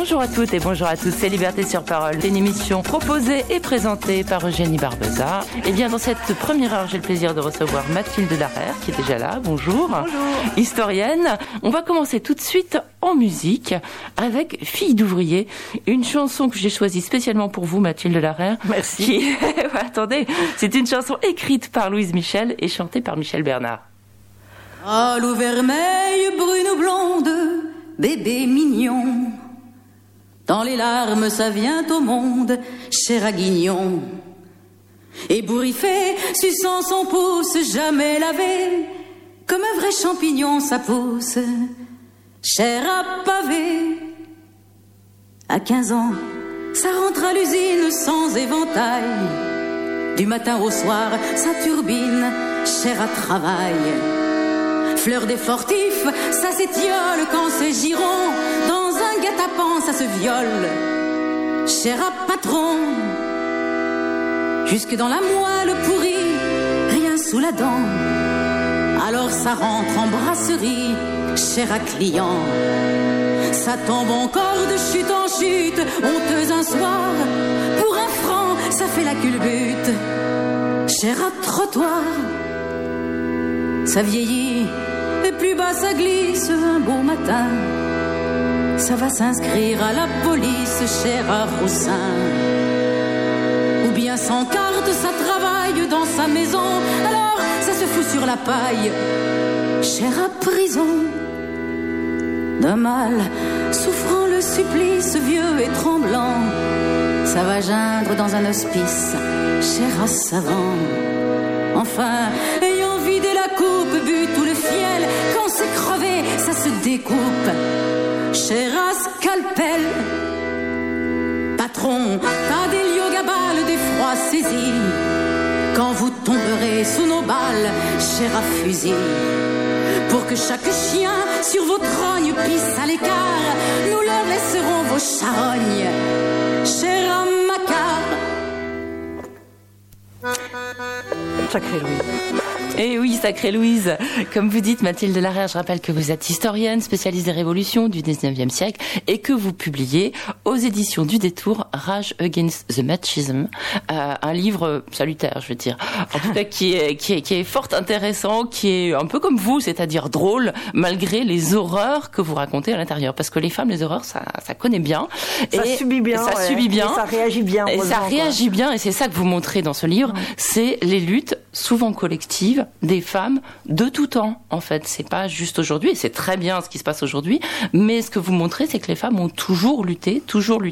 Bonjour à toutes et bonjour à tous, c'est Liberté sur Parole, une émission proposée et présentée par Eugénie Barbosa. Et bien dans cette première heure, j'ai le plaisir de recevoir Mathilde Larère qui est déjà là. Bonjour. Bonjour. Historienne. On va commencer tout de suite en musique avec Fille d'ouvrier, une chanson que j'ai choisie spécialement pour vous, Mathilde Larère. Merci. Attendez, c'est une chanson écrite par Louise Michel et chantée par Michel Bernard. Ah, l'eau vermeille, brune ou blonde, bébé mignon, dans les larmes ça vient au monde, cher à guignon. Ébouriffé, suçant son pouce, jamais lavé, comme un vrai champignon ça pousse, cher à pavé. À 15 ans, ça rentre à l'usine sans éventail, du matin au soir, ça turbine, cher à travail. Fleur des fortifs, ça s'étiole quand c'est giron, dans un guet-apens ça se viole, cher à patron. Jusque dans la moelle pourrie, rien sous la dent, alors ça rentre en brasserie, cher à client. Ça tombe encore de chute en chute, honteuse un soir, pour 1 franc ça fait la culbute, cher à trottoir. Ça vieillit, et plus bas ça glisse un beau matin, ça va s'inscrire à la police, cher à Roussin. Ou bien sans carte ça travaille dans sa maison, alors ça se fout sur la paille, cher à prison. D'un mal souffrant le supplice, vieux et tremblant, ça va geindre dans un hospice, cher à savant. Enfin, ayant vidé la coupe, bu tout le fiel, quand c'est crevé, ça se découpe, cher à scalpel. Patron, t'as des liogabales, des froids saisis, quand vous tomberez sous nos balles, cher à fusil. Pour que chaque chien sur vos trognes pisse à l'écart, nous leur laisserons vos charognes, cher à Macquart. Sacrée Louise. Et oui, sacrée Louise. Comme vous dites, Mathilde Larère, je rappelle que vous êtes historienne, spécialiste des révolutions du 19e siècle et que vous publiez aux éditions du Détour Rage Against the Machism, un livre salutaire, je veux dire. En tout cas, qui est fort intéressant, qui est un peu comme vous, c'est-à-dire drôle, malgré les horreurs que vous racontez à l'intérieur. Parce que les femmes, les horreurs, ça connaît bien. Ça subit bien. Ça subit bien. Et ça réagit bien. Et ça réagit bien. Et c'est ça que vous montrez dans ce livre. C'est les luttes, souvent collectives, des femmes de tout temps, en fait. C'est pas juste aujourd'hui, et c'est très bien ce qui se passe aujourd'hui, mais ce que vous montrez, c'est que les femmes ont toujours lutté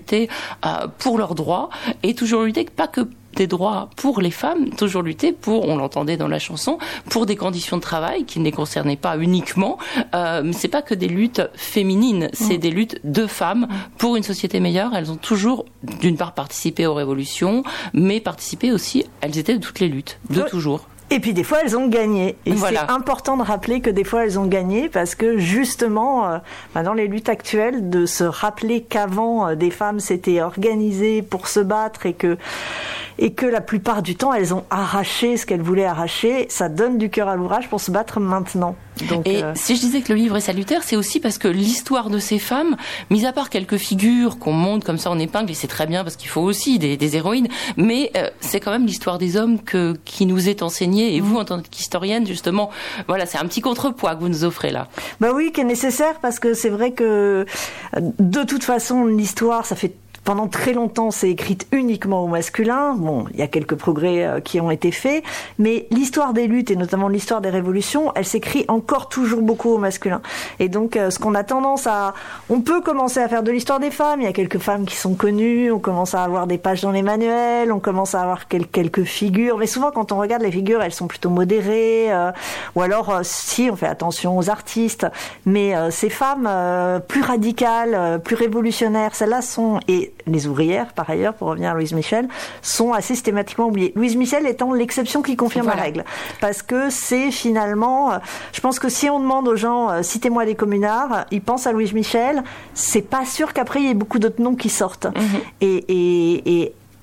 pour leurs droits, et toujours lutté, pas que des droits pour les femmes, toujours lutté pour, on l'entendait dans la chanson, pour des conditions de travail qui ne les concernaient pas uniquement, mais c'est pas que des luttes féminines, c'est des luttes de femmes pour une société meilleure. Elles ont toujours, d'une part, participé aux révolutions, mais participé aussi, elles étaient de toutes les luttes, de toujours. Et puis des fois elles ont gagné. Et voilà. C'est important de rappeler que des fois elles ont gagné parce que justement, dans les luttes actuelles, de se rappeler qu'avant des femmes s'étaient organisées pour se battre et que la plupart du temps elles ont arraché ce qu'elles voulaient arracher, ça donne du cœur à l'ouvrage pour se battre maintenant. Donc, et si je disais que le livre est salutaire, c'est aussi parce que l'histoire de ces femmes, mis à part quelques figures qu'on monte comme ça en épingle, et c'est très bien parce qu'il faut aussi des héroïnes, mais c'est quand même l'histoire des hommes qui nous est enseignée. Et vous, en tant qu'historienne, justement, voilà, c'est un petit contrepoids que vous nous offrez là. Bah oui, qui est nécessaire parce que c'est vrai que de toute façon, l'histoire, ça fait pendant très longtemps, c'est écrite uniquement au masculin. Bon, il y a quelques progrès qui ont été faits, mais l'histoire des luttes et notamment l'histoire des révolutions, elle s'écrit encore toujours beaucoup au masculin. Et donc, ce qu'on a tendance à... On peut commencer à faire de l'histoire des femmes. Il y a quelques femmes qui sont connues, on commence à avoir des pages dans les manuels, on commence à avoir quelques figures, mais souvent, quand on regarde les figures, elles sont plutôt modérées, ou alors, si, on fait attention aux artistes, mais ces femmes plus radicales, plus révolutionnaires, celles-là sont... Et les ouvrières, par ailleurs, pour revenir à Louise Michel, sont assez systématiquement oubliées. Louise Michel étant l'exception qui confirme la règle. Parce que c'est finalement... je pense que si on demande aux gens, citez-moi des communards, ils pensent à Louise Michel, c'est pas sûr qu'après il y ait beaucoup d'autres noms qui sortent. Et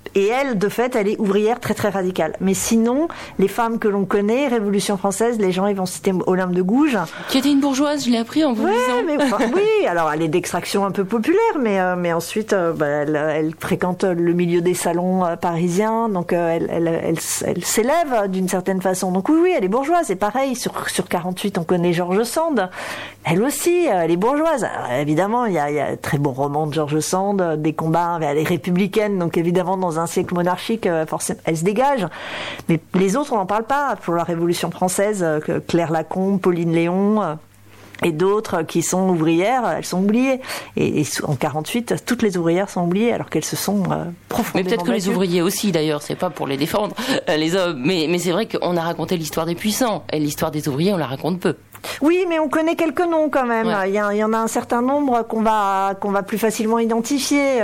Et elle, de fait, elle est ouvrière très très radicale. Mais sinon, les femmes que l'on connaît, Révolution française, les gens ils vont citer Olympe de Gouges. Qui était une bourgeoise, je l'ai appris en vous lisant. Mais oui, alors elle est d'extraction un peu populaire, mais ensuite elle fréquente le milieu des salons parisiens, donc elle s'élève d'une certaine façon. Donc oui, elle est bourgeoise. Et pareil, sur 48, on connaît George Sand. Elle aussi, elle est bourgeoise. Alors, évidemment, il y a un très bon roman de George Sand, des combats, elle est républicaine, donc évidemment dans un siècle monarchique, forcément, elle se dégage. Mais les autres, on n'en parle pas. Pour la Révolution française, Claire Lacombe, Pauline Léon et d'autres qui sont ouvrières, elles sont oubliées. Et en 48, toutes les ouvrières sont oubliées, alors qu'elles se sont profondément Mais peut-être que battues. les ouvriers aussi, d'ailleurs, c'est pas pour les défendre, les hommes. Mais c'est vrai qu'on a raconté l'histoire des puissants, et l'histoire des ouvriers, on la raconte peu. Oui, mais on connaît quelques noms quand même. Ouais. Il y en a un certain nombre qu'on va plus facilement identifier.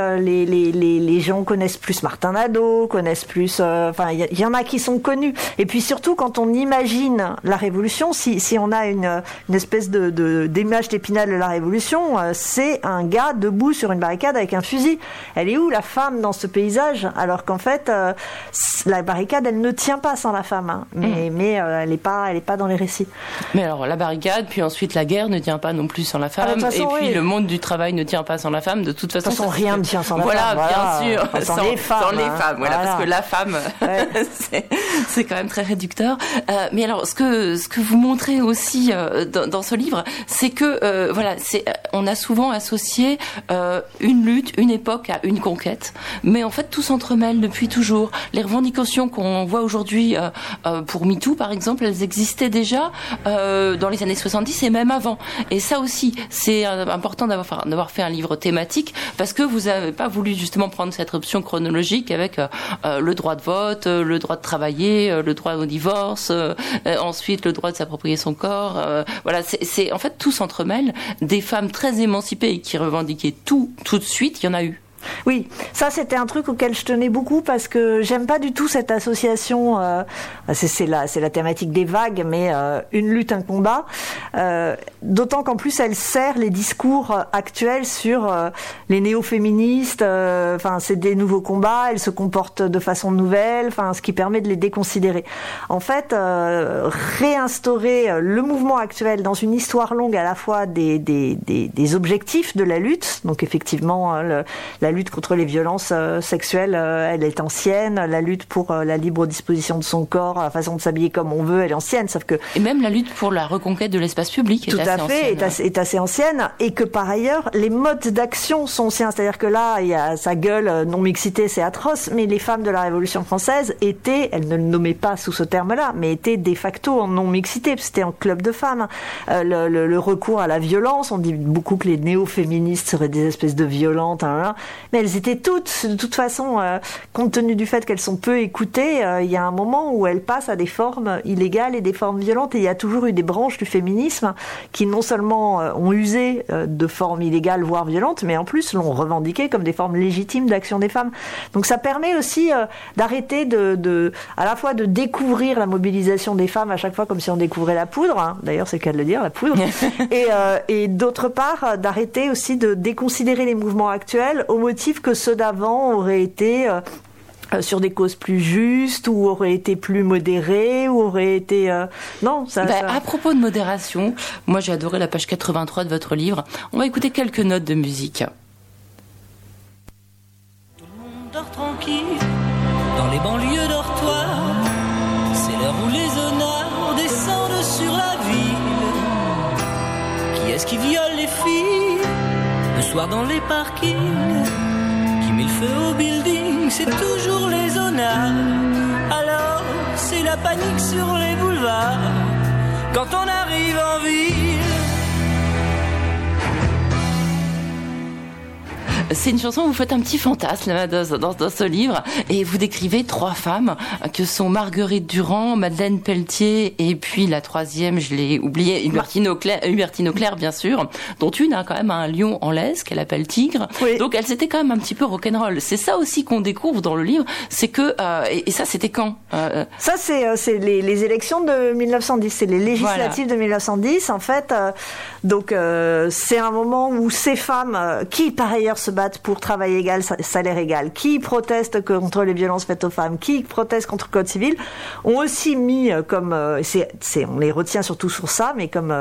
Les gens connaissent plus Martin Nadeau, connaissent plus. Il y en a qui sont connus. Et puis surtout, quand on imagine la Révolution, si on a une espèce d'image d'Épinal de la Révolution, c'est un gars debout sur une barricade avec un fusil. Elle est où la femme dans ce paysage? Alors qu'en fait, la barricade, elle ne tient pas sans la femme. Hein. Mais elle est pas dans les récits. Mais alors, la barricade, puis ensuite la guerre ne tient pas non plus sans la femme, façon, et puis oui. le monde du travail ne tient pas sans la femme. De toute façon, rien ne tient sans la femme. Voilà, bien sûr, sans les femmes. Sans les femmes, voilà, parce que la femme, ouais. c'est quand même très réducteur. Mais alors, ce que vous montrez aussi dans ce livre, c'est que on a souvent associé une lutte, une époque à une conquête, mais en fait tout s'entremêle depuis toujours. Les revendications qu'on voit aujourd'hui pour MeToo, par exemple, elles existaient déjà dans les années 70 et même avant. Et ça aussi, c'est important d'avoir fait un livre thématique, parce que vous n'avez pas voulu justement prendre cette option chronologique avec le droit de vote, le droit de travailler, le droit au divorce, ensuite le droit de s'approprier son corps. C'est en fait tout s'entremêle. Des femmes très émancipées et qui revendiquaient tout de suite, il y en a eu. Oui, ça c'était un truc auquel je tenais beaucoup parce que j'aime pas du tout cette association. C'est la thématique des vagues, mais une lutte, un combat. D'autant qu'en plus elle sert les discours actuels sur les néo-féministes. C'est des nouveaux combats. Elles se comportent de façon nouvelle. Ce qui permet de les déconsidérer. En fait, réinstaurer le mouvement actuel dans une histoire longue, à la fois des objectifs de la lutte. Donc effectivement, la lutte contre les violences sexuelles, elle est ancienne. La lutte pour la libre disposition de son corps, la façon de s'habiller comme on veut, elle est ancienne. Sauf que et même la lutte pour la reconquête de l'espace public est assez ancienne. Et que par ailleurs, les modes d'action sont anciens. C'est-à-dire que là, il y a sa gueule non-mixité, c'est atroce. Mais les femmes de la Révolution française elles ne le nommaient pas sous ce terme-là, mais étaient de facto en non-mixité. C'était en club de femmes. Le recours à la violence, on dit beaucoup que les néo-féministes seraient des espèces de violentes. Mais elles étaient toutes, de toute façon, compte tenu du fait qu'elles sont peu écoutées, il y a un moment où elles passent à des formes illégales et des formes violentes. Et il y a toujours eu des branches du féminisme qui non seulement ont usé de formes illégales, voire violentes, mais en plus l'ont revendiqué comme des formes légitimes d'action des femmes. Donc ça permet aussi d'arrêter à la fois de découvrir la mobilisation des femmes à chaque fois comme si on découvrait la poudre. Hein. D'ailleurs, c'est le cas de le dire, la poudre. et d'autre part, d'arrêter aussi de déconsidérer les mouvements actuels au motif que ceux d'avant auraient été sur des causes plus justes, ou auraient été plus modérés, ou auraient été... Non, ça... À propos de modération, moi j'ai adoré la page 83 de votre livre. On va écouter quelques notes de musique. Tout le monde dort tranquille dans les banlieues dortoirs. C'est l'heure où les honneurs descendent sur la ville. Qui est-ce qui viole les filles le soir dans les parkings? Qui met le feu au building? C'est toujours les honneurs. Alors c'est la panique sur les boulevards quand on arrive en ville. C'est une chanson où vous faites un petit fantasme dans ce livre, et vous décrivez 3 femmes que sont Marguerite Durand, Madeleine Pelletier, et puis la troisième, je l'ai oubliée, Hubertine Auclair, bien sûr, dont une a quand même un lion en laisse qu'elle appelle Tigre. Oui. Donc elle s'était quand même un petit peu rock'n'roll. C'est ça aussi qu'on découvre dans le livre, c'est que et ça c'était quand Ça c'est les élections de 1910, c'est les législatives de 1910 en fait. Donc c'est un moment où ces femmes qui par ailleurs se battent battent pour travail égal, salaire égal, qui protestent contre les violences faites aux femmes, qui protestent contre le code civil, ont aussi mis comme, on les retient surtout sur ça, mais comme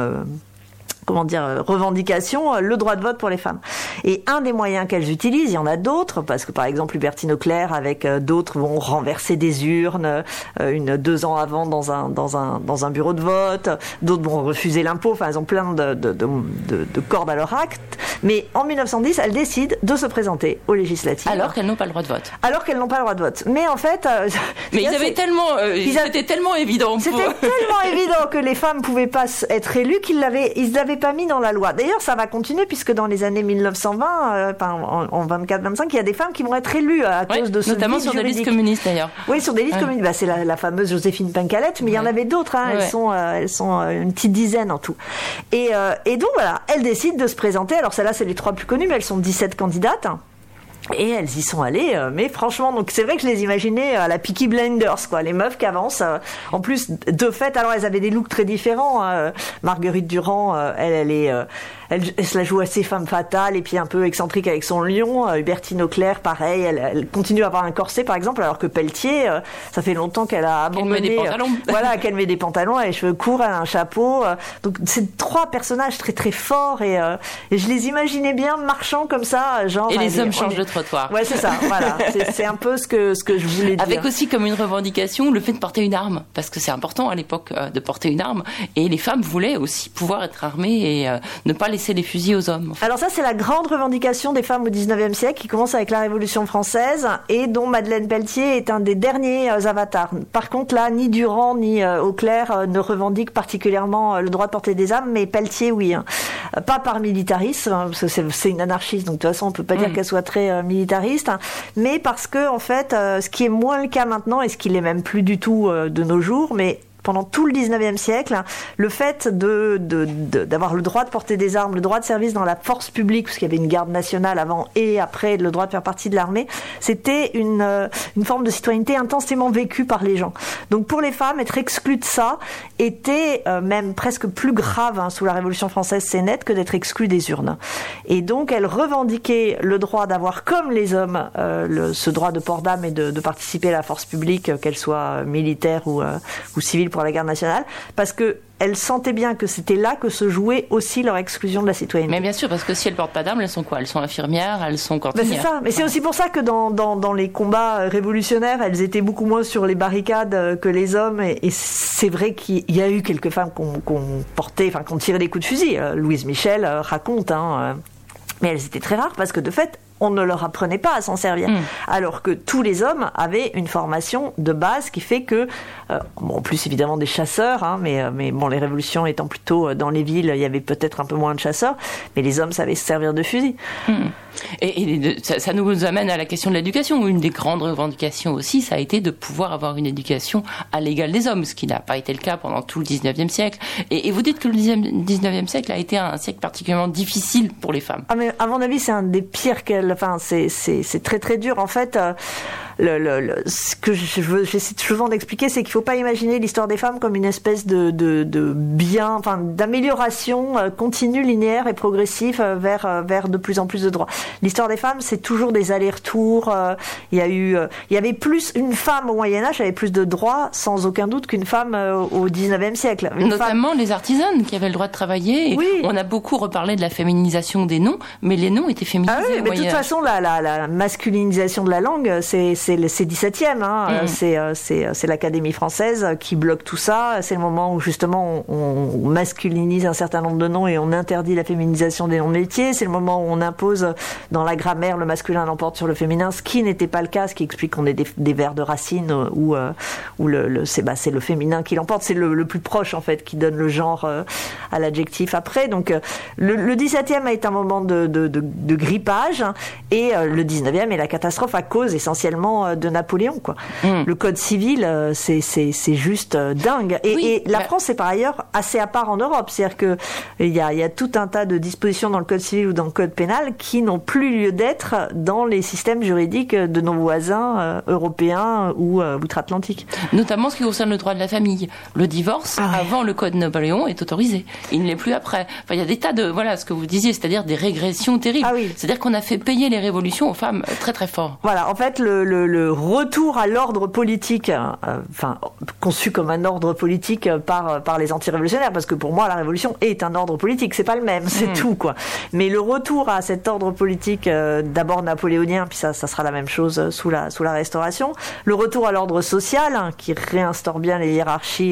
revendication, le droit de vote pour les femmes. Et un des moyens qu'elles utilisent, il y en a d'autres, parce que par exemple Hubertine Auclair avec d'autres vont renverser des urnes 2 ans avant dans un bureau de vote, d'autres vont refuser l'impôt, enfin elles ont plein de cordes à leur acte. Mais en 1910, elles décident de se présenter aux législatives. Alors qu'elles n'ont pas le droit de vote. Mais en fait... mais c'était tellement évident pour... C'était tellement évident que les femmes ne pouvaient pas être élues qu'ils l'avaient pas mis dans la loi. D'ailleurs, ça va continuer puisque dans les années 1920, en 24-25, il y a des femmes qui vont être élues à cause de ce notamment sur juridique. Des listes communistes d'ailleurs. Oui, sur des listes communistes. C'est la fameuse Joséphine Pincalette, mais il y en avait d'autres. Elles sont une petite dizaine en tout. Et donc voilà, elles décident de se présenter. Alors celles-là, c'est les 3 plus connues, mais elles sont 17 candidates. Et elles y sont allées, mais franchement, donc c'est vrai que je les imaginais à la Peaky Blinders, quoi, les meufs qui avancent. En plus, de fait, alors elles avaient des looks très différents. Marguerite Durand, elle se la joue assez femme fatale et puis un peu excentrique avec son lion. Hubertine Auclair, pareil, elle continue à avoir un corset, par exemple, alors que Pelletier, ça fait longtemps qu'elle a abandonné. Qu'elle met des pantalons. Voilà, qu'elle met des pantalons, elle a les cheveux courts, elle a un chapeau. Donc c'est 3 personnages très très forts et je les imaginais bien marchant comme ça, genre. Et les hommes changent de trottoir. Ouais, c'est ça. Voilà, c'est un peu ce que je voulais dire. Avec aussi comme une revendication le fait de porter une arme, parce que c'est important à l'époque de porter une arme, et les femmes voulaient aussi pouvoir être armées et ne pas laisser les fusils aux hommes. En fait. Alors ça, c'est la grande revendication des femmes au 19e siècle, qui commence avec la Révolution française et dont Madeleine Pelletier est un des derniers avatars. Par contre, là, ni Durand ni Auclair ne revendiquent particulièrement le droit de porter des armes, mais Pelletier, oui. Pas par militarisme, parce que c'est une anarchiste, donc de toute façon, on peut pas dire qu'elle soit très militariste, mais parce que, en fait, ce qui est moins le cas maintenant, et ce qui l'est même plus du tout de nos jours, mais pendant tout le 19e siècle, le fait d'avoir le droit de porter des armes, le droit de service dans la force publique, parce qu'il y avait une garde nationale avant et après, le droit de faire partie de l'armée, c'était une forme de citoyenneté intensément vécue par les gens. Donc pour les femmes, être exclues de ça était même presque plus grave sous la Révolution française, c'est net, que d'être exclues des urnes. Et donc elles revendiquaient le droit d'avoir, comme les hommes, ce droit de port d'armes et de participer à la force publique, qu'elle soit militaire ou civile pour la garde nationale, parce que elles sentaient bien que c'était là que se jouait aussi leur exclusion de la citoyenneté. Mais bien sûr, parce que si elles portent pas d'armes, elles sont quoi ? Elles sont infirmières, elles sont cantinières. C'est ça. Mais c'est aussi pour ça que dans les combats révolutionnaires, elles étaient beaucoup moins sur les barricades que les hommes. Et c'est vrai qu'il y a eu quelques femmes qu'on tirait des coups de fusil. Louise Michel raconte, mais elles étaient très rares parce que de fait, on ne leur apprenait pas à s'en servir. Alors que tous les hommes avaient une formation de base qui fait que, en plus évidemment des chasseurs, mais bon, les révolutions étant plutôt dans les villes, il y avait peut-être un peu moins de chasseurs, mais les hommes savaient se servir de fusil. Et ça nous amène à la question de l'éducation. Une des grandes revendications aussi, ça a été de pouvoir avoir une éducation à l'égal des hommes, ce qui n'a pas été le cas pendant tout le 19e siècle. Et vous dites que le 19e siècle a été un siècle particulièrement difficile pour les femmes. Ah, mais à mon avis, c'est un des pires c'est très très dur. En fait, ce que j'essaie souvent d'expliquer, c'est qu'il faut pas imaginer l'histoire des femmes comme une espèce de bien, d'amélioration continue, linéaire et progressive vers de plus en plus de droits. L'histoire des femmes, c'est toujours des allers-retours. Il y avait plus, une femme au Moyen-Âge avait plus de droits, sans aucun doute, qu'une femme au 19e siècle. Notamment les artisanes qui avaient le droit de travailler. Oui. On a beaucoup reparlé de la féminisation des noms, mais les noms étaient féminisés. Ah oui, mais de toute façon, la masculinisation de la langue, c'est 17e. C'est l'Académie française qui bloque tout ça. C'est le moment où justement on masculinise un certain nombre de noms et on interdit la féminisation des noms de métiers. C'est le moment où on impose dans la grammaire le masculin l'emporte sur le féminin, ce qui n'était pas le cas, ce qui explique qu'on ait des vers de Racine où c'est le féminin qui l'emporte. C'est le plus proche en fait qui donne le genre à l'adjectif après. Donc le 17e a été un moment de grippage et le 19e est la catastrophe à cause essentiellement temps de Napoléon, quoi. Le code civil, c'est juste dingue. Et la France est par ailleurs assez à part en Europe. C'est-à-dire que il y a tout un tas de dispositions dans le code civil ou dans le code pénal qui n'ont plus lieu d'être dans les systèmes juridiques de nos voisins européens ou outre-Atlantique. Notamment ce qui concerne le droit de la famille. Le divorce, avant le code Napoléon, est autorisé. Il ne l'est plus après. Enfin, il y a des tas de, voilà, ce que vous disiez, c'est-à-dire des régressions terribles. C'est-à-dire qu'on a fait payer les révolutions aux femmes très très fort. Voilà, en fait, le retour à l'ordre politique, conçu comme un ordre politique par les anti-révolutionnaires, parce que pour moi, la révolution est un ordre politique, c'est pas le même, c'est tout, quoi. Mais le retour à cet ordre politique, d'abord napoléonien, puis ça sera la même chose sous la Restauration, le retour à l'ordre social, qui réinstaure bien les hiérarchies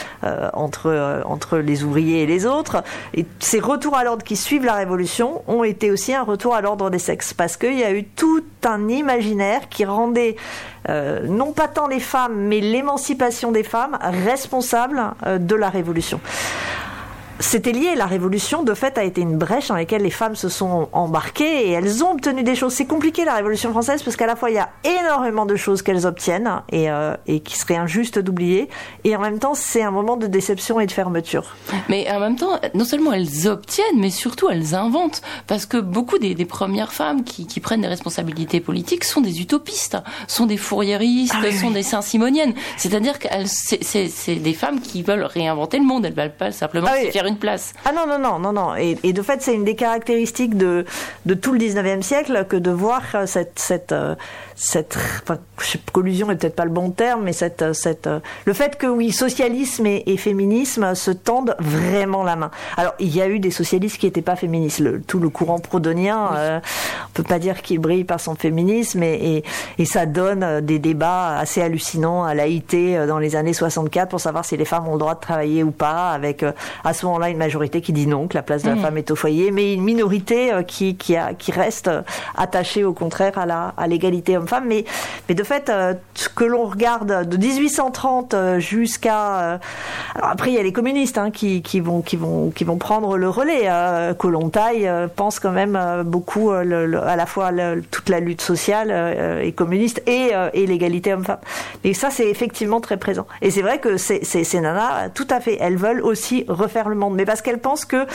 entre les ouvriers et les autres, et ces retours à l'ordre qui suivent la Révolution ont été aussi un retour à l'ordre des sexes, parce qu'il y a eu tout un imaginaire qui rendait non pas tant les femmes, mais l'émancipation des femmes responsables de la Révolution. C'était lié, la Révolution, de fait, a été une brèche dans laquelle les femmes se sont embarquées et elles ont obtenu des choses. C'est compliqué, la Révolution française, parce qu'à la fois, il y a énormément de choses qu'elles obtiennent et qui seraient injustes d'oublier, et en même temps, c'est un moment de déception et de fermeture. Mais en même temps, non seulement elles obtiennent, mais surtout elles inventent, parce que beaucoup des premières femmes qui prennent des responsabilités politiques sont des utopistes, sont des fourriéristes, sont des saint-simoniennes. C'est-à-dire que c'est des femmes qui veulent réinventer le monde, elles veulent pas simplement se faire une place. Non. Et de fait, c'est une des caractéristiques de tout le 19e siècle que de voir cette collusion est peut-être pas le bon terme, mais le fait que oui, socialisme et féminisme se tendent vraiment la main. Alors, il y a eu des socialistes qui n'étaient pas féministes. Tout le courant proudhonien, on peut pas dire qu'il brille par son féminisme, et ça donne des débats assez hallucinants à l'AIT dans les années 64 pour savoir si les femmes ont le droit de travailler ou pas, avec à ce moment-là une majorité qui dit non, que la place de la femme est au foyer, mais une minorité qui reste attachée au contraire à l'égalité homme-femme. Mais de fait, ce que l'on regarde de 1830 jusqu'à... alors après, il y a les communistes qui vont prendre le relais. Kollontai pense quand même beaucoup à la fois toute la lutte sociale et communiste et l'égalité homme-femme. Et ça, c'est effectivement très présent. Et c'est vrai que ces nanas, tout à fait, elles veulent aussi refaire le monde, mais parce qu'elles pensent que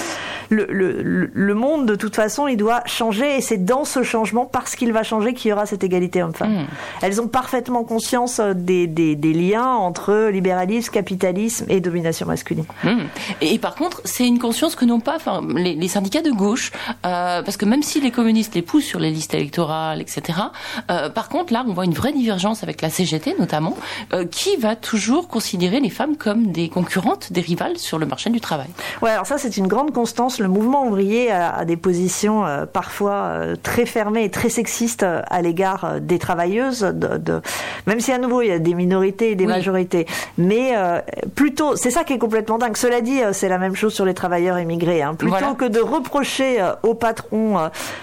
le monde, de toute façon, il doit changer, et c'est dans ce changement, parce qu'il va changer, qu'il y aura cette égalité homme-femme. Elles ont parfaitement conscience des liens entre libéralisme, capitalisme et domination masculine. Et par contre, c'est une conscience que n'ont pas les syndicats de gauche, parce que même si les communistes les poussent sur les listes électorales, etc., par contre, là, on voit une vraie divergence avec la CGT, notamment, qui va toujours considérer les femmes comme des concurrentes, des rivales sur le marché du travail. Ouais, alors ça, c'est une grande constance. Le mouvement ouvrier a des positions parfois très fermées et très sexistes à l'égard des travailleuses, même si à nouveau il y a des minorités et des majorités, mais plutôt, c'est ça qui est complètement dingue. Cela dit, c'est la même chose sur les travailleurs immigrés. Plutôt que de reprocher aux patrons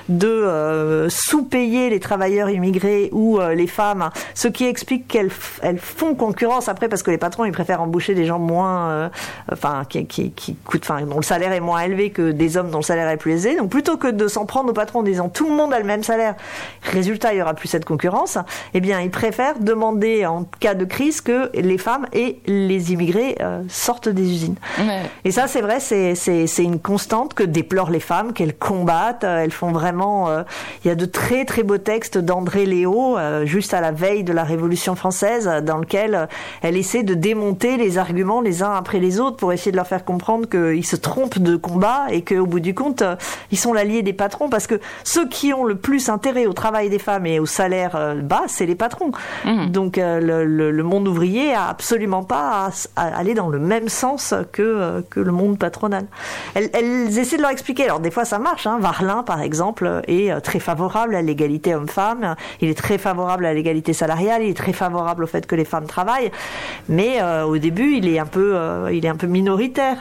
de sous-payer les travailleurs immigrés ou les femmes, ce qui explique qu'elles font concurrence après, parce que les patrons ils préfèrent embaucher des gens moins, qui coûtent, dont le salaire est moins élevé que des hommes dont le salaire est plus élevé. Donc plutôt que de s'en prendre aux patrons en disant tout le monde a le même salaire, résultat il y aura plus cette concurrence, eh bien ils préfèrent demander en cas de crise que les femmes et les immigrés sortent des usines. Et ça c'est vrai, c'est une constante que déplorent les femmes, qu'elles combattent. Elles font vraiment, il y a de très très beaux textes d'André Léo juste à la veille de la Révolution française, dans lequel elle essaie de démonter les arguments les uns après les autres pour essayer de leur faire comprendre qu'ils se trompent de combat et qu'au bout du compte, ils sont l'allié des patrons, parce que ceux qui ont le plus intérêt au travail des femmes et au salaire bas, c'est les patrons. Donc le monde ouvrier a absolument pas à aller dans le même sens que le monde patronal. Elles essaient de leur expliquer. Alors des fois ça marche. Varlin par exemple est très favorable à l'égalité homme-femme. Il est très favorable à l'égalité salariale. Il est très favorable au fait que les femmes travaillent. Mais au début il est un peu minoritaire dans la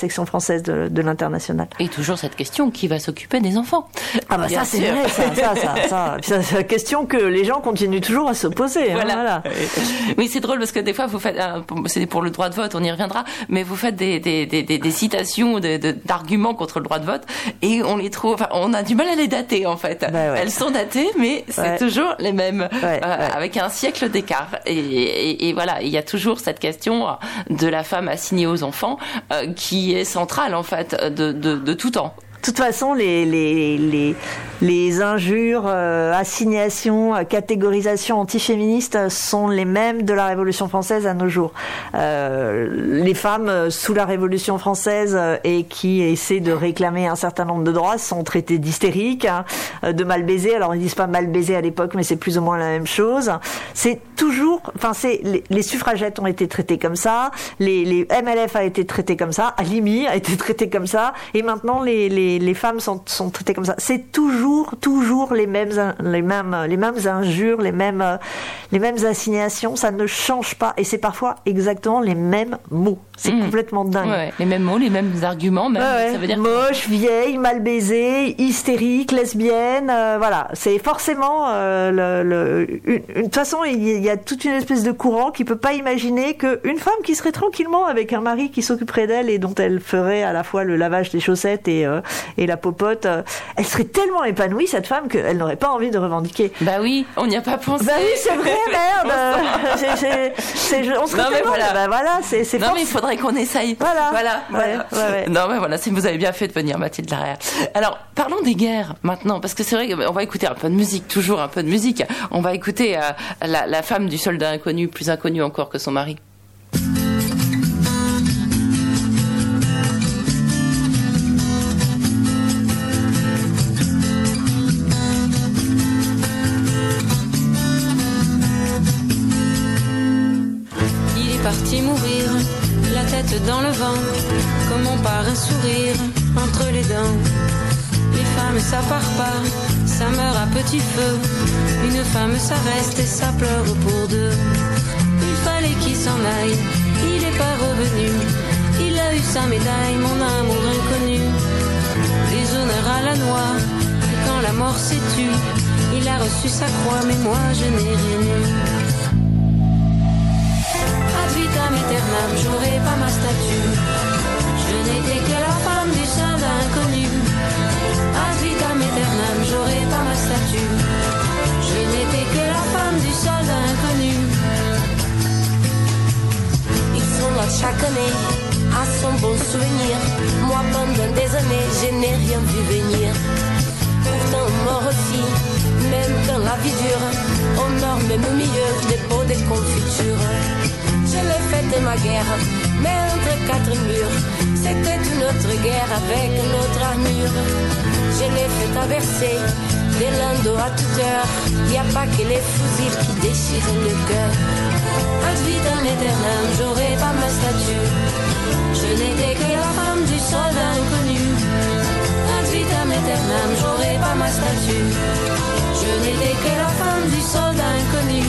section française de l'Internationale. Et toujours cette question, qui va s'occuper des enfants? Ah bah ça c'est vrai, ça. C'est la question que les gens continuent toujours à se poser. Voilà. Oui, c'est drôle parce que des fois vous faites, c'est pour le droit de vote, on y reviendra, mais vous faites des citations d'arguments contre le droit de vote et on les trouve, on a du mal à les dater en fait. Elles sont datées, mais c'est toujours les mêmes, avec un siècle d'écart. Et voilà, il y a toujours cette question de la femme assignée aux enfants qui est centrale en fait de tout temps. De toute façon, les injures, assignations, catégorisations antiféministes sont les mêmes de la Révolution française à nos jours. Les femmes sous la Révolution française et qui essaient de réclamer un certain nombre de droits sont traitées d'hystériques, de mal baisées. Alors ils disent pas mal baisées à l'époque, mais c'est plus ou moins la même chose. C'est toujours, les suffragettes ont été traitées comme ça, les MLF a été traité comme ça, Halimi a été traité comme ça, et maintenant les femmes sont traitées comme ça. C'est toujours les mêmes injures, les mêmes assignations. Ça ne change pas, et c'est parfois exactement les mêmes mots. C'est complètement dingue. Ouais, les mêmes mots, les mêmes arguments. Même, ça veut dire moche, vieille, mal baisée, hystérique, lesbienne. Voilà, c'est forcément de toute façon, il y a toute une espèce de courant qui peut pas imaginer qu'une femme qui serait tranquillement avec un mari qui s'occuperait d'elle et dont elle ferait à la fois le lavage des chaussettes et la popote, elle serait tellement épanouie, cette femme, qu'elle n'aurait pas envie de revendiquer. Bah oui, on n'y a pas pensé. Bah oui, c'est vrai, merde. On serait tellement... voilà, c'est non, mais il faudrait qu'on essaye. Voilà. Ouais. Non, mais voilà, vous avez bien fait de venir, Mathilde Larrea. Alors, parlons des guerres, maintenant, parce que c'est vrai qu'on va écouter un peu de musique, toujours un peu de musique. On va écouter la femme du soldat inconnu, plus inconnue encore que son mari. Parti mourir, la tête dans le vent, comme on part un sourire entre les dents. Les femmes ça part pas, ça meurt à petit feu. Une femme ça reste et ça pleure pour deux. Il fallait qu'il s'en aille, il est pas revenu. Il a eu sa médaille, mon amour inconnu. Les honneurs à la noix, et quand la mort s'est tue, il a reçu sa croix, mais moi je n'ai rien eu. Ad vitam aeternam, j'aurai pas ma statue. Je n'étais que la femme du soldat inconnu. Ad vitam aeternam, j'aurai pas ma statue. Je n'étais que la femme du soldat inconnu. Ils sont là chaque année, à son bon souvenir. Moi pendant des années, je n'ai rien vu venir. Pourtant mort aussi, même quand la vie dure, on meurt même au milieu des pots de confiture. Je l'ai faite ma guerre, mais entre quatre murs, c'était une autre guerre avec une autre armure. Je l'ai fait traverser des landaux à toute heure. Y a pas que les fusils qui déchirent le cœur. Ad vitam aeternam, j'aurai pas ma statue. Je n'étais que la femme du soldat inconnu. Ad vitam aeternam, j'aurai pas ma statue. Je n'étais que la femme du soldat inconnu.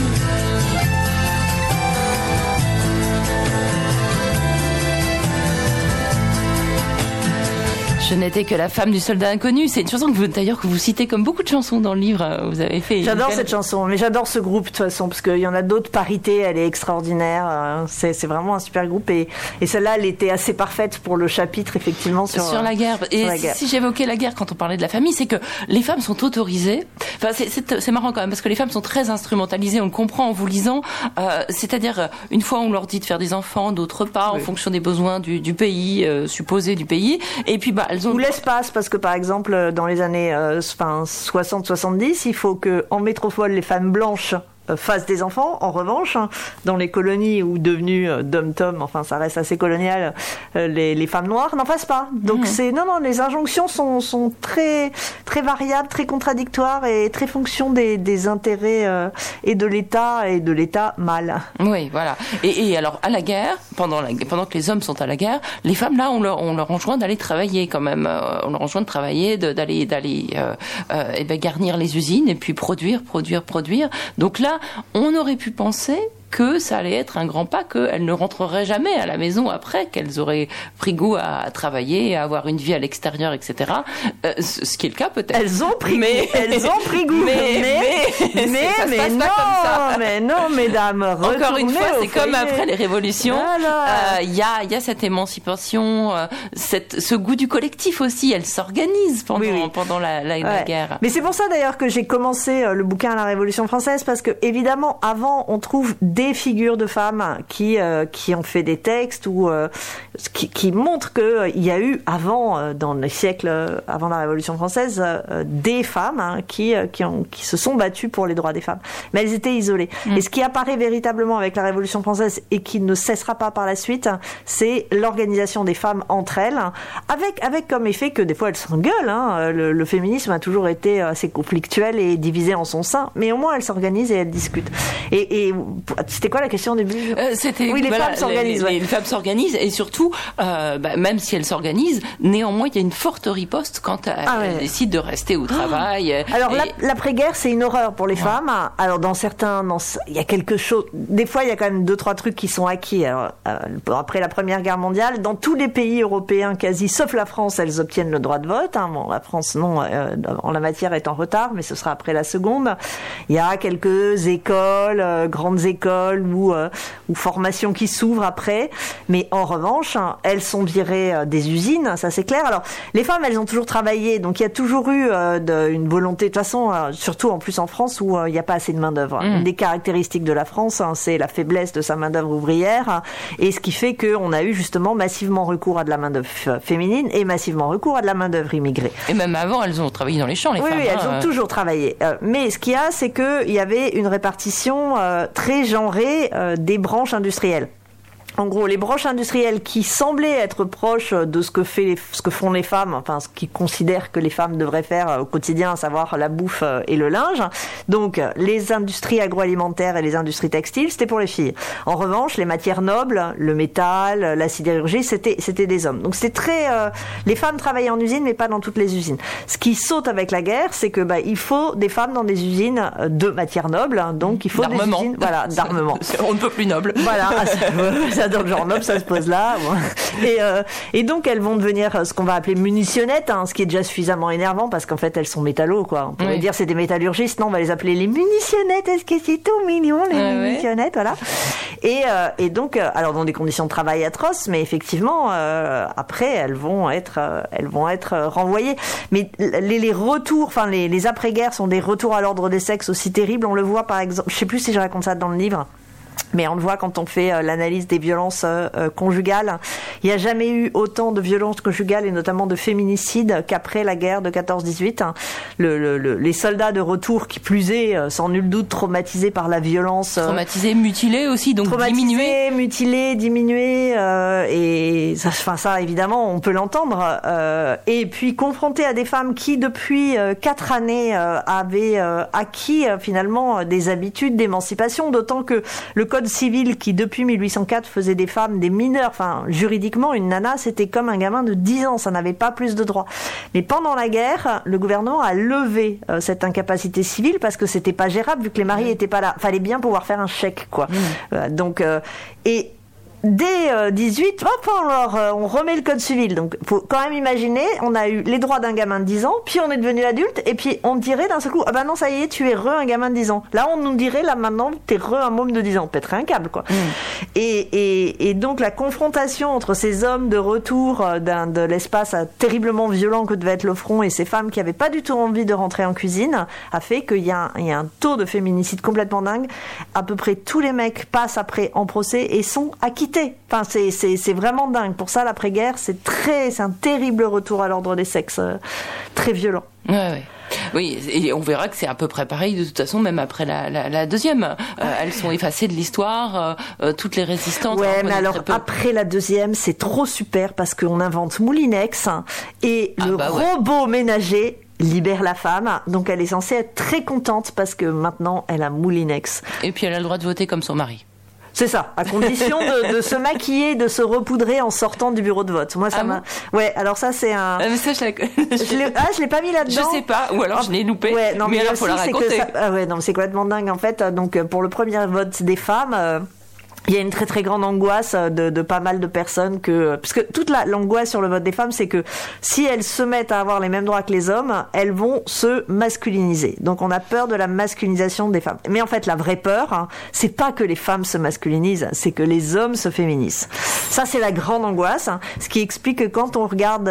Je n'étais que la femme du soldat inconnu. C'est une chanson que vous citez comme beaucoup de chansons dans le livre. Vous avez fait. J'adore cette chanson, mais j'adore ce groupe de toute façon parce qu'il y en a d'autres. Parité, elle est extraordinaire. C'est vraiment un super groupe et celle-là, elle était assez parfaite pour le chapitre effectivement sur la guerre. Et si j'évoquais la guerre quand on parlait de la famille, c'est que les femmes sont autorisées. Enfin, c'est marrant quand même parce que les femmes sont très instrumentalisées. On le comprend en vous lisant. C'est-à-dire une fois on leur dit de faire des enfants, d'autres pas, en fonction des besoins du pays supposé du pays. Et puis ou l'espace, parce que par exemple dans les années 60-70, il faut que en métropole les femmes blanches fassent des enfants. En revanche, dans les colonies ou devenues dom-tom, enfin ça reste assez colonial, les femmes noires n'en fassent pas. Donc les injonctions sont très très variables, très contradictoires et très fonction des intérêts et de l'État mâle. Oui, voilà. Et alors à la guerre, pendant que les hommes sont à la guerre, les femmes là on leur enjoint d'aller travailler quand même. On leur enjoint de travailler, d'aller garnir les usines et puis produire. Donc là, on aurait pu penser que ça allait être un grand pas, qu'elles ne rentreraient jamais à la maison après, qu'elles auraient pris goût à travailler, à avoir une vie à l'extérieur, etc. Ce qui est le cas peut-être. Elles ont pris goût. Mais non, mesdames. Encore une fois, c'est comme foyer. après les révolutions. Il y a cette émancipation, ce goût du collectif aussi. Elles s'organisent pendant la guerre. Mais c'est pour ça d'ailleurs que j'ai commencé le bouquin à la Révolution française, parce que évidemment avant on trouve des figures de femmes qui ont fait des textes ou qui montrent que il y a eu avant, dans les siècles avant la Révolution française, des femmes qui se sont battues pour les droits des femmes, mais elles étaient isolées. Et ce qui apparaît véritablement avec la Révolution française et qui ne cessera pas par la suite, c'est l'organisation des femmes entre elles, avec comme effet que des fois elles s'engueulent. Le féminisme a toujours été assez conflictuel et divisé en son sein, mais au moins elles s'organisent et elles discutent. Et c'était quoi la question au début? Les femmes s'organisent. Les femmes s'organisent et surtout, même si elles s'organisent, néanmoins il y a une forte riposte quand elles décident de rester au travail. Alors l'après-guerre, c'est une horreur pour les femmes. Alors il y a quelque chose. Des fois, il y a quand même 2-3 trucs qui sont acquis. Alors, après la Première Guerre mondiale, dans tous les pays européens quasi, sauf la France, elles obtiennent le droit de vote. La France, non, en la matière est en retard, mais ce sera après la Seconde. Il y a quelques écoles, grandes écoles ou formations qui s'ouvrent après. Mais en revanche, elles sont virées des usines, ça c'est clair. Alors, les femmes, elles ont toujours travaillé, donc il y a toujours eu une volonté, de toute façon, surtout en plus en France où il n'y a pas assez de main-d'œuvre. Une des caractéristiques de la France, c'est la faiblesse de sa main-d'œuvre ouvrière, et ce qui fait qu'on a eu justement massivement recours à de la main-d'œuvre féminine et massivement recours à de la main-d'œuvre immigrée. Et même avant, elles ont travaillé dans les champs, les femmes. Oui, elles ont toujours travaillé. Mais ce qu'il y a, c'est qu'il y avait une répartition très genrée des branches industrielles. En gros, les branches industrielles qui semblaient être proches de ce que font les femmes, enfin ce qu'ils considèrent que les femmes devraient faire au quotidien, à savoir la bouffe et le linge. Donc, les industries agroalimentaires et les industries textiles, c'était pour les filles. En revanche, les matières nobles, le métal, la sidérurgie, c'était des hommes. Donc, c'était très... les femmes travaillaient en usine, mais pas dans toutes les usines. Ce qui saute avec la guerre, c'est que il faut des femmes dans des usines de matières nobles. Donc, il faut des usines d'armement. On ne peut plus noble. Voilà. Dans le genre noble, ça se pose là. Et donc, elles vont devenir ce qu'on va appeler munitionnettes, ce qui est déjà suffisamment énervant parce qu'en fait, elles sont métallos, quoi. On pourrait dire c'est des métallurgistes. Non, on va les appeler les munitionnettes. Est-ce que c'est tout mignon, les munitionnettes, voilà. Et donc, alors dans des conditions de travail atroces, mais effectivement, après, elles vont être renvoyées. Mais les retours, enfin, les après-guerres sont des retours à l'ordre des sexes aussi terribles. On le voit, par exemple, je sais plus si je raconte ça dans le livre. Mais on le voit quand on fait l'analyse des violences conjugales. Il n'y a jamais eu autant de violences conjugales et notamment de féminicides qu'après la guerre de 14-18. Les soldats de retour, qui plus est, sans nul doute traumatisés par la violence. Traumatisés, mutilés aussi, donc diminués. Mutilés, diminués. Et ça, évidemment, on peut l'entendre. Et puis confrontés à des femmes qui, depuis 4 années, avaient acquis finalement des habitudes d'émancipation, d'autant que le code civil qui, depuis 1804, faisait des femmes des mineurs, enfin, juridiquement, une nana, c'était comme un gamin de 10 ans, ça n'avait pas plus de droits. Mais pendant la guerre, le gouvernement a levé cette incapacité civile parce que c'était pas gérable, vu que les maris étaient pas là. Fallait bien pouvoir faire un chèque, quoi. Et dès 18, hop, on remet le code civil. Donc, faut quand même imaginer, on a eu les droits d'un gamin de 10 ans, puis on est devenu adulte, et puis on dirait d'un seul coup, ah bah non, ça y est, tu es un gamin de 10 ans. Là, on nous dirait, là maintenant, t'es un môme de 10 ans. Pèterait un câble, quoi. Et donc, la confrontation entre ces hommes de retour de l'espace terriblement violent que devait être le front et ces femmes qui avaient pas du tout envie de rentrer en cuisine a fait qu'il y a un taux de féminicide complètement dingue. À peu près tous les mecs passent après en procès et sont acquittés. Enfin, c'est vraiment dingue. Pour ça, l'après-guerre, c'est un terrible retour à l'ordre des sexes, très violent. Ouais. Oui, et on verra que c'est à peu près pareil de toute façon, même après la deuxième. Elles sont effacées de l'histoire, toutes les résistantes. Ouais, mais alors après la deuxième, c'est trop super parce qu'on invente Moulinex et robot ménager libère la femme, donc elle est censée être très contente parce que maintenant elle a Moulinex. Et puis elle a le droit de voter comme son mari. C'est ça, à condition de se maquiller, de se repoudrer en sortant du bureau de vote. Moi, ça m'a... Ouais, alors ça, c'est un... mais ça, je l'ai pas mis là-dedans. Je sais pas, ou alors je l'ai loupé. Ouais, non, mais alors, faut la raconter. C'est complètement dingue, en fait. Donc, pour le premier vote des femmes... il y a une très très grande angoisse de pas mal de personnes parce que toute l'angoisse sur le vote des femmes, c'est que si elles se mettent à avoir les mêmes droits que les hommes, elles vont se masculiniser. Donc on a peur de la masculinisation des femmes. Mais en fait, la vraie peur, c'est pas que les femmes se masculinisent, c'est que les hommes se féminisent. Ça, c'est la grande angoisse, ce qui explique que quand on regarde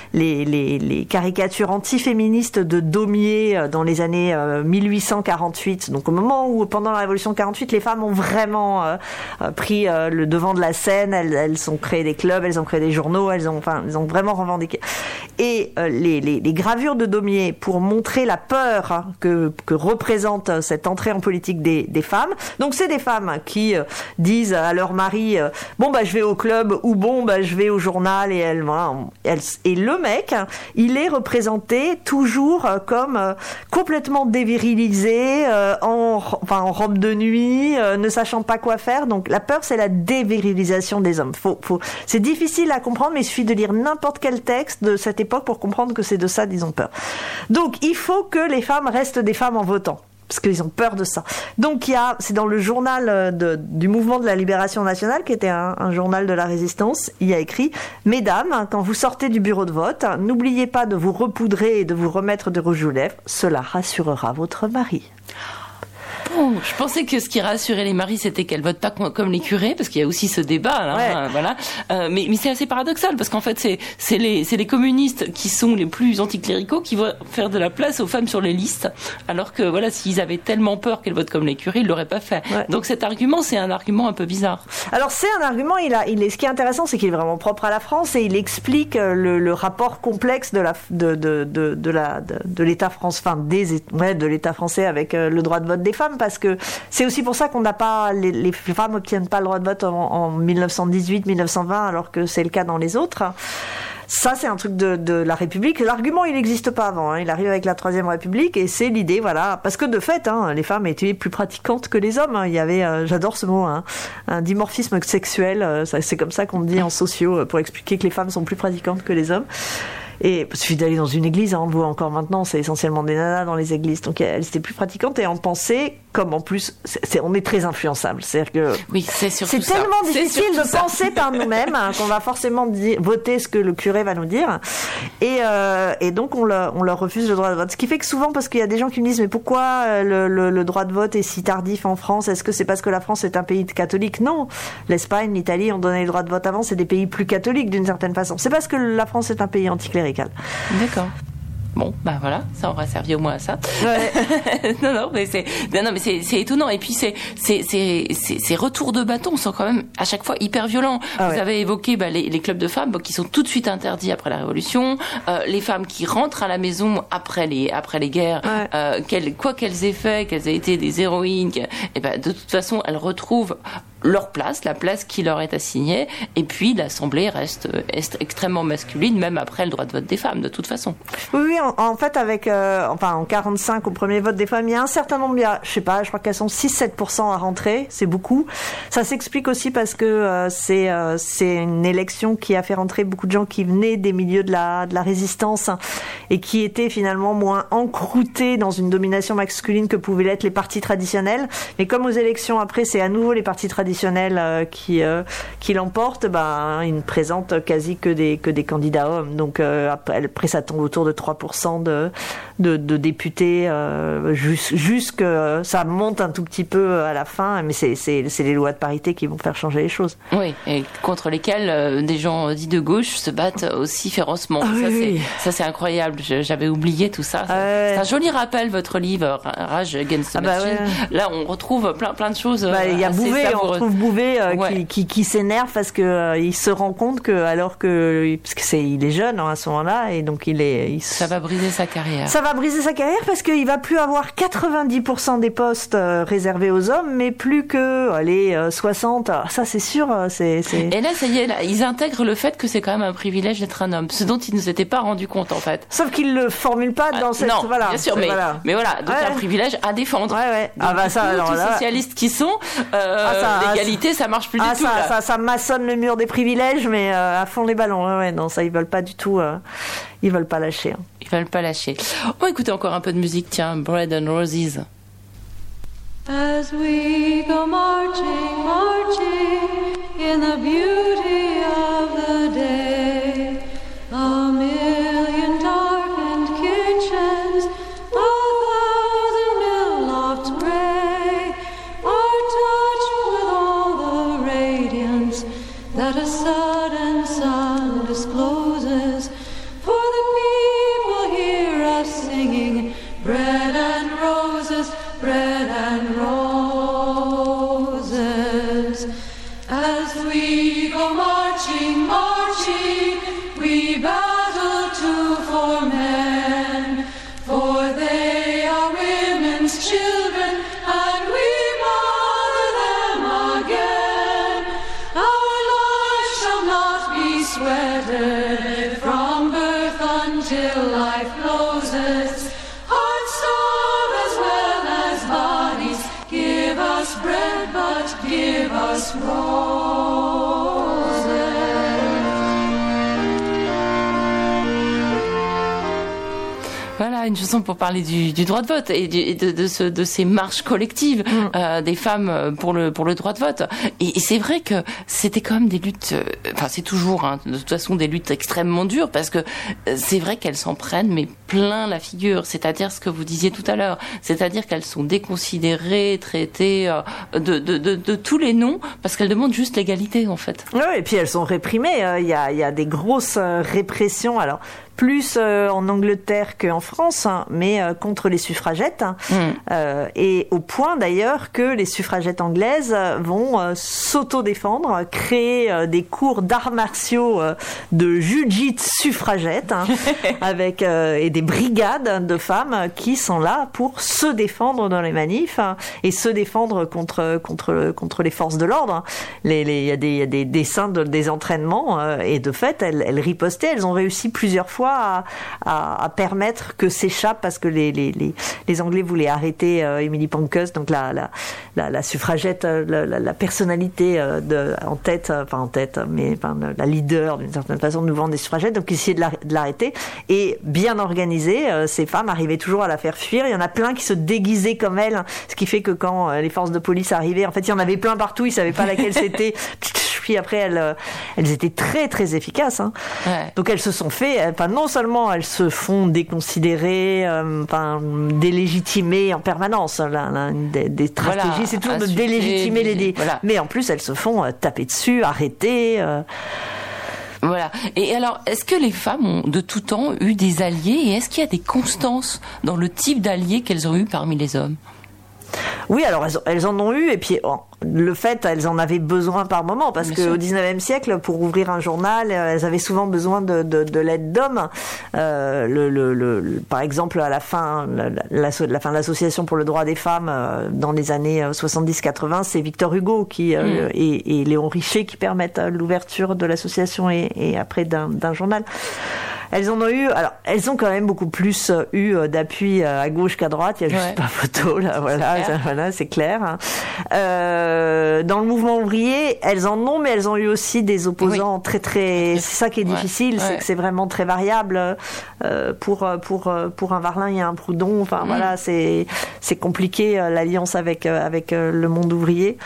les caricatures anti-féministes de Daumier dans les années 1848, donc au moment où pendant la Révolution 48, les femmes ont vraiment pris le devant de la scène, elles ont créé des clubs, elles ont créé des journaux, elles ont vraiment revendiqué. Et les gravures de Daumier pour montrer la peur que représente cette entrée en politique des femmes. Donc c'est des femmes qui disent à leur mari je vais au club ou je vais au journal et et le mec, il est représenté toujours comme complètement dévirilisé, en robe de nuit, ne sachant pas quoi faire. Donc la peur, c'est la dévirilisation des hommes. C'est difficile à comprendre, mais il suffit de lire n'importe quel texte de cette époque pour comprendre que c'est de ça qu'ils ont peur. Donc il faut que les femmes restent des femmes en votant, parce qu'ils ont peur de ça. Donc c'est dans le journal du mouvement de la libération nationale, qui était un journal de la résistance, il y a écrit « Mesdames, quand vous sortez du bureau de vote, n'oubliez pas de vous repoudrer et de vous remettre de rouge aux lèvres, cela rassurera votre mari. » Je pensais que ce qui rassurait les maris, c'était qu'elles votent pas comme les curés, parce qu'il y a aussi ce débat, là, ouais. Voilà. Mais c'est assez paradoxal, parce qu'en fait, c'est les communistes qui sont les plus anticléricaux qui vont faire de la place aux femmes sur les listes, alors que voilà, s'ils avaient tellement peur qu'elles votent comme les curés, ils l'auraient pas fait. Ouais. Donc cet argument, c'est un argument un peu bizarre. Alors c'est un argument, ce qui est intéressant, c'est qu'il est vraiment propre à la France et il explique le rapport complexe de l'État France, de l'État français avec le droit de vote des femmes. Parce que c'est aussi pour ça qu'on n'a pas les femmes n'obtiennent pas le droit de vote en 1918-1920 alors que c'est le cas dans les autres. Ça, c'est un truc de la République. L'argument, il n'existe pas avant. Il arrive avec la Troisième République et c'est l'idée, voilà. Parce que de fait, les femmes étaient plus pratiquantes que les hommes. Il y avait, j'adore ce mot, un dimorphisme sexuel. C'est comme ça qu'on dit en sociaux pour expliquer que les femmes sont plus pratiquantes que les hommes. Et il suffit d'aller dans une église, on le voit encore maintenant, c'est essentiellement des nanas dans les églises. Donc elles étaient plus pratiquantes et on pensait, comme en plus, on est très influençable. C'est-à-dire que oui, c'est tellement difficile de penser par nous-mêmes qu'on va forcément voter ce que le curé va nous dire. Et donc on leur refuse le droit de vote. Ce qui fait que souvent, parce qu'il y a des gens qui me disent mais pourquoi le droit de vote est si tardif en France? Est-ce que c'est parce que la France est un pays catholique? Non. L'Espagne, l'Italie ont donné le droit de vote avant, c'est des pays plus catholiques d'une certaine façon. C'est parce que la France est un pays anticlérical. D'accord. Bon, voilà, ça aura servi au moins à ça. Ouais. non, mais c'est étonnant. Et puis ces retours de bâton sont quand même à chaque fois hyper violents. Ah ouais. Vous avez évoqué les clubs de femmes qui sont tout de suite interdits après la Révolution, les femmes qui rentrent à la maison après les guerres, ouais. Quoi qu'elles aient fait, qu'elles aient été des héroïnes, de toute façon elles retrouvent leur place, la place qui leur est assignée, et puis l'Assemblée reste extrêmement masculine, même après le droit de vote des femmes, de toute façon. Oui, en fait, en 45, au premier vote des femmes, il y a un certain nombre, je crois qu'elles sont 6-7% à rentrer, c'est beaucoup. Ça s'explique aussi parce que c'est une élection qui a fait rentrer beaucoup de gens qui venaient des milieux de la résistance et qui étaient finalement moins encroutés dans une domination masculine que pouvaient l'être les partis traditionnels. Mais comme aux élections après, c'est à nouveau les partis traditionnels qui l'emportent, ils ne présentent quasi que des candidats hommes. Donc après ça tombe autour de 3% de députés, jusque ça monte un tout petit peu à la fin, mais c'est les lois de parité qui vont faire changer les choses. Oui, et contre lesquelles des gens dits de gauche se battent aussi férocement. Ça c'est incroyable, j'avais oublié tout ça. C'est un joli rappel, votre livre Rage Against the Machine. Ouais. Là on retrouve plein de choses. Il y a Bouvet, on retrouve Bouvet qui s'énerve parce que il se rend compte que il est jeune à ce moment-là et donc ça va briser sa carrière. Ça va briser sa carrière parce qu'il va plus avoir 90% des postes réservés aux hommes, mais plus que 60. Ça c'est sûr. Et là ça y est, ils intègrent le fait que c'est quand même un privilège d'être un homme, ce dont ils ne s'étaient pas rendus compte en fait. Sauf qu'ils le formulent pas dans cette. Non, bien sûr, mais voilà, donc un privilège à défendre. Ouais. Donc, ça, alors, les socialistes qui sont, l'égalité, ça marche plus du tout. Ça maçonne le mur des privilèges, mais à fond les ballons. Ouais, non, ça ils veulent pas du tout. Ils veulent pas lâcher. Ils veulent pas lâcher. On va écouter encore un peu de musique. Tiens, Bread and Roses. As we go marching, marching in the beauty of the day, a million darkened kitchens, a thousand mill lofts gray, are touched with all the radiance that a sudden sun discloses. For the people hear us singing, bread and roses, bread and roses. As we go marching, marching, we battle too for men, for they are women's children, and we mother them again. Our lives shall not be sweated from birth until life closes. Hearts starve as well as bodies. Give us bread, but give us roses. Voilà, une chanson pour parler du droit de vote et de ces marches collectives des femmes pour le droit de vote. Et c'est vrai que c'était quand même des luttes, enfin c'est toujours de toute façon des luttes extrêmement dures, parce que c'est vrai qu'elles s'en prennent mais plein la figure, c'est-à-dire ce que vous disiez tout à l'heure, c'est-à-dire qu'elles sont déconsidérées, traitées de tous les noms, parce qu'elles demandent juste l'égalité en fait. Oui, et puis elles sont réprimées, il y a des grosses répressions, alors plus en Angleterre qu'en France, mais contre les suffragettes. Et au point d'ailleurs que les suffragettes anglaises vont s'auto-défendre, créer des cours d'arts martiaux de jiu-jitsu suffragettes, avec et des brigades de femmes qui sont là pour se défendre dans les manifs et se défendre contre les forces de l'ordre. Il y a des dessins des entraînements et de fait elles ripostaient. Elles ont réussi plusieurs fois à permettre que s'échappe, parce que les Anglais voulaient arrêter Emily Pankhurst, donc la suffragette, la personnalité la leader d'une certaine façon du mouvement des suffragettes, donc ils essayaient de l'arrêter, et bien organisées, ces femmes arrivaient toujours à la faire fuir. Il y en a plein qui se déguisaient comme elle, ce qui fait que quand les forces de police arrivaient, en fait il y en avait plein partout, ils savaient pas laquelle c'était. Puis après elles étaient très très efficaces. Ouais. Donc elles se sont fait, non seulement elles se font déconsidérer, délégitimer en permanence. Des stratégies, voilà, c'est toujours de délégitimer les voilà. Mais en plus elles se font taper dessus, arrêter. Voilà. Et alors, est-ce que les femmes ont de tout temps eu des alliés, et est-ce qu'il y a des constances dans le type d'alliés qu'elles ont eu parmi les hommes ? Oui, alors elles en ont eu, et puis le fait, elles en avaient besoin par moment, parce qu'au XIXe siècle, pour ouvrir un journal, elles avaient souvent besoin de l'aide d'hommes. Par exemple, à la fin de l'association pour le droit des femmes, dans les années 70-80, c'est Victor Hugo et Léon Richer qui permettent l'ouverture de l'association et après d'un journal. Elles en ont eu, alors elles ont quand même beaucoup plus eu d'appui à gauche qu'à droite. Il y a juste pas photo là, voilà, c'est clair. Dans le mouvement ouvrier, elles en ont, mais elles ont eu aussi des opposants très. C'est ça qui est difficile, c'est que c'est vraiment très variable. Pour un Varlin, il y a un Proudhon. Enfin voilà, c'est compliqué l'alliance avec le monde ouvrier.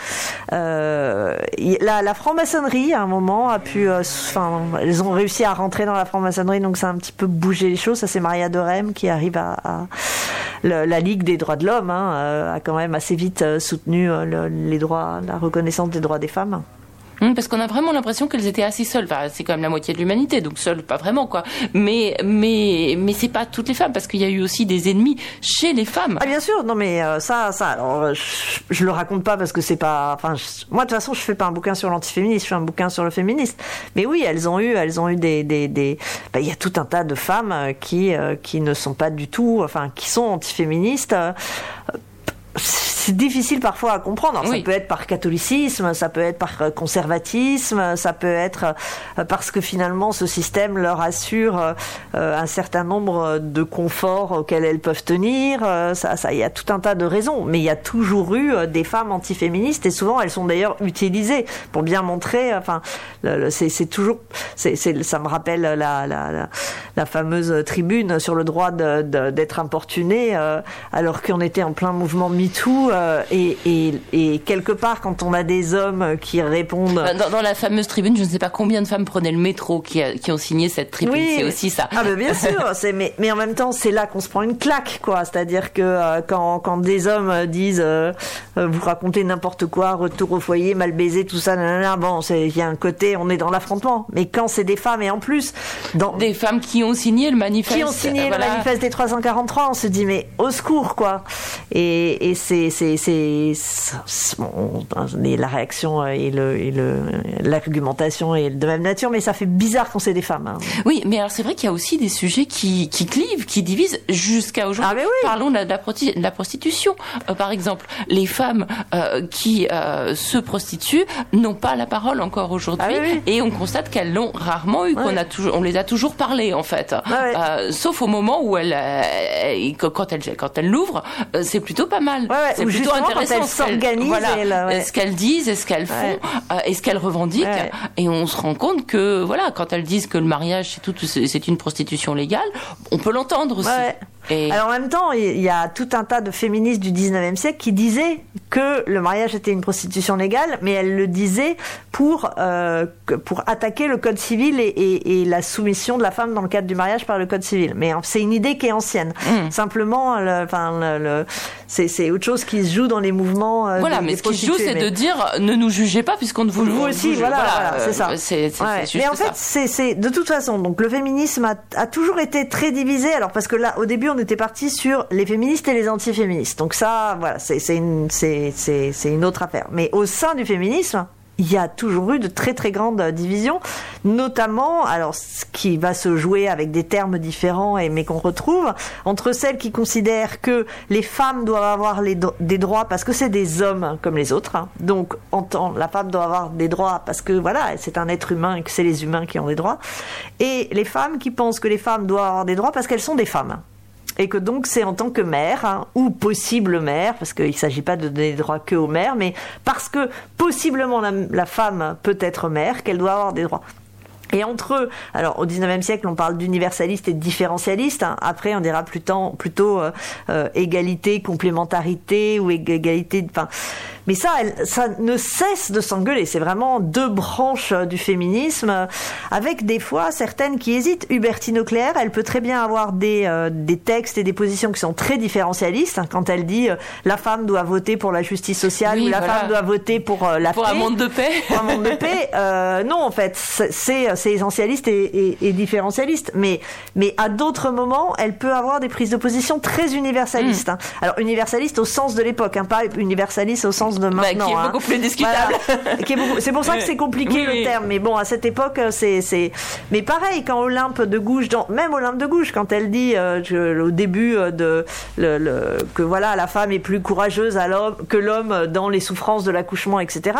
La franc-maçonnerie à un moment a pu, elles ont réussi à rentrer dans la franc-maçonnerie, donc ça a un petit peu bougé les choses. Ça, c'est Maria de Rem qui arrive la Ligue des droits de l'homme a quand même assez vite soutenu les droits, la reconnaissance des droits des femmes. Parce qu'on a vraiment l'impression qu'elles étaient assez seules. Enfin, c'est quand même la moitié de l'humanité, donc seules, pas vraiment, quoi. Mais c'est pas toutes les femmes, parce qu'il y a eu aussi des ennemis chez les femmes. Ah, bien sûr, non, mais ça, alors, je le raconte pas parce que c'est pas, moi, de toute façon, je fais pas un bouquin sur l'antiféminisme, je fais un bouquin sur le féministe. Mais oui, elles ont eu il y a tout un tas de femmes qui ne sont pas du tout, qui sont antiféministes, c'est difficile parfois à comprendre. Alors, ça peut être par catholicisme, ça peut être par conservatisme, ça peut être parce que finalement ce système leur assure un certain nombre de conforts auxquels elles peuvent tenir. Il y a tout un tas de raisons. Mais il y a toujours eu des femmes antiféministes et souvent elles sont d'ailleurs utilisées pour bien montrer. Enfin, c'est toujours. Ça me rappelle la fameuse tribune sur le droit d'être importuné alors qu'on était en plein mouvement MeToo et quelque part quand on a des hommes qui répondent dans la fameuse tribune, je ne sais pas combien de femmes prenaient le métro qui ont signé cette tribune. Oui. C'est aussi ça. Ah ben bien sûr, mais en même temps c'est là qu'on se prend une claque, quoi. C'est-à-dire que quand des hommes disent vous racontez n'importe quoi, retour au foyer, mal baisé, tout ça, nanana, bon, il y a un côté, on est dans l'affrontement. Mais quand c'est des femmes, et en plus des femmes qui ont signé le manifeste, le manifeste des 343, on se dit mais au secours, quoi. Et la réaction et l'argumentation est de même nature, mais ça fait bizarre quand c'est des femmes. Hein. Oui, mais alors c'est vrai qu'il y a aussi des sujets qui clivent, qui divisent jusqu'à aujourd'hui. Ah, mais oui. Parlons de la prostitution. Par exemple, les femmes qui se prostituent n'ont pas la parole encore aujourd'hui, et on constate qu'elles l'ont rarement eu, on les a toujours parlé en fait. Sauf au moment où quand elles l'ouvrent, c'est plutôt pas mal. C'est plutôt intéressant. Quand elles s'organisent, ce qu'elles disent, et ce qu'elles font, et ce qu'elles revendiquent, et on se rend compte que quand elles disent que le mariage c'est une prostitution légale, on peut l'entendre aussi. Alors en même temps, il y a tout un tas de féministes du 19e siècle qui disaient que le mariage était une prostitution légale, mais elles le disaient pour attaquer le code civil et la soumission de la femme dans le cadre du mariage par le code civil. Mais c'est une idée qui est ancienne. Simplement, c'est autre chose qui se joue dans les mouvements. Mais ce qui se joue, c'est de dire ne nous jugez pas puisqu'on ne vous juge. Vous aussi, c'est ça. Mais en fait, c'est de toute façon. Donc le féminisme a toujours été très divisé. Alors parce que là, au début, on était parti sur les féministes et les antiféministes. Donc ça, voilà, c'est une autre affaire. Mais au sein du féminisme, il y a toujours eu de très très grandes divisions, notamment, alors ce qui va se jouer avec des termes différents mais qu'on retrouve, entre celles qui considèrent que les femmes doivent avoir des droits parce que c'est des hommes comme les autres, hein. Donc la femme doit avoir des droits parce que voilà, c'est un être humain et que c'est les humains qui ont des droits, et les femmes qui pensent que les femmes doivent avoir des droits parce qu'elles sont des femmes. Et que donc c'est en tant que mère, ou possible mère, parce qu'il ne s'agit pas de donner des droits que aux mères, mais parce que possiblement la femme peut être mère, qu'elle doit avoir des droits. Et entre eux, alors au 19e siècle, on parle d'universaliste et de différentialiste. Hein. Après, on dira plutôt égalité, complémentarité ou égalité. Enfin, mais ça ne cesse de s'engueuler. C'est vraiment deux branches du féminisme, avec des fois certaines qui hésitent. Hubertine Auclair, elle peut très bien avoir des textes et des positions qui sont très différentialistes. Hein, quand elle dit la femme doit voter pour la justice sociale ou la femme doit voter pour la paix. Pour un monde de paix. Pour un monde de paix. Non, en fait, c'est essentialiste et différentialiste. Mais à d'autres moments, elle peut avoir des prises de position très universalistes. Hein. Alors universaliste au sens de l'époque, hein, pas universaliste au sens de maintenant. Qui est beaucoup plus discutable. Voilà. C'est pour ça que c'est compliqué le terme. Mais bon, à cette époque, c'est. Mais pareil, quand Olympe de Gouges, même Olympe de Gouges, quand elle dit au début que voilà, la femme est plus courageuse que l'homme dans les souffrances de l'accouchement, etc.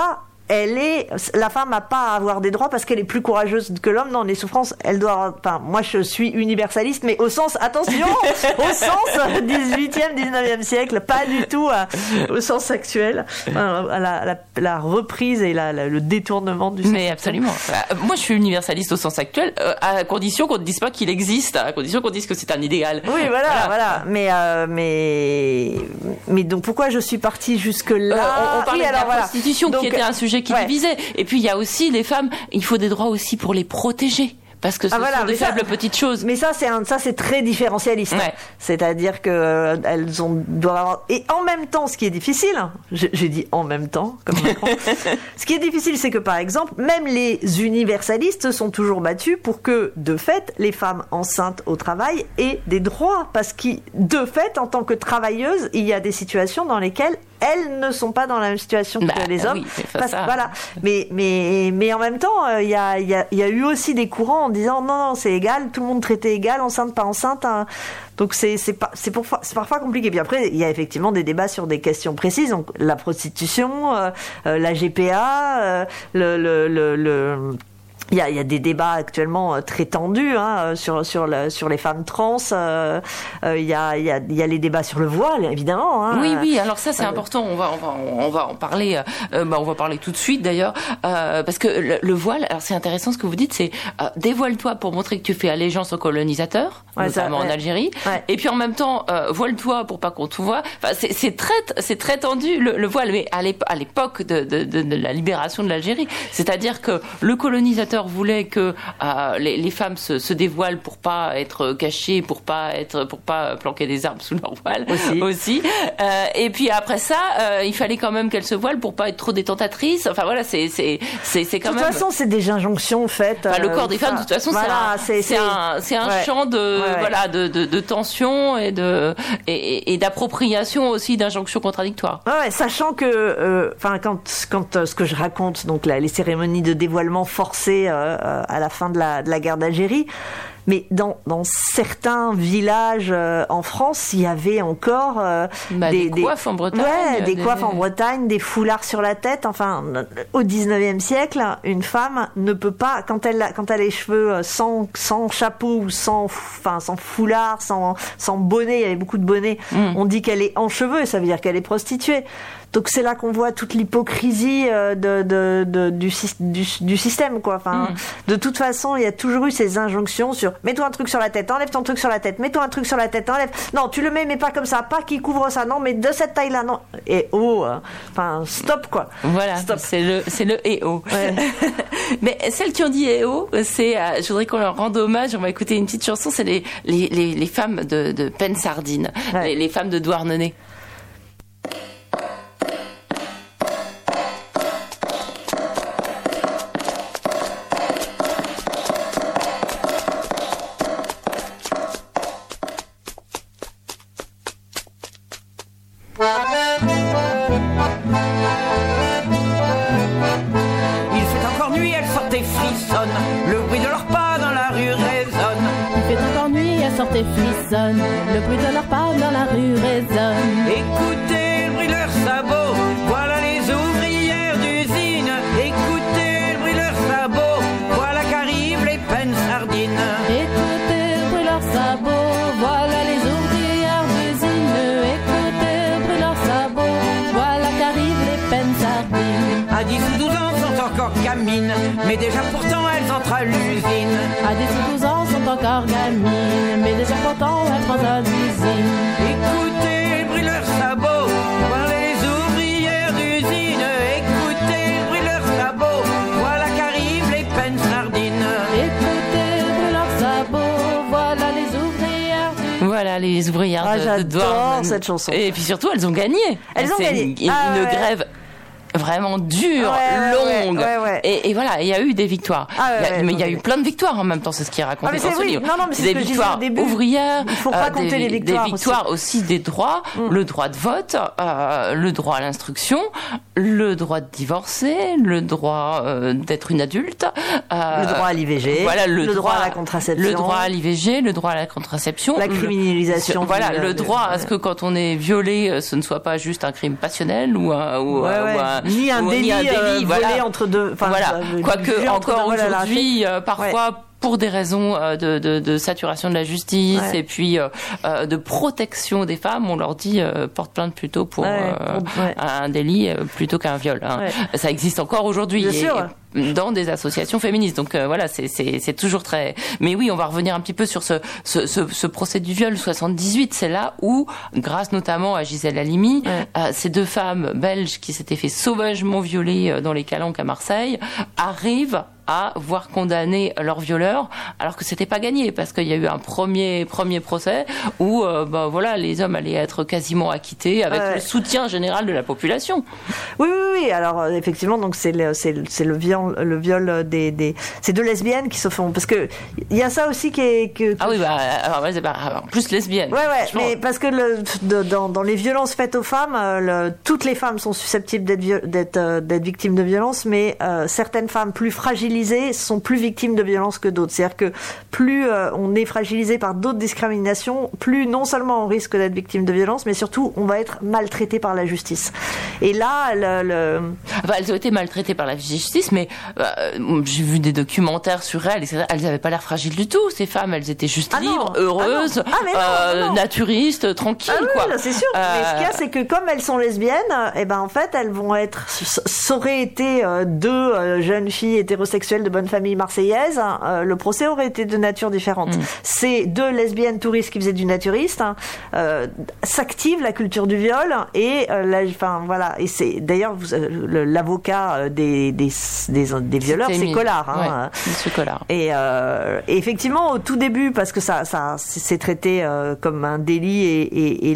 La femme n'a pas à avoir des droits parce qu'elle est plus courageuse que l'homme dans les souffrances. Elle doit avoir, enfin, moi je suis universaliste, mais au sens, attention, au sens 18e, 19e siècle, pas du tout au sens actuel, la reprise et le détournement du sens. Mais absolument. Moi je suis universaliste au sens actuel, à condition qu'on ne dise pas qu'il existe, à condition qu'on dise que c'est un idéal. Oui, voilà. Mais donc pourquoi je suis partie jusque-là? On parlait de la prostitution qui était un sujet qui divisait. Et puis il y a aussi les femmes, il faut des droits aussi pour les protéger. Parce que ce sont des faibles petites choses. Mais ça c'est très différentialiste. Ouais. C'est-à-dire que doivent avoir. Et en même temps, ce qui est difficile, j'ai dit en même temps, comme Macron. Ce qui est difficile, c'est que par exemple, même les universalistes sont toujours battus pour que, de fait, les femmes enceintes au travail aient des droits. Parce que, de fait, en tant que travailleuses, il y a des situations dans lesquelles elles ne sont pas dans la même situation que les hommes. Oui, ça. Voilà. Mais en même temps, il y a eu aussi des courants en disant non, c'est égal, tout le monde traité égal, enceinte, pas enceinte. Hein. Donc c'est parfois compliqué. Puis après, il y a effectivement des débats sur des questions précises. Donc la prostitution, la GPA, il y a des débats actuellement très tendus sur les femmes trans. Il y a les débats sur le voile, évidemment. Hein. Oui. Alors ça, c'est important. On va en parler. On va parler tout de suite d'ailleurs, parce que le voile. Alors c'est intéressant ce que vous dites. C'est dévoile-toi pour montrer que tu fais allégeance aux colonisateurs, notamment en Algérie. Ouais. Et puis en même temps, voile-toi pour pas qu'on te voie. Enfin, c'est très tendu le voile. Mais à l'époque de la libération de l'Algérie, c'est-à-dire que le colonisateur voulait que les femmes se dévoilent pour pas être cachées, pour pas planquer des armes sous leur voile aussi. Et puis après ça, il fallait quand même qu'elles se voilent pour pas être trop détentatrices. Enfin voilà, c'est quand même. De toute façon, c'est des injonctions faites. Le corps des femmes, de toute façon, voilà, c'est un champ de tension et d'appropriation aussi, d'injonctions contradictoires. Ouais, sachant que, quand ce que je raconte, donc les cérémonies de dévoilement forcé à la fin de la guerre d'Algérie, mais dans certains villages en France, il y avait encore des coiffes en Bretagne. Ouais, des coiffes en Bretagne, des foulards sur la tête. Enfin, au 19e siècle, une femme ne peut pas, quand elle a les cheveux sans chapeau ou sans foulard, sans bonnet, il y avait beaucoup de bonnets, on dit qu'elle est en cheveux, ça veut dire qu'elle est prostituée. Donc c'est là qu'on voit toute l'hypocrisie du système, quoi. Enfin, de toute façon, il y a toujours eu ces injonctions sur mets-toi un truc sur la tête, enlève ton truc sur la tête, mets-toi un truc sur la tête, enlève. Non, tu le mets, mais pas comme ça, pas qui couvre ça, non, mais de cette taille-là, non. Et stop, quoi. Voilà, stop. C'est le et oh. Ouais. Mais celles qui ont dit et oh, je voudrais qu'on leur rende hommage. On va écouter une petite chanson. C'est les femmes de Pensardine, les femmes de Douarnenez. Frissonne, le bruit de leurs pas dans la rue résonne. Écoutez le bruit de leurs sabots, voilà les ouvrières d'usine. Écoutez le bruit de leurs sabots, voilà qu'arrivent les Pensardines. Écoutez le bruit de leurs sabots, voilà les ouvrières d'usine. Écoutez le bruit de leurs sabots, voilà qu'arrivent les Pensardines. À 10 ou 12 ans sont encore gamines, mais déjà pourtant elles entrent à l'usine. À 10 ou 12 ans sont encore gamines, mais déjà pourtant elles entrent à l'usine. Écoutez le bruit de leurs sabots, voilà les ouvrières d'usine. Écoutez le bruit de leurs sabots, voilà qu'arrivent les Pensardines. Écoutez le bruit de leurs sabots, voilà les ouvrières d'usine. Voilà les ouvrières de Douarnenez. Cette chanson. Et puis surtout, elles ont gagné. Elles ont gagné. Une grève vraiment dure, longue. Ouais. Et voilà, il y a eu des victoires. Mais il y a eu plein de victoires en même temps, c'est ce qui est raconté dans ce livre. Non, mais c'est des victoires ouvrières, il faut pas compter les victoires, des victoires aussi des droits, le droit de vote, le droit à l'instruction, le droit de divorcer, le droit d'être une adulte, le droit à l'IVG, voilà, le droit à la contraception, le droit à l'IVG, le droit à la contraception, la criminalisation, le droit à ce que quand on est violé, ce ne soit pas juste un crime passionnel ou ni un délit volé entre deux. Voilà. Quoique encore aujourd'hui, parfois. Pour des raisons de saturation de la justice et puis de protection des femmes, on leur dit porte plainte plutôt pour un délit plutôt qu'un viol. Hein. Ça existe encore aujourd'hui. Bien sûr. Dans des associations féministes. Donc voilà, c'est toujours très. Mais oui, on va revenir un petit peu sur ce procès du viol 78. C'est là où, grâce notamment à Gisèle Halimi, ces deux femmes belges qui s'étaient fait sauvagement violer dans les calanques à Marseille arrivent à voir condamner leur violeur, alors que c'était pas gagné, parce qu'il y a eu un premier procès où les hommes allaient être quasiment acquittés avec le soutien général de la population. Oui. Alors effectivement, donc c'est le viol le viol ces deux lesbiennes qui se font, parce que il y a ça aussi ah oui, alors, en plus lesbienne. Ouais, mais parce que dans les violences faites aux femmes, toutes les femmes sont susceptibles d'être victimes de violences, mais certaines femmes plus fragilisées sont plus victimes de violences que d'autres. C'est-à-dire que plus on est fragilisé par d'autres discriminations, plus non seulement on risque d'être victime de violences, mais surtout on va être maltraité par la justice. Et là, elles ont été maltraitées par la justice, mais j'ai vu des documentaires sur elles, etc. Elles n'avaient pas l'air fragiles du tout, ces femmes. Elles étaient juste libres, heureuses, naturistes, tranquilles, quoi. Là, c'est sûr. Mais ce qu'il y a, c'est que comme elles sont lesbiennes, et ben en fait, elles vont être. Ça aurait été deux jeunes filles hétérosexuelles de bonne famille marseillaise, le procès aurait été de nature différente. Ces deux lesbiennes touristes qui faisaient du naturiste s'active la culture du viol et voilà. Et c'est d'ailleurs l'avocat des violeurs, c'est Collard. Monsieur Collard. Et effectivement, au tout début, parce que ça c'est traité comme un délit et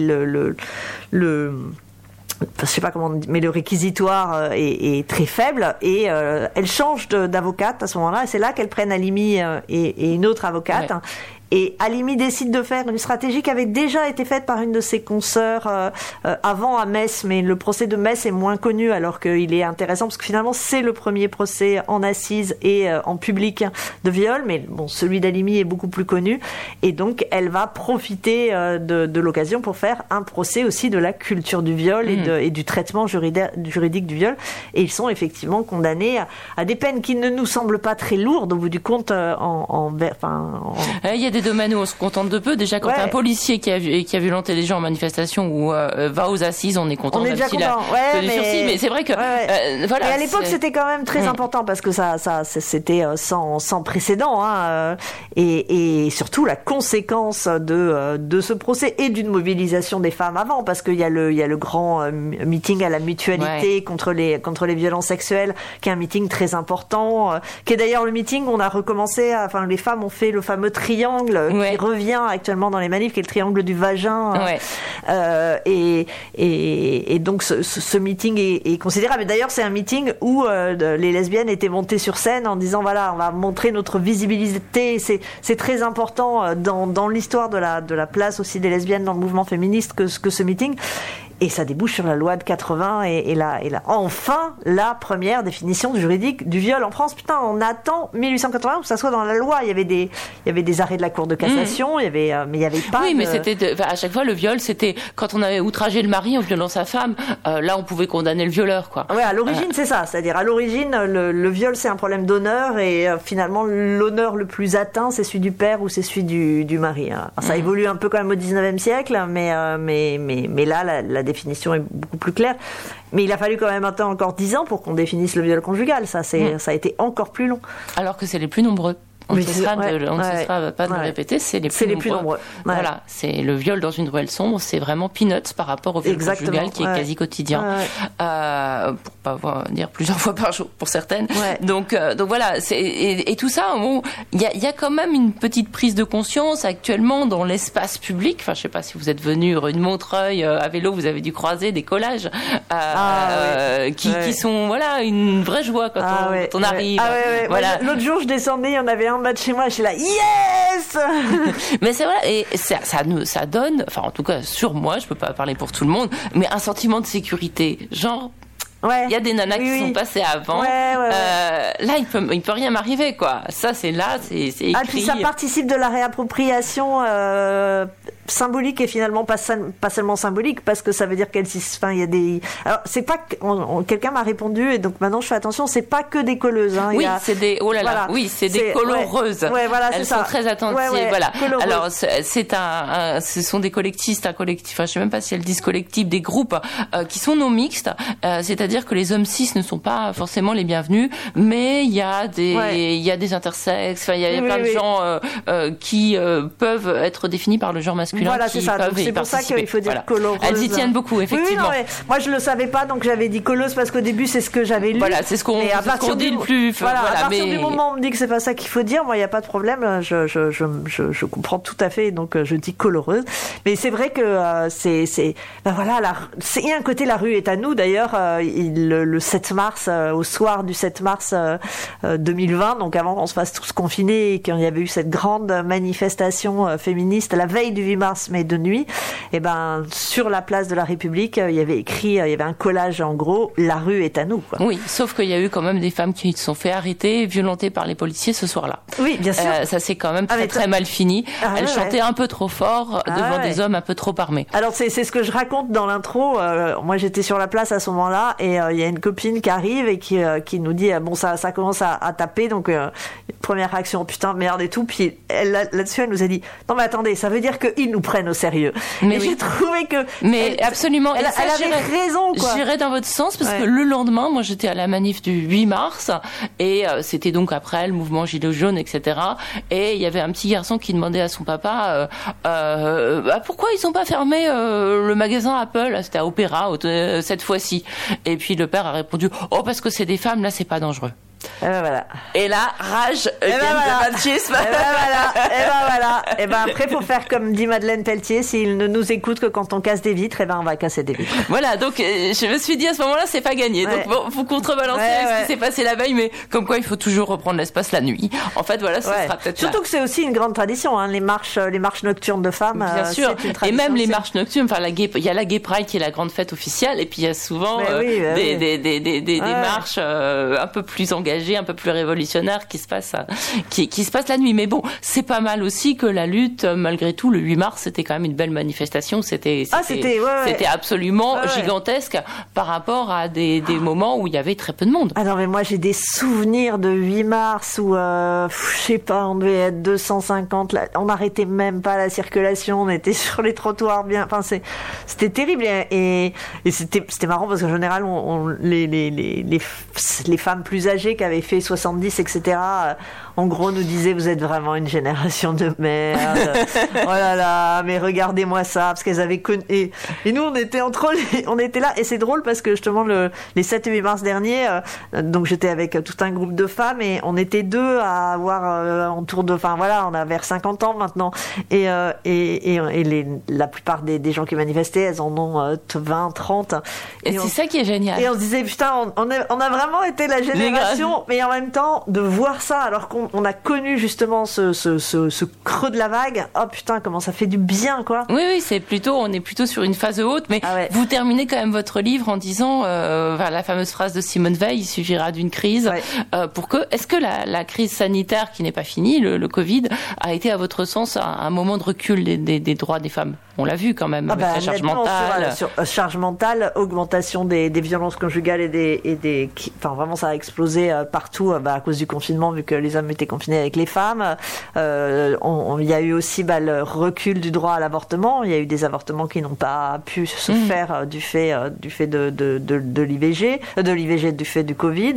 je sais pas comment, mais le réquisitoire est très faible et elle change d'avocate à ce moment-là. Et c'est là qu'elle prennent Halimi et une autre avocate. Ouais. Et Halimi décide de faire une stratégie qui avait déjà été faite par une de ses consoeurs avant à Metz, mais le procès de Metz est moins connu alors qu'il est intéressant parce que finalement c'est le premier procès en assises et en public de viol, mais bon, celui d'Halimi est beaucoup plus connu et donc elle va profiter de l'occasion pour faire un procès aussi de la culture du viol et du traitement juridique du viol, et ils sont effectivement condamnés à des peines qui ne nous semblent pas très lourdes au bout du compte. Il y a des domaines où on se contente de peu. Déjà, quand un policier qui a violenté des gens en manifestation ou va aux assises, on est content. On est déjà content. Mais c'est vrai que voilà. Et à l'époque, c'était quand même très important parce que c'était sans précédent, et surtout la conséquence de ce procès et d'une mobilisation des femmes avant, parce qu'il y a le grand meeting à la Mutualité contre les violences sexuelles, qui est un meeting très important, qui est d'ailleurs le meeting où on a recommencé. Les femmes ont fait le fameux triangle qui revient actuellement dans les manifs, qui est le triangle du vagin. Et donc ce meeting est considérable. Et d'ailleurs, c'est un meeting où les lesbiennes étaient montées sur scène en disant voilà, on va montrer notre visibilité. C'est très important dans l'histoire de la place aussi des lesbiennes dans le mouvement féministe que ce meeting. Et ça débouche sur la loi de 80 et là enfin la première définition juridique du viol en France. Putain, on attend 1880 que ça soit dans la loi. Il y avait des arrêts de la Cour de cassation, mais il y avait pas. Oui, mais c'était à chaque fois le viol, c'était quand on avait outragé le mari en violant sa femme. Là, on pouvait condamner le violeur, quoi. Ouais, à l'origine c'est ça. C'est-à-dire à l'origine le viol c'est un problème d'honneur et finalement l'honneur le plus atteint c'est celui du père ou c'est celui du mari. Alors, ça évolue un peu quand même au 19e siècle, mais là la définition est beaucoup plus claire. Mais il a fallu quand même attendre encore 10 ans pour qu'on définisse le viol conjugal. Ça a été encore plus long. Alors que c'est les plus nombreux. On ne cessera pas de le répéter, c'est les plus nombreux. Voilà, c'est le viol dans une ruelle sombre, c'est vraiment peanuts par rapport au viol conjugal qui est quasi quotidien. Pour pas dire plusieurs fois par jour pour certaines. Donc voilà, et tout ça, il y a quand même une petite prise de conscience actuellement dans l'espace public. Enfin, je sais pas si vous êtes venu rue de Montreuil à vélo, vous avez dû croiser des collages qui sont une vraie joie quand on arrive. Voilà. L'autre jour, je descendais, il y en avait un en bas de chez moi, je suis là, yes. Mais c'est vrai, et ça donne, enfin en tout cas sur moi, je peux pas parler pour tout le monde, mais un sentiment de sécurité, genre. Il y a des nanas qui sont passées avant. Là, il peut rien m'arriver, quoi. Ça, c'est écrit. Ah, puis ça participe de la réappropriation symbolique et finalement pas seulement symbolique, parce que ça veut dire il y a des. Alors, c'est pas quelqu'un m'a répondu et donc maintenant je fais attention. C'est pas que des colleuses. C'est des. Oh là là. Oui, c'est des coloreuses. Elles sont très attentives. Voilà. Coloreuses. Alors, ce sont des collectistes, un collectif. Enfin, je sais même pas si elles disent collectif, des groupes qui sont non mixtes. C'est-à-dire que les hommes cis ne sont pas forcément les bienvenus, mais il y a des intersexes, il y a plein de gens qui peuvent être définis par le genre masculin masculins Voilà, qui c'est ça. peuvent Donc y c'est pour ça participer. qu'il faut dire Voilà. coloreuse. Elles y tiennent beaucoup, effectivement. Oui, non, moi, je le savais pas, donc j'avais dit colleuse parce qu'au début, c'est ce que j'avais lu. Voilà, c'est ce qu'on dit le plus. Voilà, à partir du moment où on me dit que c'est pas ça qu'il faut dire, moi, il n'y a pas de problème. Je comprends tout à fait, donc je dis coloreuse. Mais c'est vrai que il y a un côté, la rue est à nous. D'ailleurs, le 7 mars, au soir du 7 mars 2020, donc avant qu'on se fasse tous confinés et qu'il y avait eu cette grande manifestation féministe la veille du 8 mars, mais de nuit, et ben sur la place de la République, il y avait un collage en gros, la rue est à nous, quoi. Oui, sauf qu'il y a eu quand même des femmes qui se sont fait arrêter, violentées par les policiers ce soir-là. Oui, bien sûr. Ça s'est quand même très mal fini. Elles chantaient un peu trop fort devant des hommes un peu trop armés. Alors c'est ce que je raconte dans l'intro. Moi j'étais sur la place à ce moment-là et il y a une copine qui arrive et qui nous dit bon ça commence à taper, donc première réaction, putain merde et tout, puis là-dessus elle nous a dit non mais attendez, ça veut dire qu'ils nous prennent au sérieux. Mais j'ai trouvé que absolument, elle avait raison, quoi. J'irais dans votre sens parce que le lendemain, moi j'étais à la manif du 8 mars et c'était donc après le mouvement Gilets jaunes, etc. Et il y avait un petit garçon qui demandait à son papa pourquoi ils ont pas fermé le magasin Apple, c'était à Opéra cette fois-ci. Et puis le père a répondu parce que c'est des femmes, là c'est pas dangereux. Et ben voilà. Et là, rage, machisme. Et ben après, faut faire comme dit Madeleine Pelletier, s'il ne nous écoute que quand on casse des vitres, on va casser des vitres. Voilà, donc je me suis dit à ce moment-là, c'est pas gagné. Donc bon, faut contrebalancer ce qui s'est passé la veille, mais comme quoi il faut toujours reprendre l'espace la nuit. En fait, voilà, ce sera peut-être surtout que c'est aussi une grande tradition, les marches nocturnes de femmes. Bien sûr. C'est une tradition, et même les marches nocturnes. Enfin, il y a la Gay Pride qui est la grande fête officielle, et puis il y a souvent des marches un peu plus engagées, un peu plus révolutionnaire qui se passe la nuit. Mais bon, c'est pas mal aussi que la lutte, malgré tout, le 8 mars, c'était quand même une belle manifestation. C'était absolument gigantesque par rapport à des moments où il y avait très peu de monde. Ah non, mais moi j'ai des souvenirs de 8 mars où je sais pas, on devait être 250, là, on n'arrêtait même pas la circulation, on était sur les trottoirs c'était terrible et c'était marrant parce qu'en général les femmes plus âgées qui avaient fait 70, etc., en gros nous disaient vous êtes vraiment une génération de merde. Oh là là, mais regardez-moi ça, parce qu'elles avaient connu et nous on était là et c'est drôle parce que justement les 7 et 8 mars dernier, donc j'étais avec tout un groupe de femmes et on était deux à avoir on a vers 50 ans maintenant et la plupart des gens qui manifestaient, elles en ont 20, 30 et c'est ça qui est génial. Et on se disait putain, on a vraiment été la génération, mais en même temps de voir ça alors qu'on a connu justement ce creux de la vague. Oh putain, comment ça fait du bien, quoi. Oui, on est plutôt sur une phase haute, mais vous terminez quand même votre livre en disant la fameuse phrase de Simone Veil, il suffira d'une crise pour que. Est-ce que la crise sanitaire qui n'est pas finie, le Covid, a été à votre sens un moment de recul des droits des femmes? On l'a vu quand même avec la charge mentale. Sur charge mentale, augmentation des violences conjugales vraiment ça a explosé partout à cause du confinement, vu que les hommes étaient confinés avec les femmes. Il y a eu aussi le recul du droit à l'avortement. Il y a eu des avortements qui n'ont pas pu se faire du fait de l'IVG, du fait du Covid.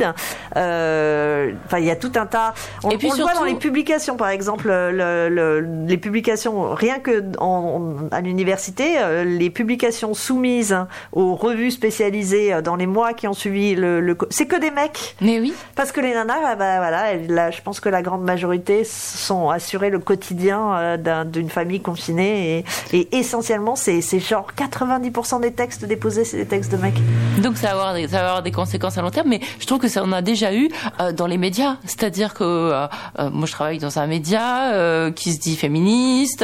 Il y a tout un tas. On le voit dans les publications, par exemple, les publications rien que à l'université, les publications soumises aux revues spécialisées dans les mois qui ont suivi c'est que des mecs. Mais oui. Parce que les nanas, je pense que la grande majorité sont assurées le quotidien d'une famille confinée et essentiellement c'est genre 90% des textes déposés, c'est des textes de mecs. Donc ça va avoir des conséquences à long terme, mais je trouve que ça en a déjà eu dans les médias. C'est-à-dire que moi je travaille dans un média qui se dit féministe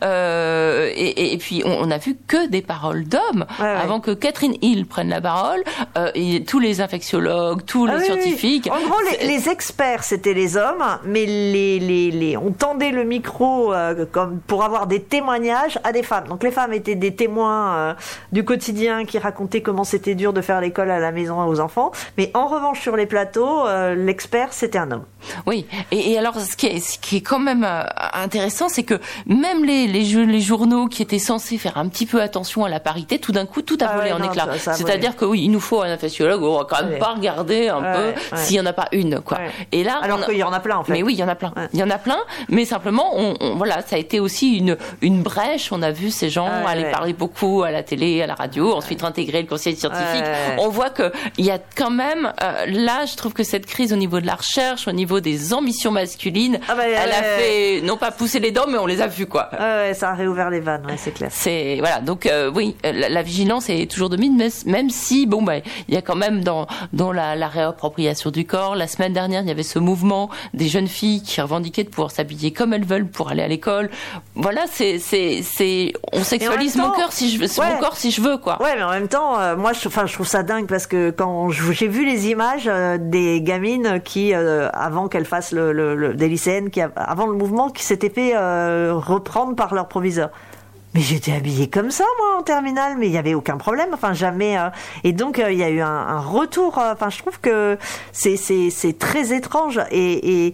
et puis on a vu que des paroles d'hommes avant que Catherine Hill prenne la parole. Et tous les infectiologues, tous les scientifiques. En gros, les experts, c'était les hommes, mais on tendait le micro comme pour avoir des témoignages à des femmes. Donc les femmes étaient des témoins du quotidien qui racontaient comment c'était dur de faire l'école à la maison aux enfants. Mais en revanche, sur les plateaux, l'expert, c'était un homme. Oui. Et alors, ce qui est quand même intéressant, c'est que même les journaux qui étaient censés faire un petit peu attention à la parité, tout d'un coup, tout a volé en éclats. C'est-à-dire que il nous faut un infectiologue, on va quand même pas regarder un peu s'il y en a pas une, quoi. Ouais. Et là, alors qu'il y en a plein en fait. Mais oui, il y en a plein. Ouais. Il y en a plein, mais simplement, voilà, ça a été aussi une brèche. On a vu ces gens aller parler beaucoup à la télé, à la radio, ensuite intégrer le conseil scientifique. On voit que il y a quand même, là, je trouve que cette crise au niveau de la recherche, au niveau des ambitions masculines, elle a fait, non pas pousser les dents, mais on les a vues, quoi. Ça a réouvert les vannes, c'est clair. Voilà, donc oui, la vigilance est toujours de mise, même si, il y a quand même dans la réappropriation du corps. La semaine dernière, il y avait ce mouvement des jeunes filles qui revendiquerait de pouvoir s'habiller comme elles veulent pour aller à l'école. Voilà, on sexualise mon corps si je veux, quoi. Ouais, mais en même temps, moi, je trouve ça dingue parce que quand j'ai vu les images des gamines qui, avant qu'elles fassent des lycéennes, avant le mouvement, qui s'étaient fait reprendre par leur proviseur. Mais j'étais habillée comme ça, moi, en terminale, mais il y avait aucun problème, enfin, jamais. Et donc, il y a eu un retour. Enfin, je trouve que c'est très étrange et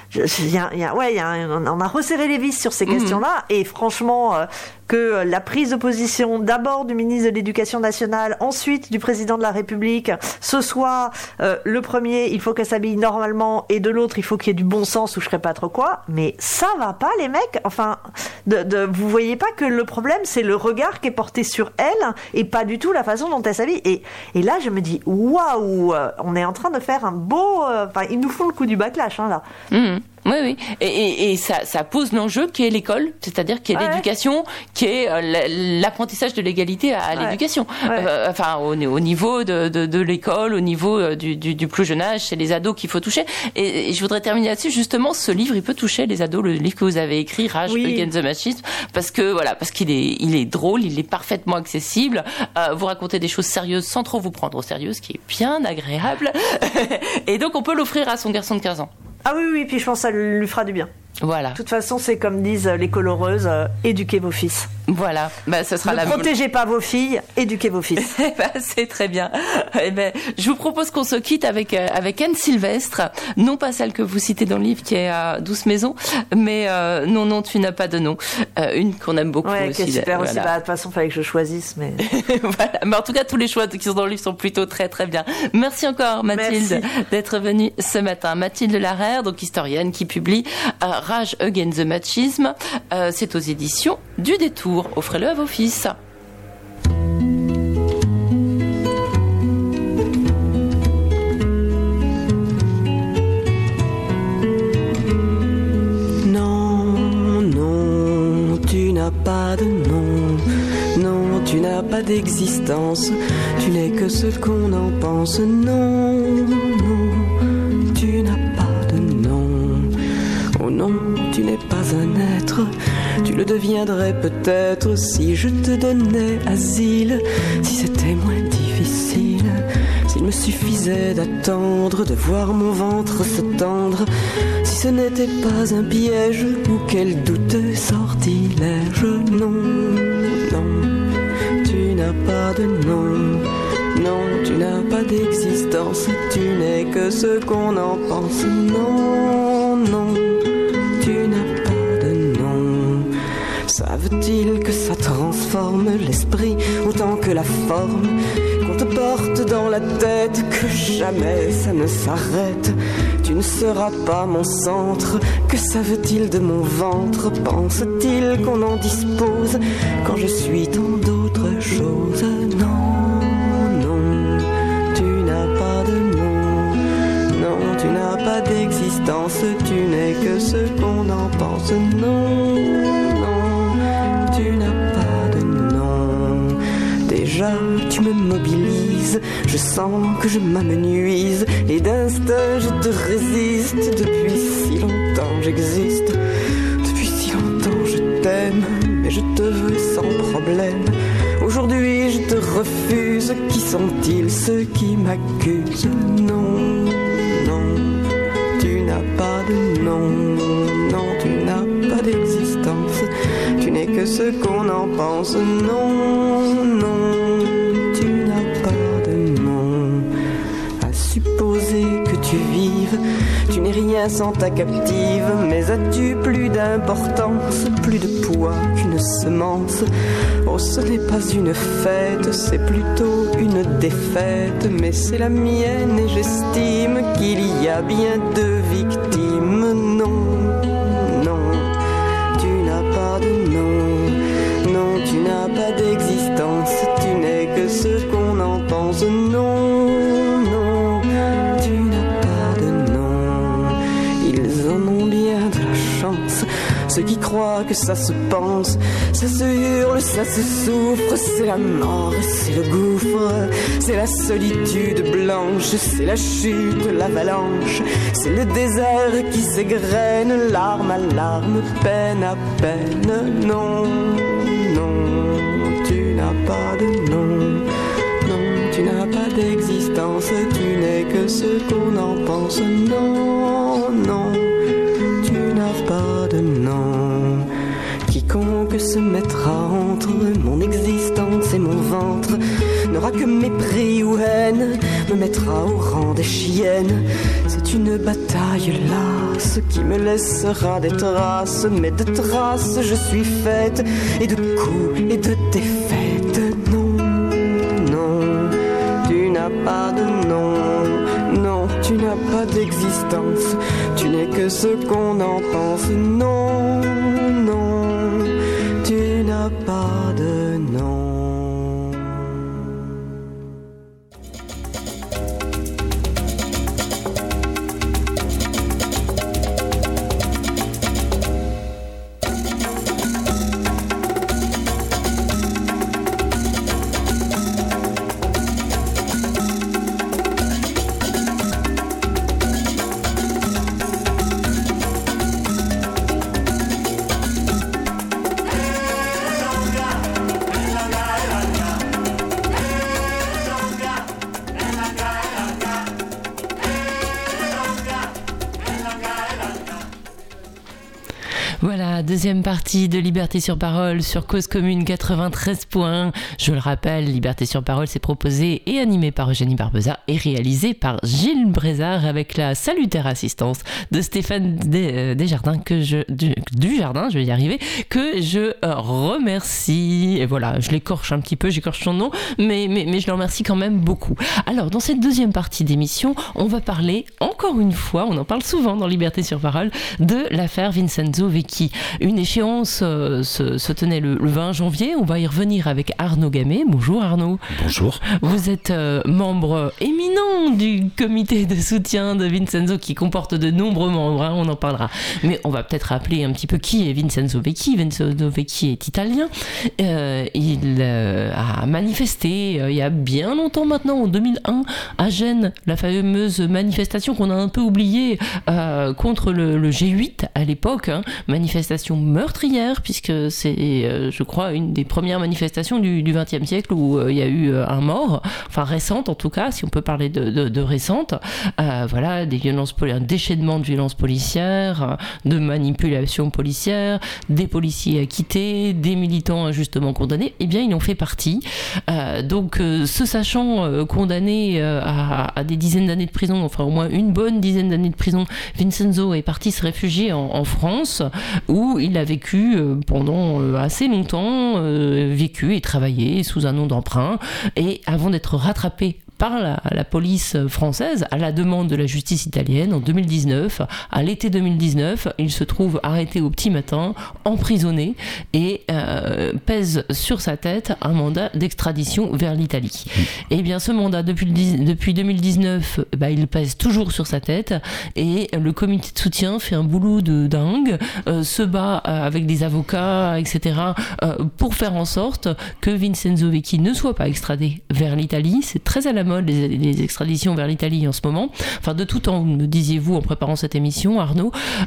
on a resserré les vis sur ces questions-là. Et franchement, que la prise de position d'abord du ministre de l'Éducation nationale, ensuite du président de la République, ce soit le premier, il faut qu'elle s'habille normalement, et de l'autre, il faut qu'il y ait du bon sens ou je serais pas trop quoi. Mais ça va pas, les mecs. Enfin, vous voyez pas que le problème, c'est le regard qui est porté sur elle et pas du tout la façon dont elle s'habille. Et là, je me dis, waouh, on est en train de faire un beau. Enfin, ils nous font le coup du backlash, hein, là. Oui. Et ça pose l'enjeu qui est l'école, c'est-à-dire qui est l'éducation, qui est l'apprentissage de l'égalité à l'éducation. Enfin, au niveau de l'école, au niveau du plus jeune âge, c'est les ados qu'il faut toucher. Et je voudrais terminer là-dessus. Justement, ce livre, il peut toucher les ados. Le livre que vous avez écrit, Rage Against the Machisme, parce qu'il est drôle, il est parfaitement accessible. Vous racontez des choses sérieuses sans trop vous prendre au sérieux, ce qui est bien agréable. Et donc, on peut l'offrir à son garçon de 15 ans. Ah oui, puis je pense que ça lui fera du bien. Voilà. De toute façon, c'est comme disent les coloreuses, éduquez vos fils. Voilà, ce sera ne protégez pas vos filles, éduquez vos fils. C'est très bien. Je vous propose qu'on se quitte avec Anne Sylvestre, non pas celle que vous citez dans le livre qui est à Douce Maison, mais non, tu n'as pas de nom, une qu'on aime beaucoup aussi. Qui est super aussi. De toute façon, il fallait que je choisisse, mais voilà. Mais en tout cas, tous les choix qui sont dans le livre sont plutôt très très bien. Merci encore, Mathilde, d'être venue ce matin. Mathilde Larère, donc historienne, qui publie Rage Against the Machisme. C'est aux éditions du Détour. Offrez-le à vos fils. Non, tu n'as pas de nom. Non, tu n'as pas d'existence. Tu n'es que ce qu'on en pense. Non, tu n'as pas de nom. Oh non, tu n'es pas un être. Tu le deviendrais peut-être si je te donnais asile, si c'était moins difficile, s'il me suffisait d'attendre, de voir mon ventre se tendre, si ce n'était pas un piège ou quel douteux sortilège. Non, tu n'as pas de nom. Non, tu n'as pas d'existence, tu n'es que ce qu'on en pense. Non, tu n'as pas. Savent-ils que ça transforme l'esprit autant que la forme, qu'on te porte dans la tête, que jamais ça ne s'arrête? Tu ne seras pas mon centre, que savent-ils de mon ventre? Pensent-ils qu'on en dispose quand je suis tant d'autres choses? Non, tu n'as pas de nom. Non, tu n'as pas d'existence, tu n'es que ce qu'on en pense. Non, tu n'as pas de nom. Déjà, tu me mobilises, je sens que je m'amenuise, et d'instinct je te résiste. Depuis si longtemps j'existe, depuis si longtemps je t'aime, mais je te veux sans problème. Aujourd'hui je te refuse, qui sont-ils ceux qui m'accusent? Non, tu n'as pas de nom. Non, tu n'as pas d'existence, tu n'es que ce qu'on en pense. Non, tu n'as pas de nom. À supposer que tu vives, tu n'es rien sans ta captive, mais as-tu plus d'importance, plus de poids qu'une semence? Oh, ce n'est pas une fête, c'est plutôt une défaite, mais c'est la mienne et j'estime qu'il y a bien deux victimes. non, non, tu n'as pas de nom, non, tu n'as pas d'existence, tu n'es que ce qu'on en pense, non, non, tu n'as pas de nom, ils en ont bien de la chance. Ceux qui croient que ça se pense, ça se hurle, ça se souffre, c'est la mort, c'est le gouffre, c'est la solitude blanche, c'est la chute, l'avalanche, c'est le désert qui s'égrène, larme à larme, peine à peine, non, non, tu n'as pas de nom, non, tu n'as pas d'existence, tu n'es que ce qu'on en pense, non, non, tu n'as pas de nom. Quiconque se mettra entre mon existence et mon ventre n'aura que mépris ou haine, me mettra au rang des chiennes. C'est une bataille lasse qui me laissera des traces, mais de traces je suis faite, et de coups et de défaites. Non, non, tu n'as pas de nom, non, tu n'as pas d'existence, tu n'es que ce qu'on en pense, non, non, tu n'as pas de nom. Voilà, deuxième partie de Liberté sur Parole sur Cause Commune 93.1. Je le rappelle, Liberté sur Parole, c'est proposé et animé par Eugénie Barbeza et réalisé par Gilles Brézard avec la salutaire assistance de Stéphane Desjardins du Jardin, je vais y arriver, que je remercie. Et voilà, je l'écorche un petit peu, j'écorche son nom, mais je le remercie quand même beaucoup. Alors, dans cette deuxième partie d'émission, on va parler, encore une fois, on en parle souvent dans Liberté sur Parole, de l'affaire Vincenzo Vecchi. Une échéance se tenait le 20 janvier. On va y revenir avec Arnaud Gamet. Bonjour Arnaud. Bonjour. Vous êtes membre éminent du comité de soutien de Vincenzo qui comporte de nombreux membres, hein, on en parlera. Mais on va peut-être rappeler un petit peu qui est Vincenzo Vecchi. Vincenzo Vecchi est italien. Il a manifesté il y a bien longtemps maintenant, en 2001, à Gênes, la fameuse manifestation qu'on a un peu oubliée contre le G8 à l'époque, hein, manifestation meurtrière, puisque c'est, je crois, une des premières manifestations du XXe siècle où il y a eu un mort, enfin récente en tout cas, si on peut parler de récente. Voilà, des violences, un déchaînement de violences policières, de manipulations policières, des policiers acquittés, des militants injustement condamnés. Eh bien, il en fait partie. Donc, se sachant condamné à des dizaines d'années de prison, enfin au moins une bonne dizaine d'années de prison, Vincenzo est parti se réfugier en France, où il a vécu pendant assez longtemps, vécu et travaillé sous un nom d'emprunt, et avant d'être rattrapé par la police française, à la demande de la justice italienne, en 2019, à l'été 2019, il se trouve arrêté au petit matin, emprisonné, et pèse sur sa tête un mandat d'extradition vers l'Italie. Et bien ce mandat, depuis 2019, il pèse toujours sur sa tête, et le comité de soutien fait un boulot de dingue, se bat avec des avocats, etc., pour faire en sorte que Vincenzo Vecchi ne soit pas extradé vers l'Italie. C'est très à la mode les extraditions vers l'Italie en ce moment, enfin de tout temps, me disiez-vous en préparant cette émission, Arnaud,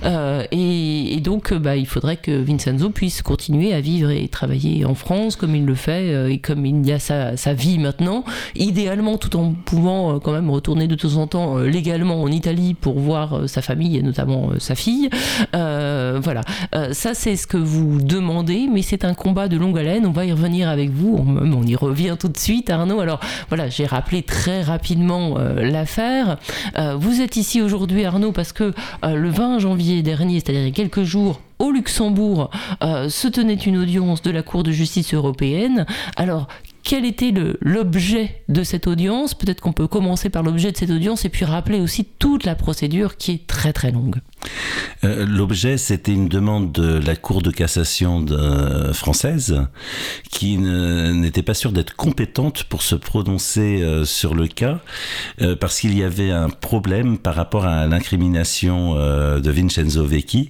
et donc il faudrait que Vincenzo puisse continuer à vivre et travailler en France comme il le fait, et comme il y a sa vie maintenant, idéalement tout en pouvant quand même retourner de temps en temps légalement en Italie pour voir sa famille et notamment sa fille. Voilà, ça c'est ce que vous demandez, mais c'est un combat de longue haleine. On va y revenir avec vous, on y revient tout de suite, Arnaud. Alors voilà, j'ai rappelé très rapidement l'affaire. Vous êtes ici aujourd'hui, Arnaud, parce que le 20 janvier dernier, c'est-à-dire il y a quelques jours, au Luxembourg, se tenait une audience de la Cour de justice européenne. Alors, quel était l'objet de cette audience? Peut-être qu'on peut commencer par l'objet de cette audience et puis rappeler aussi toute la procédure qui est très très longue. L'objet, c'était une demande de la Cour de cassation française qui n'était pas sûre d'être compétente pour se prononcer sur le cas parce qu'il y avait un problème par rapport à l'incrimination de Vincenzo Vecchi.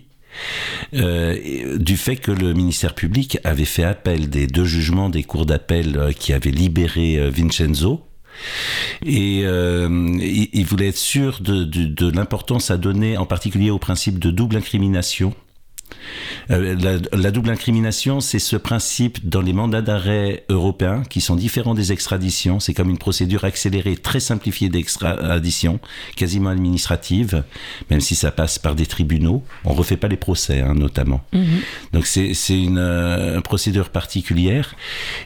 Du fait que le ministère public avait fait appel des 2 jugements des cours d'appel qui avaient libéré Vincenzo. Et il voulait être sûr de l'importance à donner en particulier au principe de double incrimination. La double incrimination, c'est ce principe dans les mandats d'arrêt européens qui sont différents des extraditions. C'est comme une procédure accélérée, très simplifiée d'extradition, quasiment administrative, même si ça passe par des tribunaux. On ne refait pas les procès, notamment. Donc c'est une procédure particulière.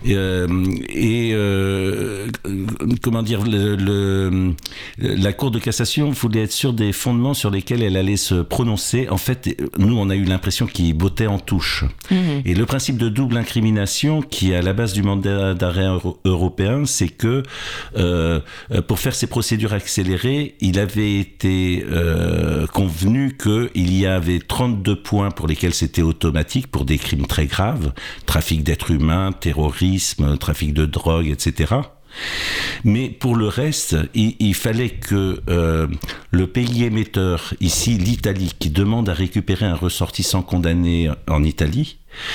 Comment dire, la Cour de cassation voulait être sûre des fondements sur lesquels elle allait se prononcer. En fait, nous, on a eu l'impression qu'il bottait en touche. Et le principe de double incrimination qui est à la base du mandat d'arrêt européen, c'est que pour faire ces procédures accélérées, il avait été convenu qu'il y avait 32 points pour lesquels c'était automatique pour des crimes très graves, trafic d'êtres humains, terrorisme, trafic de drogue, etc. Mais pour le reste, il fallait que le pays émetteur, ici l'Italie, qui demande à récupérer un ressortissant condamné en Italie,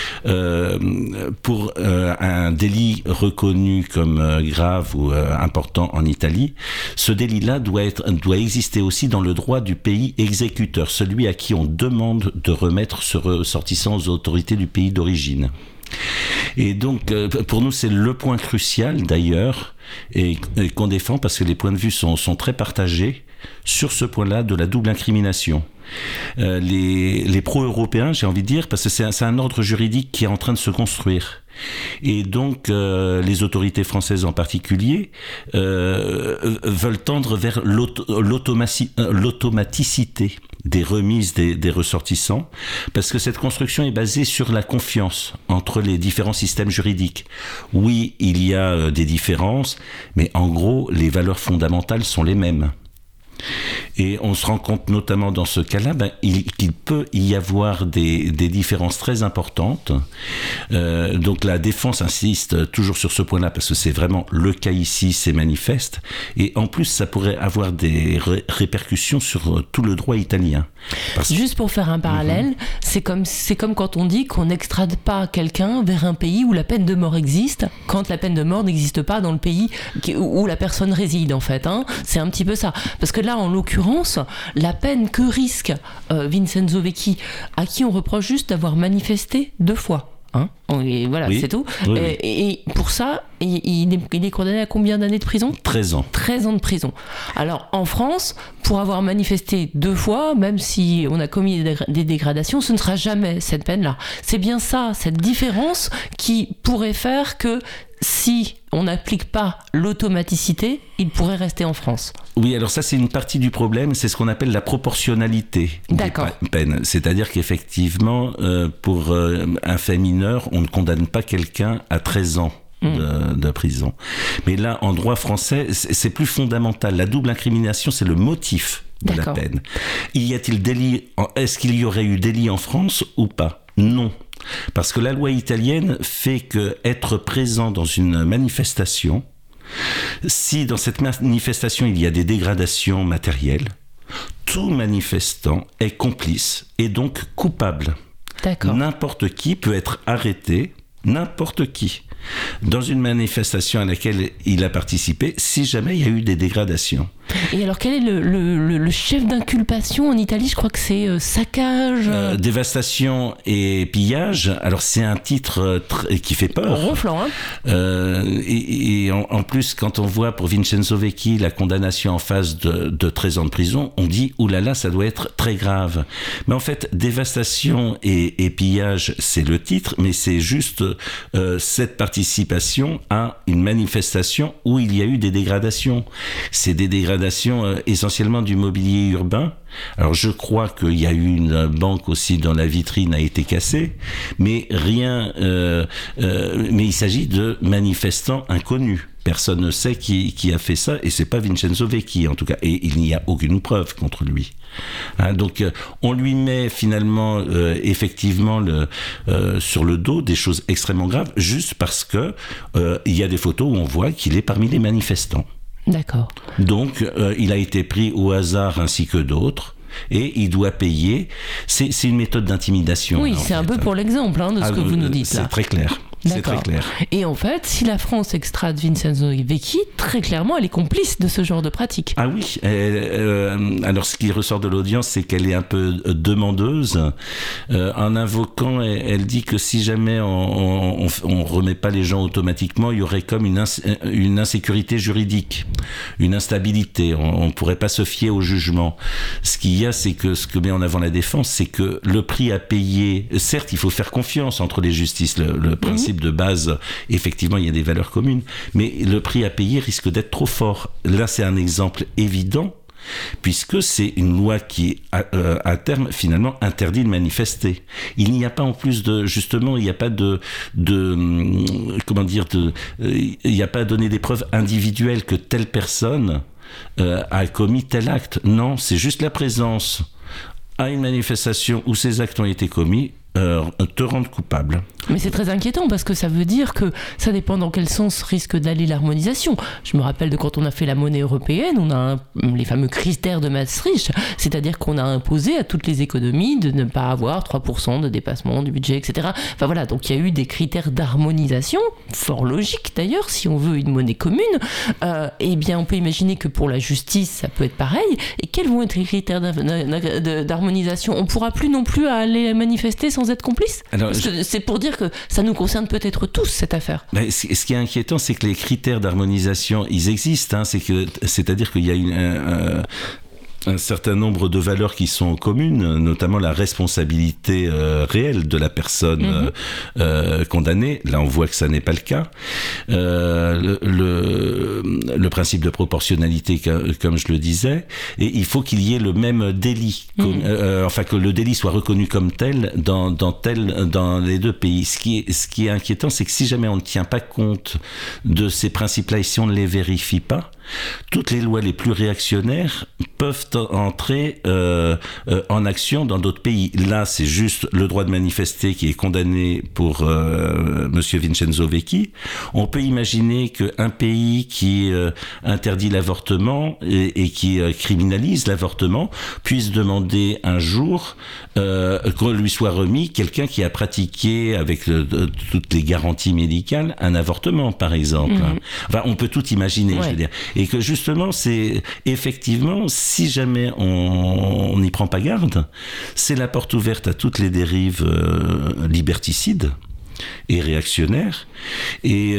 pour un délit reconnu comme grave ou important en Italie, ce délit-là doit exister aussi dans le droit du pays exécuteur, celui à qui on demande de remettre ce ressortissant aux autorités du pays d'origine. Et donc, pour nous, c'est le point crucial d'ailleurs, et qu'on défend parce que les points de vue sont très partagés sur ce point-là de la double incrimination. Les pro-européens, j'ai envie de dire, parce que c'est un ordre juridique qui est en train de se construire. Et donc, les autorités françaises en particulier veulent tendre vers l'automaticité des remises des ressortissants, parce que cette construction est basée sur la confiance entre les différents systèmes juridiques. Oui, il y a des différences, mais en gros, les valeurs fondamentales sont les mêmes. Et on se rend compte notamment dans ce cas-là qu'il peut y avoir des différences très importantes. Donc la défense insiste toujours sur ce point-là parce que c'est vraiment le cas ici, c'est manifeste. Et en plus, ça pourrait avoir des répercussions sur tout le droit italien. Juste pour faire un parallèle, c'est comme quand on dit qu'on n'extrade pas quelqu'un vers un pays où la peine de mort existe, quand la peine de mort n'existe pas dans le pays où la personne réside, en fait. C'est un petit peu ça. Parce que là, en l'occurrence, la peine que risque Vincenzo Vecchi, à qui on reproche juste d'avoir manifesté 2 fois. Et voilà, oui, c'est tout. Oui, et pour ça, il est condamné à combien d'années de prison ? 13 ans. 13 ans de prison. Alors, en France, pour avoir manifesté 2 fois, même si on a commis des dégradations, ce ne sera jamais cette peine-là. C'est bien ça, cette différence qui pourrait faire que si on n'applique pas l'automaticité, il pourrait rester en France. Oui, alors ça c'est une partie du problème, c'est ce qu'on appelle la proportionnalité des peines. C'est-à-dire qu'effectivement, pour un fait mineur, on ne condamne pas quelqu'un à 13 ans. De prison. Mais là, en droit français, c'est plus fondamental. La double incrimination, c'est le motif de la peine. Est-ce qu'il y aurait eu délit en France ou pas ? Non. Parce que la loi italienne fait que être présent dans une manifestation, si dans cette manifestation il y a des dégradations matérielles, tout manifestant est complice et donc coupable. D'accord. N'importe qui peut être arrêté, n'importe qui, dans une manifestation à laquelle il a participé, si jamais il y a eu des dégradations. Et alors, quel est le chef d'inculpation en Italie ? Je crois que c'est saccage... dévastation et pillage. Alors, c'est un titre qui fait peur. Ronflant, et en plus, quand on voit pour Vincenzo Vecchi la condamnation en phase de 13 ans de prison, on dit « oulala, ça doit être très grave ». Mais en fait, dévastation et pillage, c'est le titre, mais c'est juste cette participation à une manifestation où il y a eu des dégradations. C'est des dégradations dégradation essentiellement du mobilier urbain. Alors je crois qu'il y a eu une banque aussi dont la vitrine a été cassée, mais mais il s'agit de manifestants inconnus. Personne ne sait qui a fait ça, et c'est pas Vincenzo Vecchi en tout cas, et il n'y a aucune preuve contre lui. Donc on lui met finalement effectivement sur le dos des choses extrêmement graves, juste parce que il y a des photos où on voit qu'il est parmi les manifestants. D'accord. Donc il a été pris au hasard ainsi que d'autres. Et il doit payer. C'est une méthode d'intimidation. Oui, c'est un peu pour l'exemple de ce que vous nous dites là. C'est très clair. C'est très clair. Et en fait, si la France extrade Vincenzo Vecchi, très clairement, elle est complice de ce genre de pratique. Ah oui. Alors, ce qui ressort de l'audience, c'est qu'elle est un peu demandeuse. En invoquant, elle dit que si jamais on remet pas les gens automatiquement, il y aurait comme une insécurité juridique, une instabilité. On pourrait pas se fier au jugement. Ce qu'il y a, c'est que ce que met en avant la défense, c'est que le prix à payer. Certes, il faut faire confiance entre les justices. Le principe de base, effectivement, il y a des valeurs communes, mais le prix à payer risque d'être trop fort. Là, c'est un exemple évident, puisque c'est une loi qui, à terme, finalement, interdit de manifester. Il n'y a pas en plus justement, il n'y a pas il n'y a pas à donner des preuves individuelles que telle personne a commis tel acte. Non, c'est juste la présence à une manifestation où ces actes ont été commis te rendent coupable. Mais c'est très inquiétant parce que ça veut dire que ça dépend dans quel sens risque d'aller l'harmonisation. Je me rappelle de quand on a fait la monnaie européenne, on a les fameux critères de Maastricht, c'est-à-dire qu'on a imposé à toutes les économies de ne pas avoir 3% de dépassement du budget, etc. Enfin voilà, donc il y a eu des critères d'harmonisation, fort logique d'ailleurs, si on veut une monnaie commune. Eh bien, on peut imaginer que pour la justice, ça peut être pareil. Et quels vont être les critères d'harmonisation ? On ne pourra plus non plus aller manifester sans être complice ? Alors, parce que c'est pour dire que ça nous concerne peut-être tous, cette affaire. Mais ce qui est inquiétant, c'est que les critères d'harmonisation, ils existent. C'est-à-dire qu'il y a un certain nombre de valeurs qui sont communes, notamment la responsabilité réelle de la personne condamnée. Là, on voit que ça n'est pas le cas. Le principe de proportionnalité, comme je le disais, et il faut qu'il y ait le même délit, que le délit soit reconnu comme tel dans les deux pays. Ce qui est inquiétant, c'est que si jamais on ne tient pas compte de ces principes-là et si on ne les vérifie pas, toutes les lois les plus réactionnaires peuvent entrer en action dans d'autres pays. Là, c'est juste le droit de manifester qui est condamné pour Monsieur Vincenzo Vecchi. On peut imaginer qu'un pays qui interdit l'avortement et qui criminalise l'avortement puisse demander un jour qu'on lui soit remis quelqu'un qui a pratiqué avec toutes les garanties médicales un avortement, par exemple. Enfin, on peut tout imaginer, je veux dire. Et que justement, c'est effectivement, si jamais on n'y prend pas garde, c'est la porte ouverte à toutes les dérives liberticides et réactionnaires. Et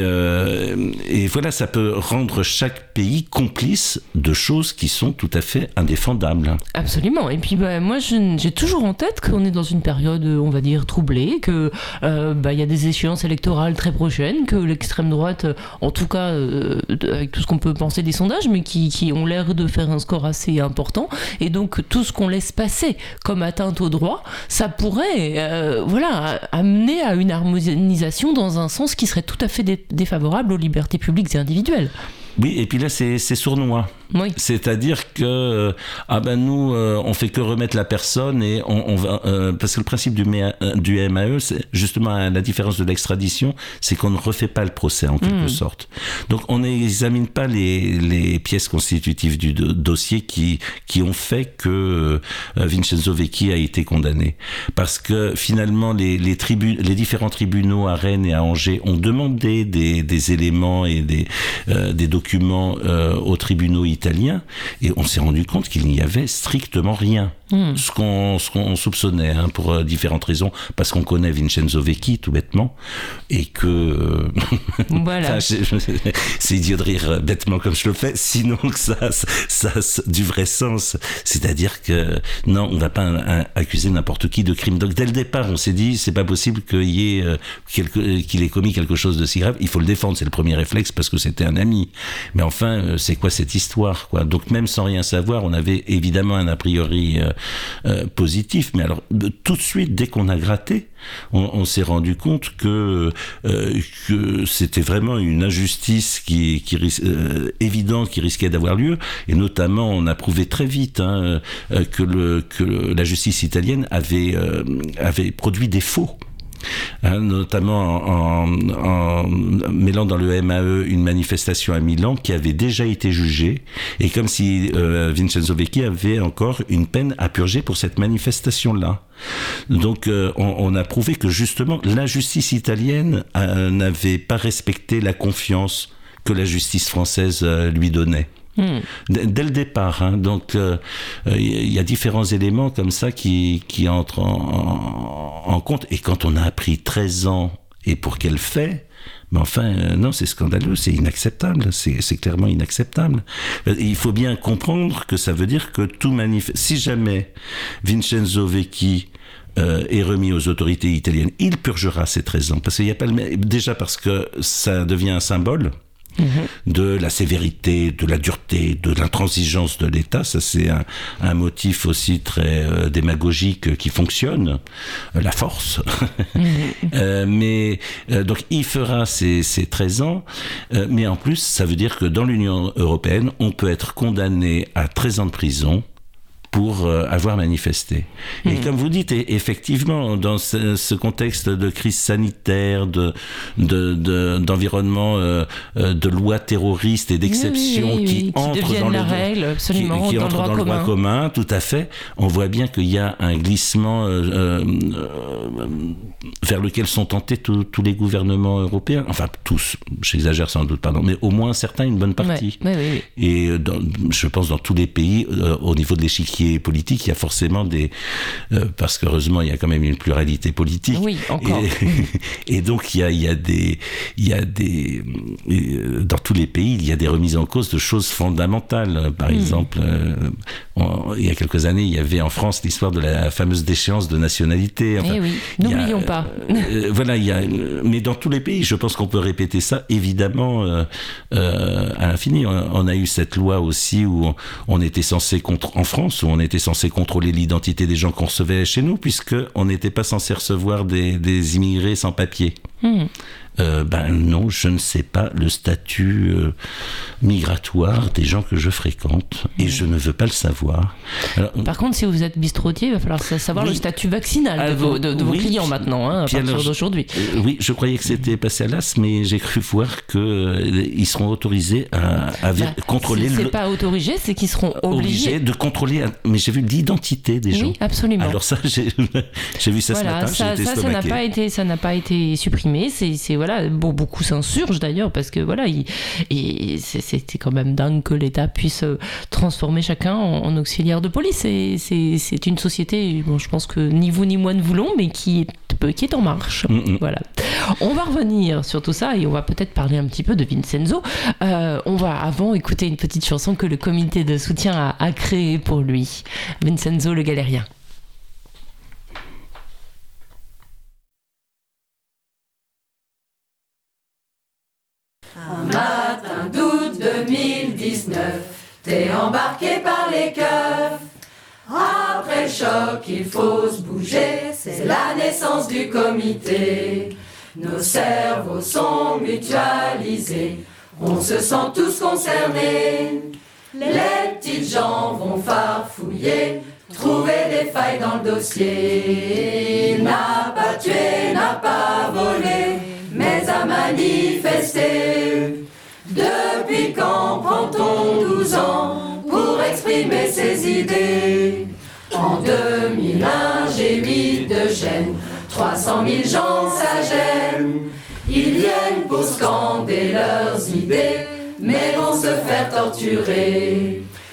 voilà, ça peut rendre chaque pays complice de choses qui sont tout à fait indéfendables. Absolument. Et puis moi, j'ai toujours en tête qu'on est dans une période, on va dire, troublée, que y a des échéances électorales très prochaines, que l'extrême droite, en tout cas, avec tout ce qu'on peut penser des sondages, mais qui ont l'air de faire un score assez important. Et donc, tout ce qu'on laisse passer comme atteinte au droit, ça pourrait amener à une harmonisation dans un sens qui serait tout à fait défavorable aux libertés publiques et individuelles. Oui, et puis là, c'est sournois. Oui. C'est-à-dire que nous on fait que remettre la personne et on va parce que le principe du MAE, c'est justement à la différence de l'extradition, c'est qu'on ne refait pas le procès en quelque sorte. Donc on n'examine pas les pièces constitutives du dossier qui ont fait que Vincenzo Vecchi a été condamné, parce que finalement les différents tribunaux à Rennes et à Angers ont demandé des éléments et des documents aux tribunaux italiens, et on s'est rendu compte qu'il n'y avait strictement rien. ce qu'on soupçonnait, pour différentes raisons, parce qu'on connaît Vincenzo Vecchi tout bêtement, et que voilà. C'est idiot de rire bêtement comme je le fais, sinon que ça a du vrai sens, c'est-à-dire que non, on va pas accuser n'importe qui de crime. Donc dès le départ on s'est dit c'est pas possible qu'il ait commis quelque chose de si grave, il faut le défendre, c'est le premier réflexe parce que c'était un ami, mais enfin c'est quoi cette histoire, quoi. Donc même sans rien savoir, on avait évidemment un a priori positif, mais alors tout de suite dès qu'on a gratté, on s'est rendu compte que c'était vraiment une injustice évidente qui risquait d'avoir lieu, et notamment on a prouvé très vite que la justice italienne avait produit des faux. Notamment en mêlant dans le MAE une manifestation à Milan qui avait déjà été jugée, et comme si Vincenzo Vecchi avait encore une peine à purger pour cette manifestation-là. Donc on a prouvé que justement la justice italienne n'avait pas respecté la confiance que la justice française lui donnait. Dès le départ, donc il y a différents éléments comme ça qui entrent en compte, et quand on a appris 13 ans et pour quel fait, mais enfin non, c'est scandaleux, c'est inacceptable, c'est clairement inacceptable. Il faut bien comprendre que ça veut dire que si jamais Vincenzo Vecchi est remis aux autorités italiennes, il purgera ses 13 ans, parce qu'il y a pas déjà parce que ça devient un symbole de la sévérité, de la dureté, de l'intransigeance de l'État. Ça, c'est un motif aussi très démagogique qui fonctionne, la force. Mais donc il fera ses 13 ans, mais en plus ça veut dire que dans l'Union européenne on peut être condamné à 13 ans de prison pour avoir manifesté. Et comme vous dites, effectivement, dans ce contexte de crise sanitaire, d'environnement, de lois terroristes et d'exceptions qui entrent dans la règle, absolument, qui entrent dans le droit commun, tout à fait, on voit bien qu'il y a un glissement vers lequel sont tentés tous les gouvernements européens, enfin tous, j'exagère sans doute, pardon, mais au moins certains, une bonne partie. Oui. Et je pense dans tous les pays, au niveau de l'échiquier politique, il y a forcément parce qu'heureusement il y a quand même une pluralité politique. Oui, encore. Et donc il y a des dans tous les pays, il y a des remises en cause de choses fondamentales. Par exemple, il y a quelques années, il y avait en France l'histoire de la fameuse déchéance de nationalité. Enfin, n'oublions pas. Voilà, mais dans tous les pays, je pense qu'on peut répéter ça, évidemment, à l'infini. On a eu cette loi aussi où on était censé en France, où on était censé contrôler l'identité des gens qu'on recevait chez nous, puisqu'on n'était pas censé recevoir des immigrés sans papier. Non, je ne sais pas le statut migratoire des gens que je fréquente, et je ne veux pas le savoir. Alors, par contre, si vous êtes bistrotier, il va falloir savoir le statut vaccinal de vos clients maintenant, à partir d'aujourd'hui. Oui, je croyais que c'était passé à l'as, mais j'ai cru voir qu'ils seront autorisés à contrôler... C'est pas autorisé, c'est qu'ils seront obligés de contrôler... Mais j'ai vu l'identité des gens. Oui, absolument. Alors ça, j'ai vu ça ce matin, j'ai été estomaqué. Ça n'a pas été supprimé, beaucoup s'insurgent d'ailleurs, parce que c'est quand même dingue que l'État puisse transformer chacun en auxiliaire de police. C'est une société, je pense que ni vous ni moi ne voulons, mais qui est en marche. Voilà. On va revenir sur tout ça et on va peut-être parler un petit peu de Vincenzo. On va avant écouter une petite chanson que le comité de soutien a créée pour lui. Vincenzo le Galérien. Un matin d'août 2019, t'es embarqué par les keufs. Après le choc, il faut se bouger, c'est la naissance du comité. Nos cerveaux sont mutualisés, on se sent tous concernés. Les petites gens vont farfouiller, trouver des failles dans le dossier. Il n'a pas tué, n'a pas volé, mais à manifester. Depuis quand prend-on 12 ans pour exprimer ses idées? En 2001, j'ai 8 de gêne, 300 000 gens ça gêne. Ils viennent pour scander leurs idées, mais vont se faire torturer.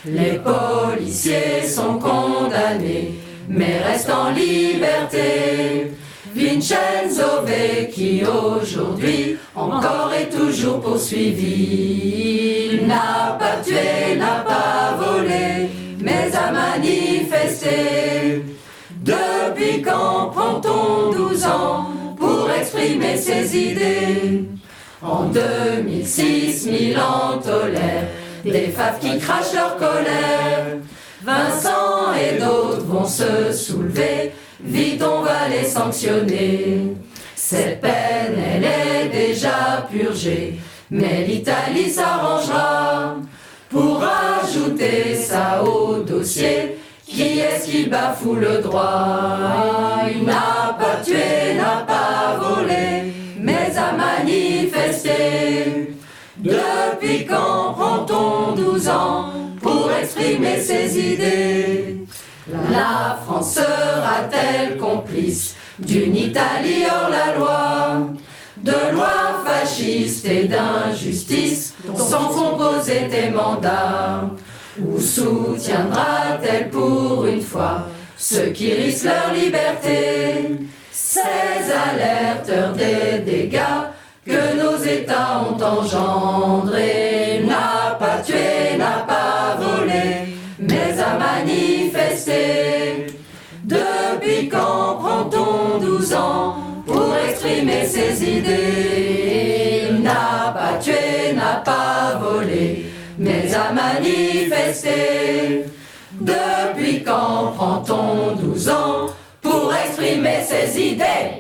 Les policiers sont condamnés, mais restent en liberté. Vincenzo Vecchi aujourd'hui encore et toujours poursuivi. Il n'a pas tué, n'a pas volé, mais a manifesté. Depuis quand prend-on 12 ans pour exprimer ses idées? En 2006, Milan tolère des faves qui crachent leur colère. Vincent et d'autres vont se soulever, vite on va les sanctionner. Cette peine, elle est déjà purgée, mais l'Italie s'arrangera pour ajouter ça au dossier. Qui est-ce qui bafoue le droit? Il n'a pas tué, n'a pas volé, mais a manifesté. Depuis quand prend-on 12 ans pour exprimer ses idées? La France sera-t-elle complice d'une Italie hors la loi, de lois fascistes et d'injustices dont sont composés tes mandats? Ou soutiendra-t-elle pour une fois ceux qui risquent leur liberté? Ces alerteurs des dégâts que nos États ont engendrés. N'a pas tué, n'a pas volé, mais a manifesté. Depuis quand prend-on 12 ans pour exprimer ses idées? Il n'a pas tué, n'a pas volé, mais a manifesté. Depuis quand prend-on 12 ans pour exprimer ses idées?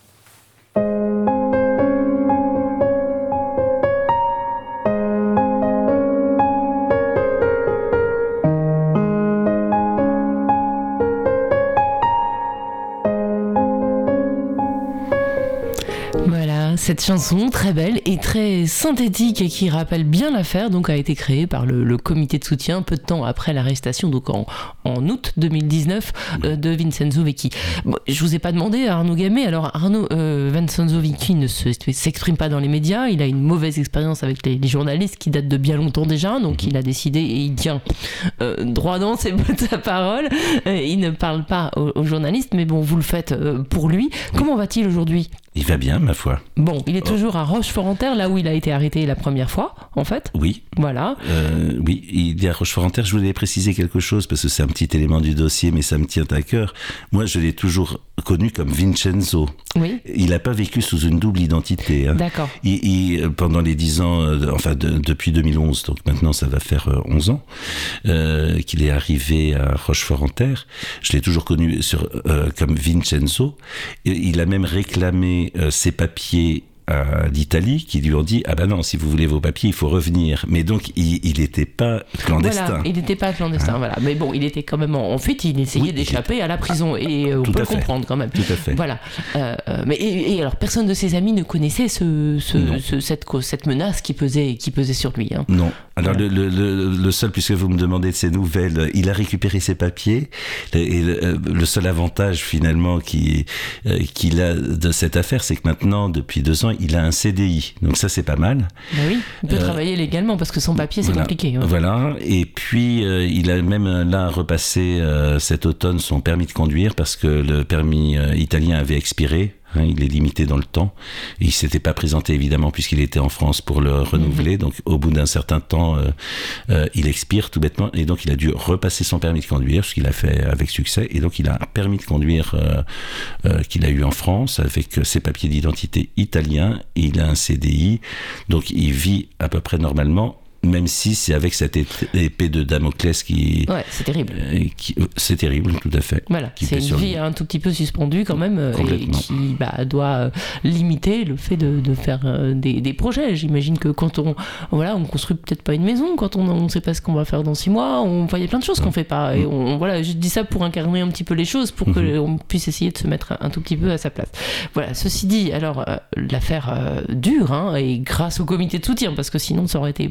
Cette chanson très belle et très synthétique et qui rappelle bien l'affaire donc a été créée par le comité de soutien peu de temps après l'arrestation donc en août 2019 de Vincenzo Vecchi. Bon, je vous ai pas demandé à Arnaud Gamay. Alors Vincenzo Vecchi ne s'exprime pas dans les médias, il a une mauvaise expérience avec les journalistes qui date de bien longtemps déjà, donc il a décidé et il tient droit dans ses mots de sa parole, il ne parle pas aux journalistes, mais bon, vous le faites pour lui. Comment va-t-il aujourd'hui? Il va bien, ma foi. Bon, il est toujours à Rochefort-en-Terre, là où il a été arrêté la première fois, en fait. Oui. Voilà. Oui, il est à Rochefort-en-Terre. Je voulais préciser quelque chose, parce que c'est un petit élément du dossier, mais ça me tient à cœur. Moi, je l'ai toujours connu comme Vincenzo. Oui. Il n'a pas vécu sous une double identité. Hein. D'accord. Pendant les 10 ans, depuis 2011, donc maintenant ça va faire 11 ans, qu'il est arrivé à Rochefort-en-Terre. Je l'ai toujours connu comme Vincenzo. Il a même réclamé ses papiers d'Italie qui lui ont dit « Ah ben non, si vous voulez vos papiers, il faut revenir ». Mais donc, il n'était pas clandestin. Voilà, il n'était pas clandestin, hein. Voilà. Mais bon, il était quand même en fuite, il essayait d'échapper à la prison. Et on peut le comprendre quand même. Tout à fait. Voilà. Mais alors, personne de ses amis ne connaissait cette menace qui pesait sur lui. Hein. Non. Alors, le seul, puisque vous me demandez de ses nouvelles, il a récupéré ses papiers. Et le seul avantage, finalement, qu'il a de cette affaire, c'est que maintenant, depuis 2 ans, il a un CDI. Donc ça, c'est pas mal. Ben oui, il peut travailler légalement parce que sans papier, c'est compliqué. Hein. Voilà. Et puis, il a même là repassé cet automne son permis de conduire parce que le permis italien avait expiré. Hein, il est limité dans le temps. Il ne s'était pas présenté, évidemment, puisqu'il était en France pour le renouveler. Donc, au bout d'un certain temps, il expire tout bêtement. Et donc, il a dû repasser son permis de conduire, ce qu'il a fait avec succès. Et donc, il a un permis de conduire qu'il a eu en France avec ses papiers d'identité italiens. Il a un CDI. Donc, il vit à peu près normalement. Même si c'est avec cette épée de Damoclès qui... Ouais, c'est terrible. C'est terrible, tout à fait. Voilà, c'est une vie un tout petit peu suspendue quand même et qui doit limiter le fait de faire des projets. J'imagine que quand on construit peut-être pas une maison, quand on ne sait pas ce qu'on va faire dans 6 mois, il y a plein de choses qu'on fait pas. Et je dis ça pour incarner un petit peu les choses, pour qu'on puisse essayer de se mettre un tout petit peu à sa place. Voilà, ceci dit, alors l'affaire dure, et grâce au comité de soutien, parce que sinon ça aurait été beaucoup plus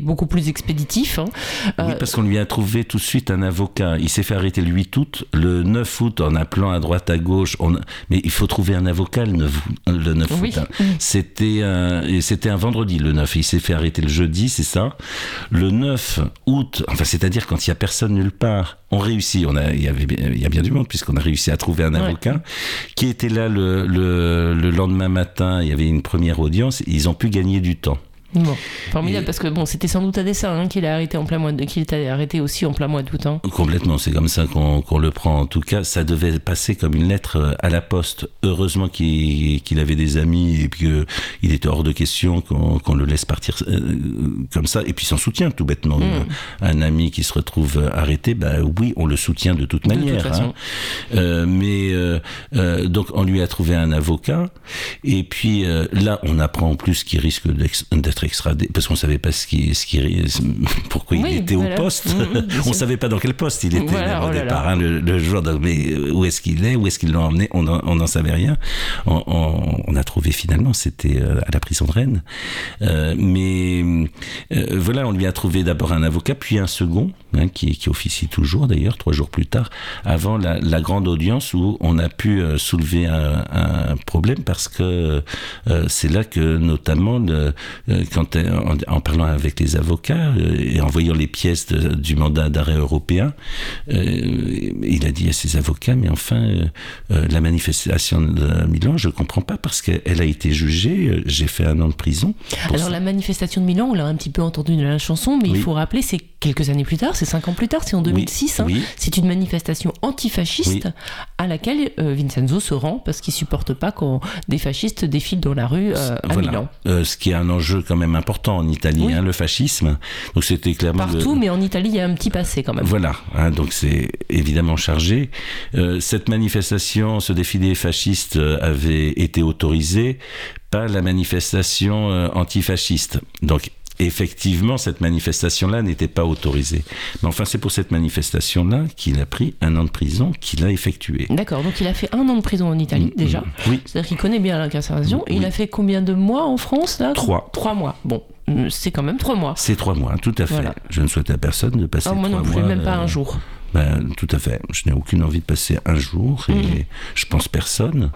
plus expéditif. Oui, parce qu'on lui a trouvé tout de suite un avocat. Il s'est fait arrêter le 8 août. Le 9 août, en appelant à droite, à gauche, mais il faut trouver un avocat le 9 Oui. août. C'était un vendredi, le 9. Il s'est fait arrêter le jeudi, c'est ça. Le 9 août, c'est-à-dire quand il n'y a personne nulle part, on réussit. Il y a bien du monde, puisqu'on a réussi à trouver un avocat qui était là le lendemain matin. Il y avait une première audience. Ils ont pu gagner du temps. Bon, formidable, parce que c'était sans doute à dessein qu'il est arrêté qu'il était arrêté aussi en plein mois d'août. Complètement, c'est comme ça qu'on le prend. En tout cas, ça devait passer comme une lettre à la poste. Heureusement qu'il avait des amis et puis qu'il était hors de question qu'on le laisse partir comme ça. Et puis son soutien, tout bêtement. Un ami qui se retrouve arrêté, oui, on le soutient de toute manière. De toute façon. Donc on lui a trouvé un avocat. Et puis là, on apprend en plus qu'il risque d'être extradé, parce qu'on savait pas pourquoi il était au poste. On savait pas dans quel poste il était au départ. Le jour, mais où est-ce qu'il est, où est-ce qu'ils l'ont emmené, on n'en savait rien. On a trouvé finalement, c'était à la prison de Rennes. Voilà, on lui a trouvé d'abord un avocat, puis un second, qui officie toujours d'ailleurs, 3 jours plus tard, avant la grande audience où on a pu soulever un problème, parce que c'est là que notamment en parlant avec les avocats et en voyant les pièces du mandat d'arrêt européen, il a dit à ses avocats, mais enfin, la manifestation de Milan, je ne comprends pas, parce qu'elle a été jugée, j'ai fait 1 an de prison. Alors la manifestation de Milan, on l'a un petit peu entendu dans la chanson, mais il faut rappeler, c'est quelques années plus tard, c'est 5 ans plus tard, c'est en 2006, c'est une manifestation antifasciste à laquelle Vincenzo se rend, parce qu'il ne supporte pas quand des fascistes défilent dans la rue à Milan. Ce qui est un enjeu quand même important en Italie, le fascisme. Donc c'était clairement partout, mais en Italie il y a un petit passé quand même. Voilà, donc c'est évidemment chargé. Cette manifestation, ce défilé fasciste avait été autorisé par la manifestation antifasciste. Donc effectivement, cette manifestation-là n'était pas autorisée. Mais enfin, c'est pour cette manifestation-là qu'il a pris 1 an de prison qu'il a effectué. D'accord, donc il a fait 1 an de prison en Italie, déjà. Oui. C'est-à-dire qu'il connaît bien l'incarcération. Et il a fait combien de mois en France, là ? 3. 3 mois. Bon, c'est quand même 3 mois. C'est 3 mois, tout à fait. Voilà. Je ne souhaite à personne de passer 3 mois. Moi non plus, même pas un jour. Tout à fait. Je n'ai aucune envie de passer un jour, et je pense personne.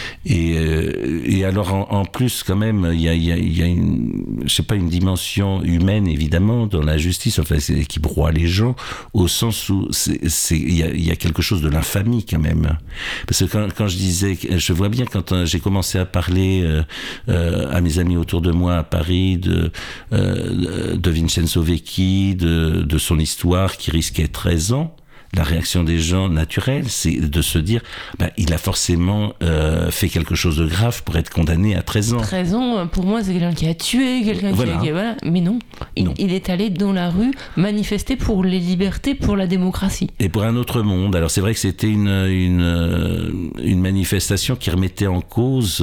Et alors, en plus, quand même, il y a une dimension humaine, évidemment, dans la justice, qui broie les gens, au sens où il y a quelque chose de l'infamie, quand même. Parce que quand je disais, je vois bien quand j'ai commencé à parler à mes amis autour de moi à Paris de Vincenzo Vecchi, de son histoire qui risquait 13 ans, la réaction des gens naturelle, c'est de se dire il a forcément fait quelque chose de grave pour être condamné à 13 ans. 13 ans, pour moi, c'est quelqu'un qui a tué, quelqu'un qui a... Voilà. Mais non, il est allé dans la rue manifester pour les libertés, pour la démocratie. Et pour un autre monde. Alors c'est vrai que c'était une manifestation qui remettait en cause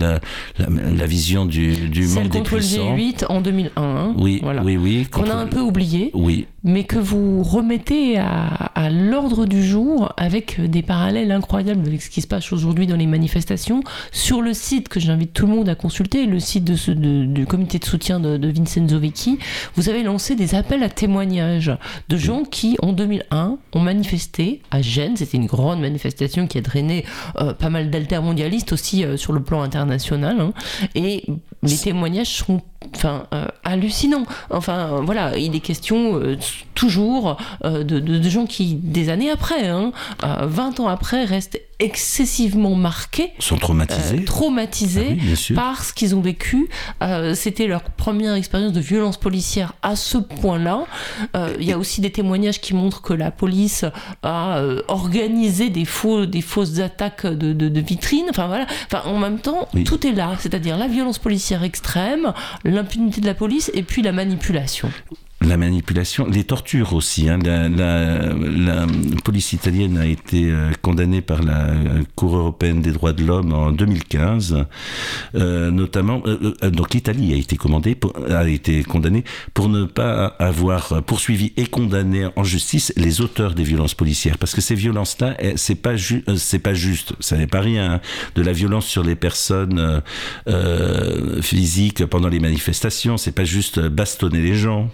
la vision du monde des puissants. Celle contre le G8 en 2001. Oui, voilà. oui. Qu'on a un peu oublié. Oui. Mais que vous remettez à l'ordre du jour avec des parallèles incroyables avec ce qui se passe aujourd'hui dans les manifestations. Sur le site que j'invite tout le monde à consulter, le site du comité de soutien de Vincenzo Vecchi, vous avez lancé des appels à témoignages de gens qui, en 2001, ont manifesté à Gênes. C'était une grande manifestation qui a drainé pas mal d'altermondialistes aussi sur le plan international. Et les témoignages sont hallucinants. Enfin, voilà, il est question toujours de gens qui, des années après, 20 ans après, restent excessivement marqués, sont traumatisés par ce qu'ils ont vécu. C'était leur première expérience de violence policière à ce point-là. Il y a aussi des témoignages qui montrent que la police a organisé des fausses attaques de vitrines. Enfin voilà. Enfin, en même temps, tout est là, c'est-à-dire la violence policière extrême, l'impunité de la police et puis la manipulation. La manipulation, les tortures aussi. La police italienne a été condamnée par la Cour européenne des droits de l'homme en 2015, notamment. Donc l'Italie a été condamnée pour ne pas avoir poursuivi et condamné en justice les auteurs des violences policières, parce que ces violences-là, c'est pas juste, ça n'est pas rien. De la violence sur les personnes physiques pendant les manifestations, c'est pas juste bastonner les gens, ce qui ne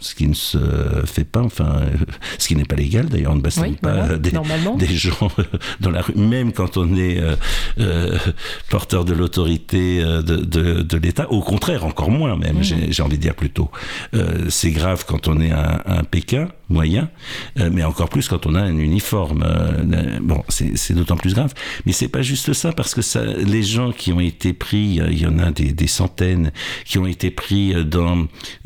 se fait pas, ce qui n'est pas légal d'ailleurs, on ne bastonne pas des gens dans la rue, même quand on est porteur de l'autorité de l'État, au contraire, encore moins même, j'ai envie de dire plutôt. C'est grave quand on est un Pékin moyen, mais encore plus quand on a un uniforme. C'est d'autant plus grave. Mais c'est pas juste ça, parce que les gens qui ont été pris, il y en a des centaines, qui ont été pris dans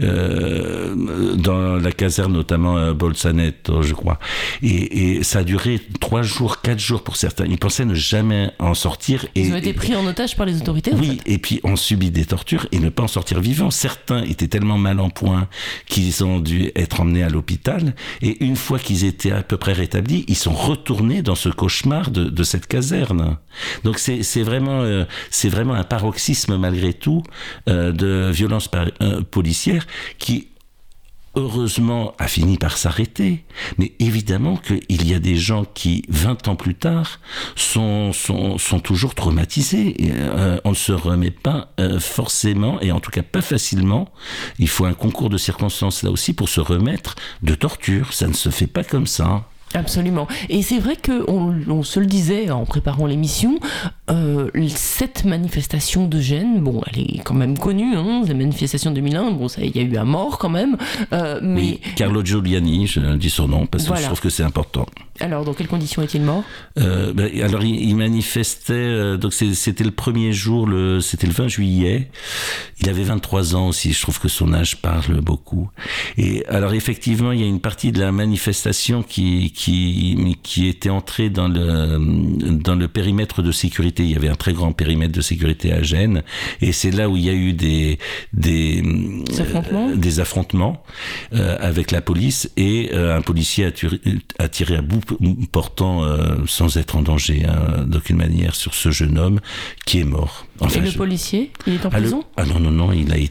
la caserne, notamment Bolzaneto, je crois. Et ça a duré 3 jours, 4 jours pour certains. Ils pensaient ne jamais en sortir. Ils ont été pris en otage par les autorités, en fait. Et puis ont subi des tortures et ne pas en sortir vivants. Certains étaient tellement mal en point qu'ils ont dû être emmenés à l'hôpital. Et une fois qu'ils étaient à peu près rétablis, ils sont retournés dans ce cauchemar de cette caserne. Donc c'est vraiment un paroxysme malgré tout de violence policière qui heureusement a fini par s'arrêter. Mais évidemment qu'il y a des gens qui, 20 ans plus tard, sont toujours traumatisés. Et, on ne se remet pas forcément, et en tout cas pas facilement. Il faut un concours de circonstances là aussi pour se remettre de torture. Ça ne se fait pas comme ça. Absolument. Et c'est vrai qu'on se le disait en préparant l'émission, cette manifestation de Gênes, elle est quand même connue, la manifestation de 2001, il y a eu un mort quand même. Mais... Oui, Carlo Giuliani, je dis son nom parce que je trouve que c'est important. Alors, dans quelles conditions est-il mort ? Alors, il manifestait, donc c'était le premier jour, c'était le 20 juillet. Il avait 23 ans aussi, je trouve que son âge parle beaucoup. Et alors, effectivement, il y a une partie de la manifestation qui était entrée dans le périmètre de sécurité. Il y avait un très grand périmètre de sécurité à Gênes. Et c'est là où il y a eu des affrontements avec la police, et un policier a tiré à bout portant, sans être en danger d'aucune manière, sur ce jeune homme qui est mort. Et le policier, il est en prison ? Non, il a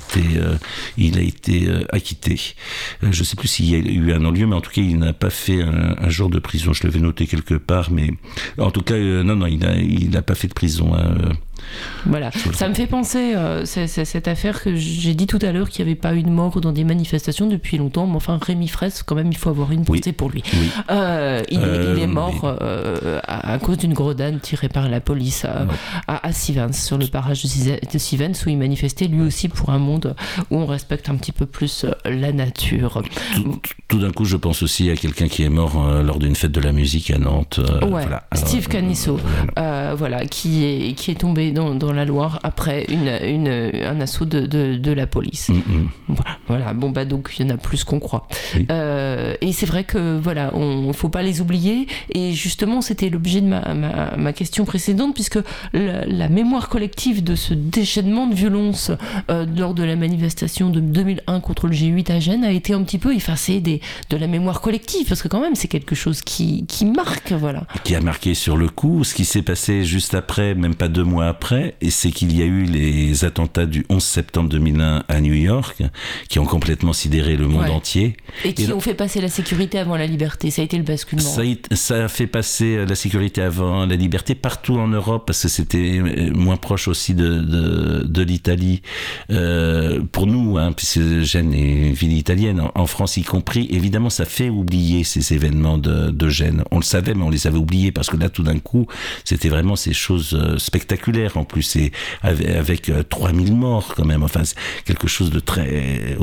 été acquitté. Je ne sais plus s'il y a eu un non-lieu, mais en tout cas, il n'a pas fait un jour de prison. Je l'avais noté quelque part, mais en tout cas, non, il n'a pas fait de prison. Voilà, ça me fait penser cette affaire que j'ai dit tout à l'heure, qu'il n'y avait pas eu de mort dans des manifestations depuis longtemps, mais enfin Rémi Fraisse, quand même, il faut avoir une pensée pour lui. Oui. Il est mort à cause d'une grenade tirée par la police à Sivens, sur le barrage de Sivens, où il manifestait lui aussi pour un monde où on respecte un petit peu plus la nature. Tout d'un coup, je pense aussi à quelqu'un qui est mort lors d'une fête de la musique à Nantes. Voilà. Steve Canisso, qui est tombé dans la Loire après un assaut de la police. Voilà. Donc il y en a plus qu'on croit. Oui. Et c'est vrai que on faut pas les oublier. Et justement, c'était l'objet de ma question précédente, puisque la mémoire collective de ce déchaînement de violence lors de la manifestation de 2001 contre le G8 à Gênes a été un petit peu effacée de la mémoire collective, parce que quand même c'est quelque chose qui marque, qui a marqué sur le coup. Ce qui s'est passé juste après, même pas 2 mois après, et c'est qu'il y a eu les attentats du 11 septembre 2001 à New York, qui ont complètement sidéré le monde entier. Et qui ont fait passer la sécurité avant la liberté. Ça a été le basculement. Ça a fait passer la sécurité avant la liberté partout en Europe, parce que c'était moins proche aussi de l'Italie. Pour nous, puisque Gênes est une ville italienne, en France y compris, évidemment, ça fait oublier ces événements de Gênes. On le savait, mais on les avait oubliés, parce que là, tout d'un coup, c'était vraiment ces choses spectaculaires, en plus, et avec 3000 morts, quand même. Enfin, c'est quelque chose de très,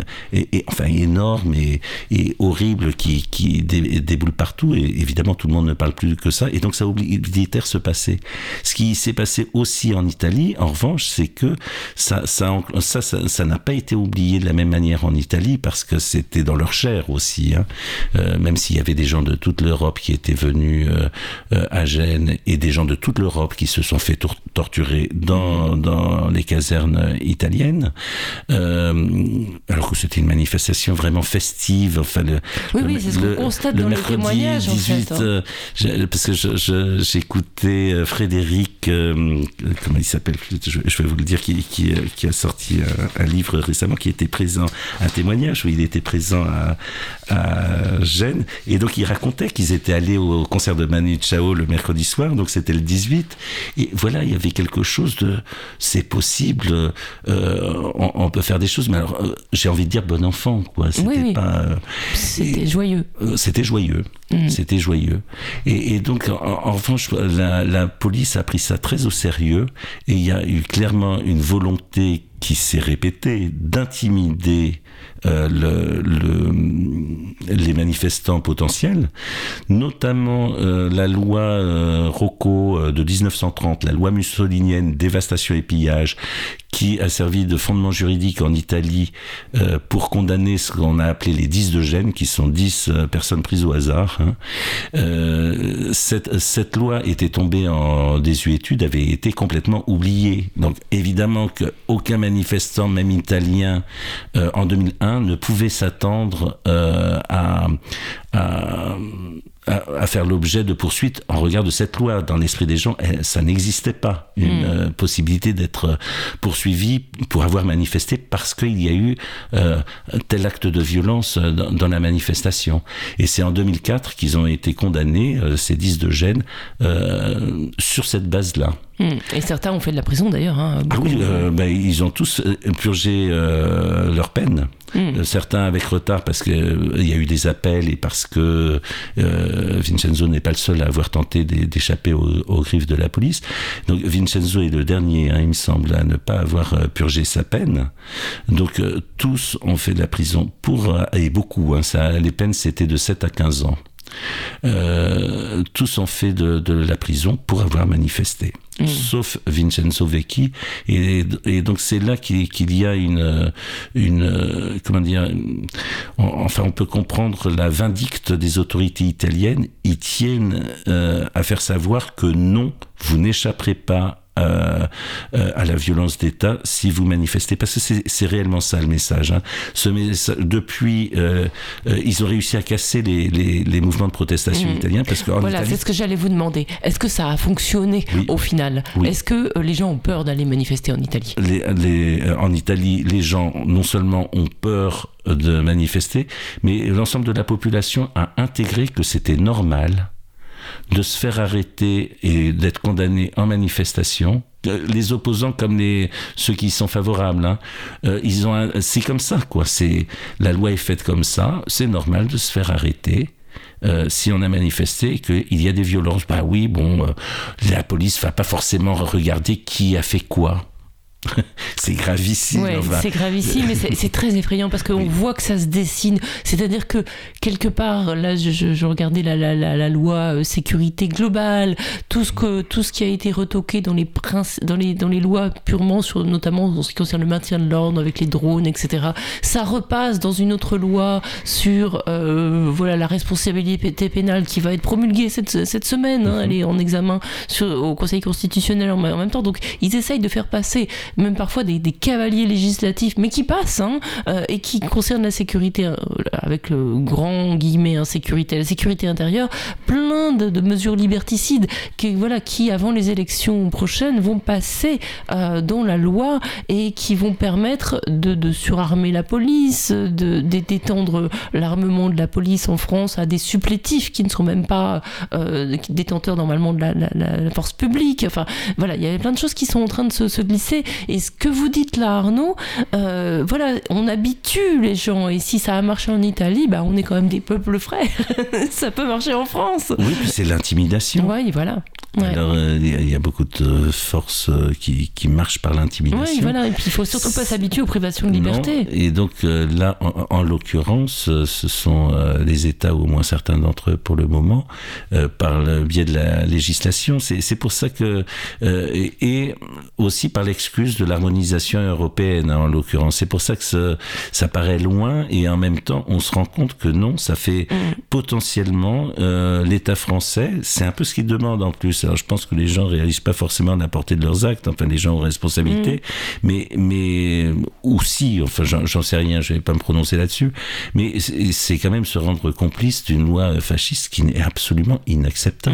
énorme et horrible qui déboule partout, et évidemment, tout le monde ne parle plus que ça, et donc ça oublie se passer. Ce qui s'est passé aussi en Italie, en revanche, c'est que ça n'a pas été oublié de la même manière en Italie, parce que c'était dans leur chair aussi, même s'il y avait des gens de toute l'Europe qui étaient venus à Gênes, et des gens de toute l'Europe qui se sont fait torturer dans les casernes italiennes, alors que c'était une manifestation vraiment festive. Enfin, c'est ce qu'on constate dans les témoignages, 18, en fait. Parce que j'écoutais Frédéric, comment il s'appelle, je vais vous le dire, qui a sorti un livre récemment, qui était présent, un témoignage où il était présent à Gênes, et donc il racontait qu'ils étaient allés au concert de Manu Chao le mercredi soir, donc c'était le 2018. Et voilà, il y avait quelque chose de c'est possible, on peut faire des choses, mais alors j'ai envie de dire bon enfant, quoi. C'était pas. C'était joyeux. C'était joyeux. C'était joyeux. Et donc, en revanche, la police a pris ça très au sérieux, et il y a eu clairement une volonté qui s'est répétée d'intimider les manifestants potentiels, notamment la loi Rocco de 1930, la loi mussolinienne dévastation et pillage, qui a servi de fondement juridique en Italie pour condamner ce qu'on a appelé les 10 de Gênes, qui sont 10 personnes prises au hasard. Cette loi était tombée en désuétude, avait été complètement oubliée. Donc évidemment qu'aucun manifestant, même italien, en 2001, ne pouvait s'attendre à faire l'objet de poursuites en regard de cette loi. Dans l'esprit des gens, ça n'existait pas, une possibilité d'être poursuivi pour avoir manifesté parce qu'il y a eu tel acte de violence dans la manifestation. Et c'est en 2004 qu'ils ont été condamnés, ces 10 de Gênes, sur cette base-là. Et certains ont fait de la prison d'ailleurs. Ils ont tous purgé leur peine. Certains avec retard parce qu'il y a eu des appels et parce que Vincenzo n'est pas le seul à avoir tenté d'échapper aux griffes de la police. Donc Vincenzo est le dernier, il me semble, à ne pas avoir purgé sa peine. Donc tous ont fait de la prison et beaucoup. Les peines c'était de 7 à 15 ans. Tous ont fait de la prison pour avoir manifesté, sauf Vincenzo Vecchi, et donc c'est là qu'il y a une comment dire, on peut comprendre la vindicte des autorités italiennes. Ils tiennent à faire savoir que non, vous n'échapperez pas à la violence d'État si vous manifestez, parce que c'est réellement ça le message. Depuis, ils ont réussi à casser les mouvements de protestation italiens, parce que Italie... c'est ce que j'allais vous demander. Est-ce que ça a fonctionné au final? Est-ce que les gens ont peur d'aller manifester en Italie? En Italie, les gens non seulement ont peur de manifester, mais l'ensemble de la population a intégré que c'était normal de se faire arrêter et d'être condamné en manifestation. Les opposants comme ceux qui y sont favorables, c'est comme ça, quoi. La loi est faite comme ça, c'est normal de se faire arrêter. Si on a manifesté et qu'il y a des violences, la police va pas forcément regarder qui a fait quoi. C'est gravissime. Ouais, c'est gravissime, mais c'est très effrayant parce qu'on voit que ça se dessine. C'est-à-dire que quelque part, là, je regardais la loi sécurité globale, tout ce qui a été retoqué dans les lois purement notamment en ce qui concerne le maintien de l'ordre avec les drones, etc. Ça repasse dans une autre loi sur la responsabilité pénale qui va être promulguée cette semaine. Elle est en examen au Conseil constitutionnel en même temps. Donc ils essayent de faire passer même parfois des cavaliers législatifs, mais qui passent, et qui concernent la sécurité, avec le grand guillemet insécurité, la sécurité intérieure, plein de mesures liberticides qui, avant les élections prochaines, vont passer dans la loi et qui vont permettre de surarmer la police, d'étendre l'armement de la police en France à des supplétifs qui ne sont même pas détenteurs normalement de la force publique. Enfin, voilà, il y a plein de choses qui sont en train de se glisser. Et ce que vous dites là, Arnaud, on habitue les gens. Et si ça a marché en Italie, on est quand même des peuples frères. Ça peut marcher en France. Oui, puis c'est l'intimidation. Oui, voilà. Ouais. Alors, il y a beaucoup de forces qui marchent par l'intimidation. Oui, voilà. Et puis, il faut surtout pas s'habituer aux privations de liberté. Non. Et donc, là, en l'occurrence, ce sont les États, ou au moins certains d'entre eux pour le moment, par le biais de la législation. C'est pour ça que... et aussi par l'excuse de l'harmonisation européenne, en l'occurrence. C'est pour ça que ça paraît loin, et en même temps, on se rend compte que non, ça fait potentiellement l'État français, c'est un peu ce qu'il demande en plus. Alors, je pense que les gens réalisent pas forcément la portée de leurs actes, enfin, les gens ont responsabilité, mais aussi, enfin, j'en sais rien, je vais pas me prononcer là-dessus, mais c'est quand même se rendre complice d'une loi fasciste qui est absolument inacceptable.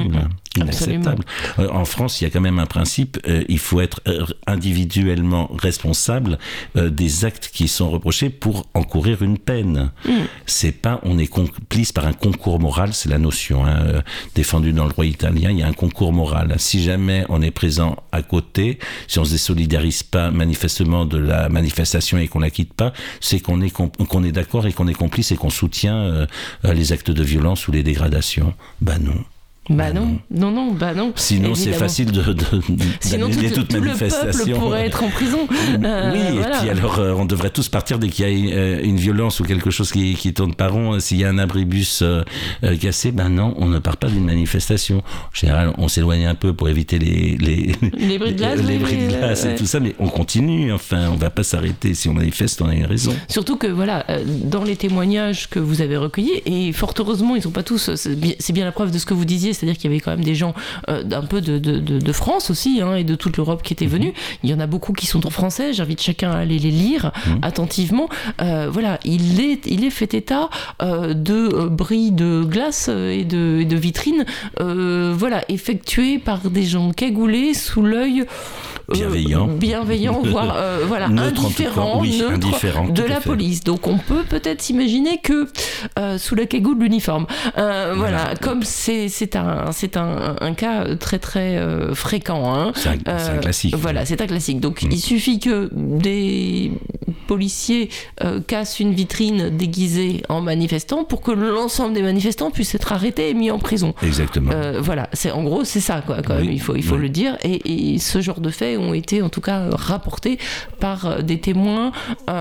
inacceptable. En France, il y a quand même un principe, il faut être individuellement responsable des actes qui sont reprochés pour encourir une peine. C'est pas on est complice par un concours moral, c'est la notion défendue dans le droit italien, il y a un concours moral. Si jamais on est présent à côté, si on se désolidarise pas manifestement de la manifestation et qu'on la quitte pas, c'est qu'on est d'accord et qu'on est complice et qu'on soutient les actes de violence ou les dégradations. Non. Non. Sinon, c'est facile d'annuler toute manifestation. Le peuple pourrait être en prison. Et puis alors, on devrait tous partir dès qu'il y a une violence ou quelque chose qui tourne pas rond. S'il y a un abribus cassé, non, on ne part pas d'une manifestation. En général, on s'éloigne un peu pour éviter les bris de glace, et tout ça, mais on continue. Enfin, on va pas s'arrêter. Si on manifeste, on a une raison. Surtout que, dans les témoignages que vous avez recueillis, et fort heureusement, ils sont pas tous... C'est bien la preuve de ce que vous disiez, c'est-à-dire qu'il y avait quand même des gens d'un peu de France aussi, et de toute l'Europe qui étaient venus. Il y en a beaucoup qui sont en français, j'invite chacun à aller les lire attentivement. Il est fait état de bris de glace et de vitrines effectués par des gens cagoulés sous l'œil bienveillant, voire indifférent de la police. Donc on peut peut-être s'imaginer que sous la cagoule de l'uniforme, comme c'est un cas très très fréquent. C'est un classique. C'est un classique. Donc il suffit que des policiers cassent une vitrine déguisée en manifestant pour que l'ensemble des manifestants puissent être arrêtés et mis en prison. Exactement. En gros c'est ça quoi. Quand même, il faut le dire. Et ce genre de faits ont été en tout cas rapportés par des témoins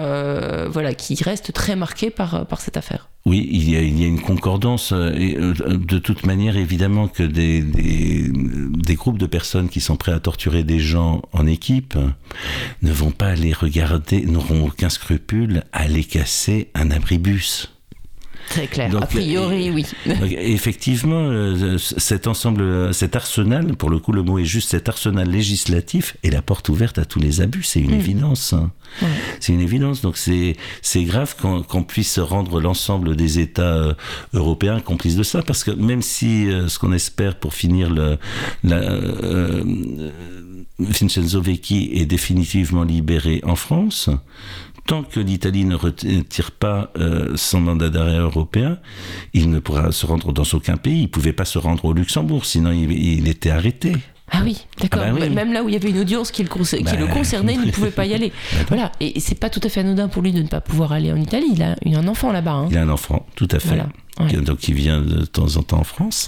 qui restent très marqués par cette affaire. Oui, il y a une concordance. Et de toute manière, évidemment que des groupes de personnes qui sont prêts à torturer des gens en équipe ne vont pas aller regarder, n'auront aucun scrupule à aller casser un abribus. Très clair. Donc, a priori, oui. Donc, effectivement, cet arsenal, pour le coup, le mot est juste, cet arsenal législatif est la porte ouverte à tous les abus. C'est une évidence. Ouais. C'est une évidence. Donc, c'est grave qu'on puisse rendre l'ensemble des États européens complices de ça, parce que même si ce qu'on espère pour finir Vincenzo Vecchi est définitivement libéré en France, tant que l'Italie ne retire pas son mandat d'arrêt européen, il ne pourra se rendre dans aucun pays. Il ne pouvait pas se rendre au Luxembourg, sinon il était arrêté. Ah oui, d'accord. Même là où il y avait une audience qui le concernait, il ne pouvait pas y aller. Voilà. Et c'est pas tout à fait anodin pour lui de ne pas pouvoir aller en Italie. Il a un enfant là-bas. Il a un enfant, tout à fait. Voilà. Ouais. Donc il vient de temps en temps en France,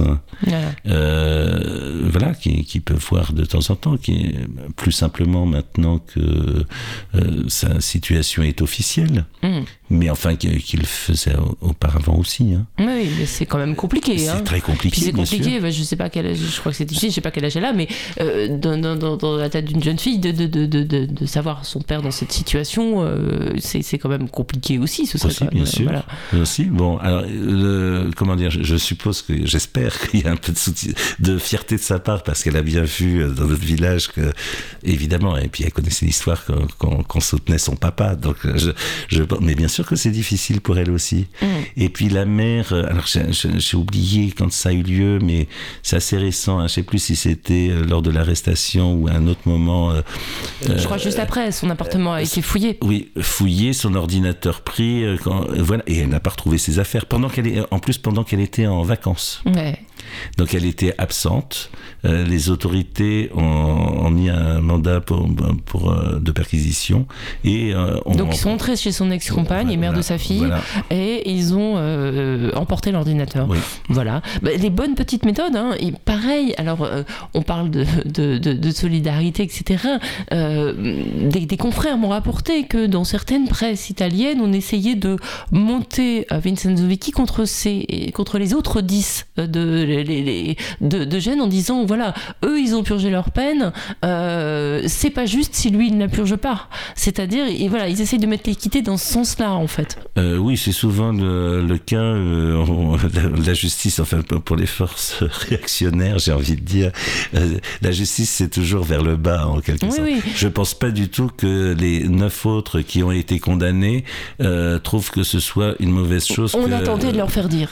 qui peut voir de temps en temps, qui est plus simplement maintenant que sa situation est officielle, mais enfin qu'il le faisait auparavant aussi. Oui, mais c'est quand même compliqué. C'est très compliqué. Puis c'est compliqué. Bien sûr. Je sais pas je crois que c'est difficile. Je sais pas quel âge elle a, mais dans la tête d'une jeune fille de savoir son père dans cette situation, c'est quand même compliqué aussi. Ce serait bien sûr. Voilà. Aussi. Bon, alors. Comment dire, j'espère qu'il y a un peu de fierté de sa part, parce qu'elle a bien vu dans notre village que, évidemment, et puis elle connaissait l'histoire qu'on soutenait son papa, donc mais bien sûr que c'est difficile pour elle aussi. Et puis la mère, alors j'ai oublié quand ça a eu lieu, mais c'est assez récent, je sais plus si c'était lors de l'arrestation ou à un autre moment. Je crois juste après, son appartement a été fouillé. Oui, fouillé, son ordinateur pris, et elle n'a pas retrouvé ses affaires pendant qu'elle était en vacances. Ouais. Donc elle était absente. Les autorités ont mis un mandat de perquisition et donc ils sont entrés chez son ex-compagne et mère de sa fille et ils ont emporté l'ordinateur. Oui. Voilà. Les bonnes petites méthodes. Et pareil. Alors on parle de solidarité, etc. Des confrères m'ont rapporté que dans certaines presses italiennes, on essayait de monter Vincenzo Vecchi contre les autres 10 de jeunes en disant voilà, eux ils ont purgé leur peine, c'est pas juste si lui il ne la purge pas. C'est-à-dire, ils essayent de mettre l'équité dans ce sens-là en fait. Oui, c'est souvent le cas, la justice, enfin pour les forces réactionnaires, j'ai envie de dire, la justice c'est toujours vers le bas en quelque sorte. Oui. Je pense pas du tout que les 9 autres qui ont été condamnés trouvent que ce soit une mauvaise chose. On a tenté de leur faire dire.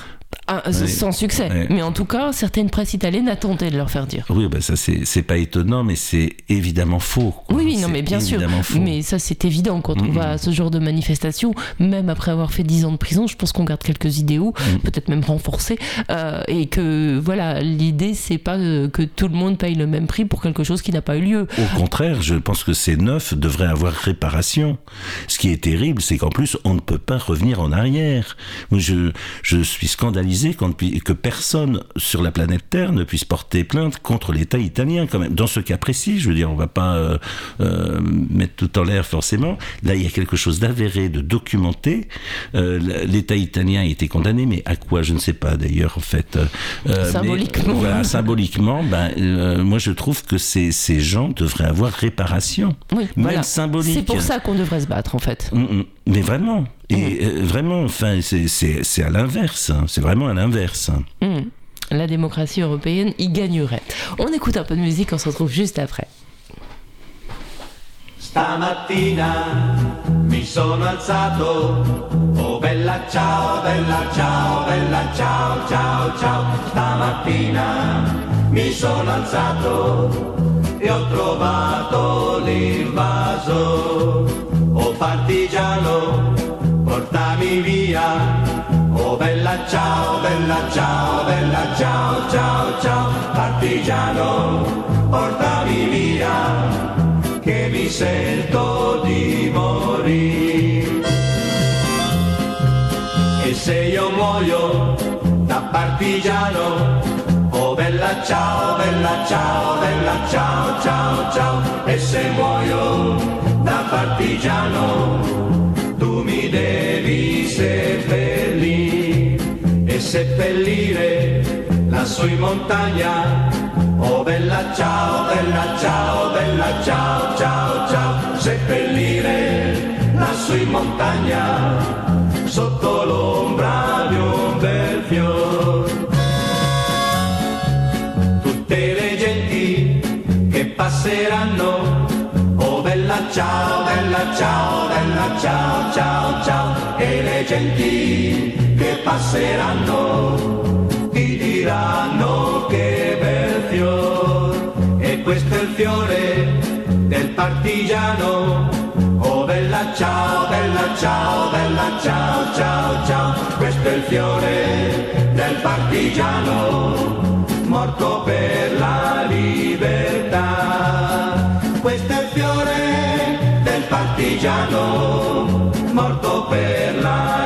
Sans succès. Ouais. Mais en tout cas, certaines presses italiennes a tenté de leur faire dire. Oui, ça c'est pas étonnant, mais c'est évidemment faux. Quoi. Oui, non, mais bien sûr. Faux. Mais ça, c'est évident quand on va à ce genre de manifestation, même après avoir fait 10 ans de prison, je pense qu'on garde quelques idéaux, peut-être même renforcés, et que voilà, l'idée, c'est pas que tout le monde paye le même prix pour quelque chose qui n'a pas eu lieu. Au contraire, je pense que ces 9 devraient avoir réparation. Ce qui est terrible, c'est qu'en plus, on ne peut pas revenir en arrière. Moi, je suis scandalisé que personne sur la planète Terre ne puisse porter plainte contre l'État italien, quand même. Dans ce cas précis, je veux dire, on va pas mettre tout en l'air forcément. Là, il y a quelque chose d'avéré, de documenté. L'État italien a été condamné, mais à quoi, je ne sais pas d'ailleurs, en fait. Symboliquement. Mais, voilà, symboliquement, moi je trouve que ces gens devraient avoir réparation. Oui, même voilà. Symbolique. C'est pour ça qu'on devrait se battre, en fait. Mais vraiment. Et vraiment, enfin, c'est à l'inverse. Hein. C'est vraiment à l'inverse. La démocratie européenne y gagnerait. On écoute un peu de musique, on se retrouve juste après. Stamattina mi sono alzato, oh bella ciao, bella ciao, bella ciao, ciao, ciao. Stamattina mi sono alzato e ho trovato l'invaso, oh partigiano, portami via, oh bella ciao, bella ciao, bella ciao, ciao, ciao. Partigiano, portami via, che mi sento di morire. E se io muoio da partigiano, oh bella ciao, bella ciao, bella ciao, ciao, ciao. E se muoio da partigiano, tu mi devi seppellire e seppellire lassù in montagna. Oh bella ciao, bella ciao, bella ciao, ciao, ciao. Seppellire lassù in montagna, sotto l'ombra di un bel fior. Tutte le genti che passeranno, oh bella ciao, bella ciao, bella ciao, ciao, ciao. E le genti che passeranno ti diranno che bel fior. E questo è il fiore del partigiano, oh bella ciao, bella ciao, bella ciao, ciao, ciao. Questo è il fiore del partigiano, morto per la libertà. Questo è il fiore del partigiano, morto per la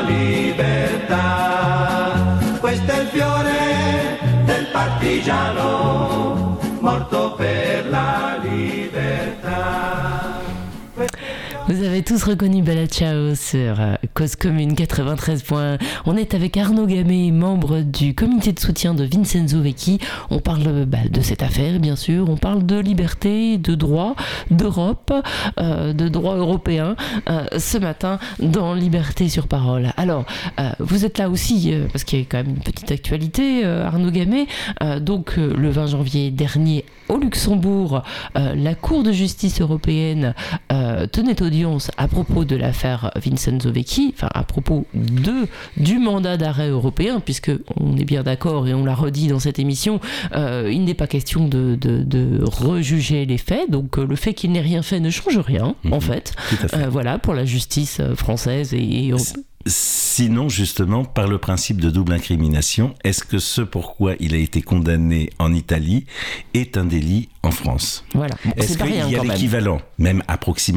libertà. Questo è il fiore del partigiano, morto per la libertà. Vous avez tous reconnu Bella Ciao sur Cause Commune 93.1. On est avec Arnaud Gamay, membre du comité de soutien de Vincenzo Vecchi. On parle de cette affaire, bien sûr. On parle de liberté, de droit, d'Europe, de droit européen, ce matin dans Liberté sur Parole. Alors, vous êtes là aussi, parce qu'il y a quand même une petite actualité, Arnaud Gamay. Donc, le 20 janvier dernier, au Luxembourg, la Cour de justice européenne tenait audience à propos de l'affaire Vincenzo Vecchi, enfin à propos du mandat d'arrêt européen, puisque on est bien d'accord et on l'a redit dans cette émission, il n'est pas question de rejuger les faits, donc le fait qu'il n'ait rien fait ne change rien, en fait. Voilà, pour la justice française et européenne. Sinon, justement, par le principe de double incrimination, est-ce que ce pourquoi il a été condamné en Italie est un délit en France ? Voilà. Bon, est-ce qu'il y a l'équivalent, même approximatif ?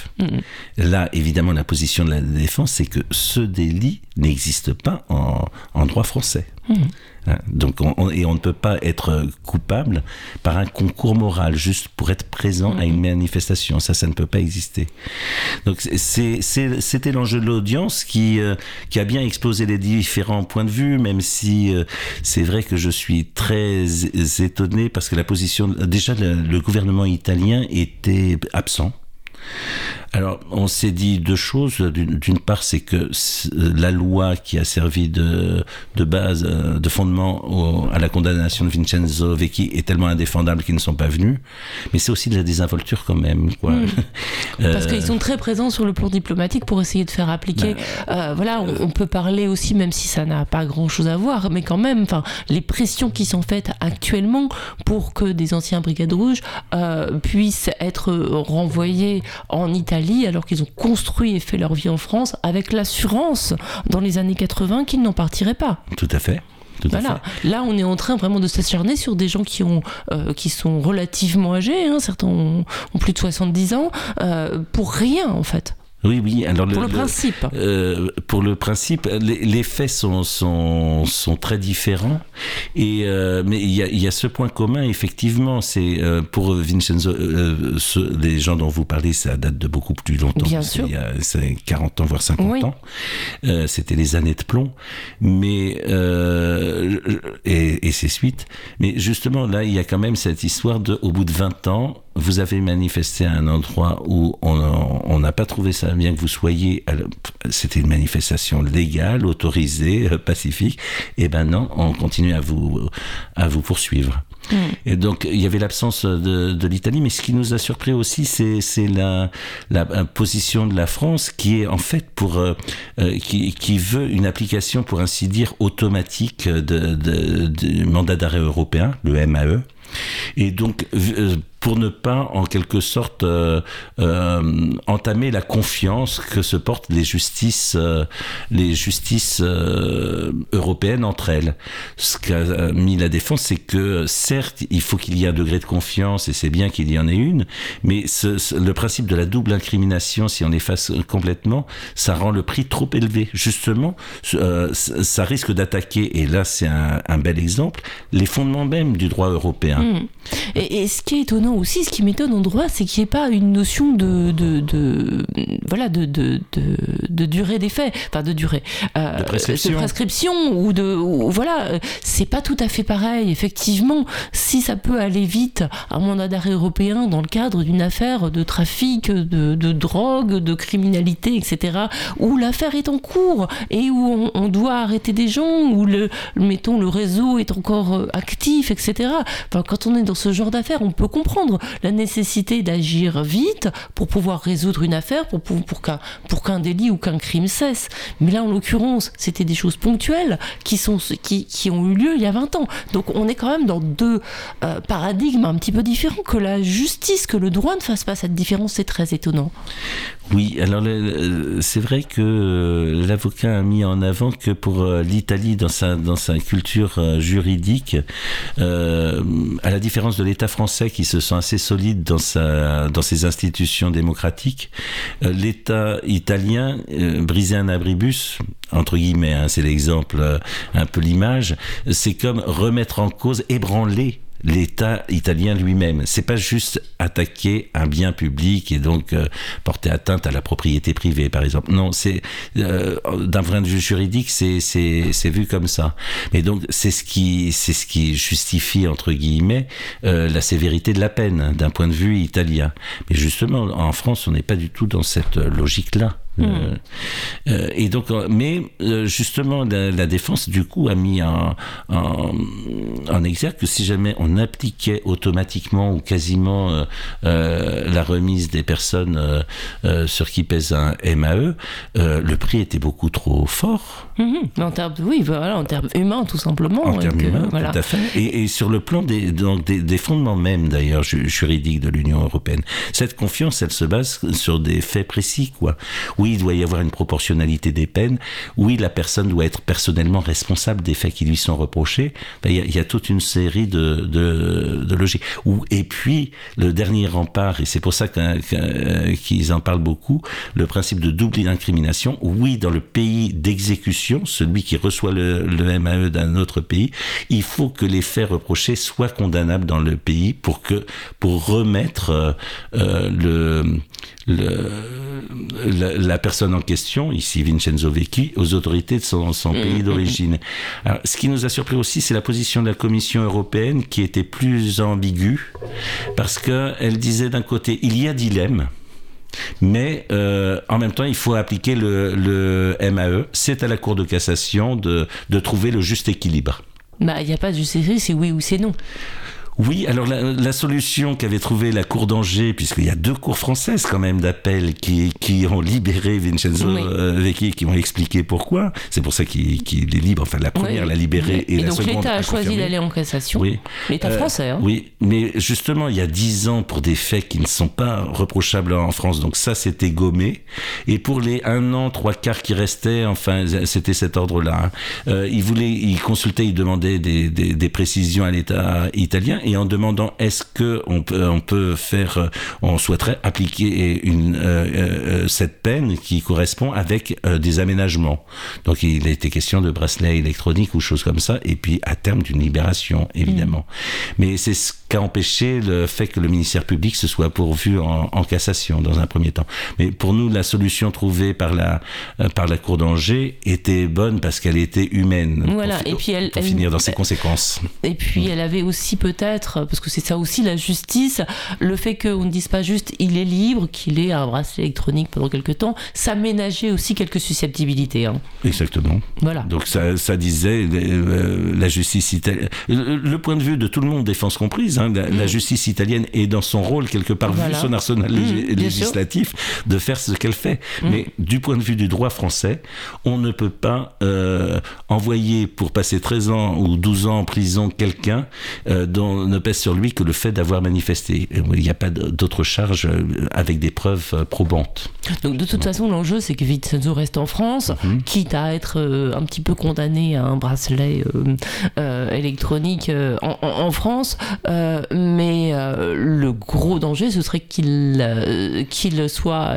Là, évidemment, la position de la défense, c'est que ce délit n'existe pas en droit français. Donc, on ne peut pas être coupable par un concours moral juste pour être présent à une manifestation. Ça ne peut pas exister. Donc, c'était l'enjeu de l'audience qui a bien exposé les différents points de vue, même si c'est vrai que je suis très étonné parce que la position, déjà le gouvernement italien était absent. Alors, on s'est dit deux choses. D'une part, c'est que la loi qui a servi de base, de fondement à la condamnation de Vincenzo Vecchi est tellement indéfendable qu'ils ne sont pas venus. Mais c'est aussi de la désinvolture quand même, quoi. Parce qu'ils sont très présents sur le plan diplomatique pour essayer de faire appliquer. On peut parler aussi, même si ça n'a pas grand-chose à voir, mais quand même, les pressions qui sont faites actuellement pour que des anciens Brigades Rouges puissent être renvoyés en Italie alors qu'ils ont construit et fait leur vie en France avec l'assurance dans les années 80 qu'ils n'en partiraient pas. Tout à fait. Là, on est en train vraiment de s'acharner sur des gens qui sont relativement âgés, certains ont plus de 70 ans, pour rien en fait. Oui. Alors pour le principe. Pour le principe, les faits sont très différents. Mais il y a ce point commun, effectivement, c'est pour Vincenzo, les gens dont vous parlez, ça date de beaucoup plus longtemps. Bien sûr. C'est 40 ans, voire 50 ans. C'était les années de plomb. Mais, et ses suites. Mais justement, là, il y a quand même cette histoire au bout de 20 ans, vous avez manifesté à un endroit où on n'a pas trouvé ça bien que vous soyez. C'était une manifestation légale, autorisée, pacifique. Et ben non, on continue à vous poursuivre. Et donc il y avait l'absence de l'Italie, mais ce qui nous a surpris aussi, c'est la position de la France qui est en fait qui veut une application, pour ainsi dire, automatique du mandat d'arrêt européen, le MAE. Et donc, pour ne pas, en quelque sorte, entamer la confiance que se portent les justices européennes entre elles. Ce qu'a mis la défense, c'est que, certes, il faut qu'il y ait un degré de confiance, et c'est bien qu'il y en ait une, mais le principe de la double incrimination, si on l'efface complètement, ça rend le prix trop élevé. Justement, ça risque d'attaquer, et là c'est un bel exemple, les fondements même du droit européen. Et ce qui est étonnant aussi, ce qui m'étonne en droit, c'est qu'il n'y ait pas une notion de durée des faits, de durée, de prescription c'est pas tout à fait pareil. Effectivement, si ça peut aller vite, un mandat d'arrêt européen dans le cadre d'une affaire de trafic, de drogue, de criminalité, etc., où l'affaire est en cours et où on doit arrêter des gens, où le réseau est encore actif, etc. Quand on est dans ce genre d'affaires, on peut comprendre la nécessité d'agir vite pour pouvoir résoudre une affaire, pour qu'un délit ou qu'un crime cesse. Mais là, en l'occurrence, c'était des choses ponctuelles qui ont eu lieu il y a 20 ans. Donc on est quand même dans deux paradigmes un petit peu différents. Que la justice, que le droit ne fasse pas cette différence, c'est très étonnant. Oui, alors c'est vrai que l'avocat a mis en avant que pour l'Italie, dans sa culture juridique, à la différence de l'État français qui se sent assez solide dans ses institutions démocratiques, l'État italien brisait un abribus, entre guillemets, c'est l'exemple, un peu l'image, c'est comme remettre en cause, ébranler l'État italien lui-même. C'est pas juste attaquer un bien public et donc porter atteinte à la propriété privée, par exemple. Non, c'est d'un point de vue juridique, c'est vu comme ça. Mais donc c'est ce qui justifie, entre guillemets, la sévérité de la peine d'un point de vue italien. Mais justement, en France, on n'est pas du tout dans cette logique-là. Et donc, mais justement, la défense du coup a mis en exergue que si jamais on appliquait automatiquement ou quasiment la remise des personnes sur qui pèse un MAE, le prix était beaucoup trop fort. En termes humains, tout simplement. En termes humains, voilà. Tout à fait. Et sur le plan des fondements même, d'ailleurs, juridiques de l'Union européenne. Cette confiance, elle se base sur des faits précis, quoi. Oui, il doit y avoir une proportionnalité des peines. Oui, la personne doit être personnellement responsable des faits qui lui sont reprochés. Il y a toute une série de logiques. Et puis, le dernier rempart, et c'est pour ça qu'ils en parlent beaucoup, le principe de double incrimination. Oui, dans le pays d'exécution, celui qui reçoit le MAE d'un autre pays, il faut que les faits reprochés soient condamnables dans le pays pour remettre la personne en question, ici Vincenzo Vecchi, aux autorités de son pays d'origine. Alors, ce qui nous a surpris aussi, c'est la position de la Commission européenne qui était plus ambiguë, parce qu'elle disait d'un côté, il y a dilemme Mais en même temps, il faut appliquer le MAE. C'est à la Cour de cassation de trouver le juste équilibre. Bah, il n'y a pas de juste équilibre, c'est oui ou c'est non. Oui, alors la solution qu'avait trouvée la Cour d'Angers, puisqu'il y a 2 cours françaises quand même d'appel qui ont libéré Vincenzo Vecchi, qui m'ont expliqué pourquoi. C'est pour ça qu'il est libre. Enfin, la première l'a libéré et la donc seconde l'État a confirmé. choisi d'aller en cassation. Oui. L'État français. Hein. Oui, mais justement, il y a 10 ans pour des faits qui ne sont pas reprochables en France. Donc ça, c'était gommé. Et pour les 1 an, 3/4 qui restaient, enfin, c'était cet ordre-là. Hein. Il consultait, il demandait des précisions à l'État italien. Et en demandant est-ce que on souhaiterait appliquer cette peine qui correspond avec des aménagements. Donc il a été question de bracelets électroniques ou choses comme ça, et puis à terme d'une libération, évidemment. Mais c'est ce qu'a empêché le fait que le ministère public se soit pourvu en cassation dans un premier temps. Mais pour nous, la solution trouvée par la Cour d'Angers était bonne parce qu'elle était humaine. Voilà. Et puis elle finir dans ses conséquences. Et puis elle avait aussi peut-être, parce que c'est ça aussi la justice, le fait qu'on ne dise pas juste il est libre, qu'il ait un bracelet électronique pendant quelque temps, ça ménageait aussi quelques susceptibilités. Hein. Exactement. Voilà. Donc ça disait la justice italienne. Le point de vue de tout le monde, défense comprise, hein, la justice italienne est dans son rôle quelque part, vu son arsenal législatif, de faire ce qu'elle fait. Mais du point de vue du droit français, on ne peut pas envoyer pour passer 13 ans ou 12 ans en prison quelqu'un dont ne pèse sur lui que le fait d'avoir manifesté. Il n'y a pas d'autre charge avec des preuves probantes. Donc de toute façon, l'enjeu, c'est que Vincenzo reste en France, quitte à être un petit peu condamné à un bracelet électronique en France, mais le gros danger, ce serait qu'il soit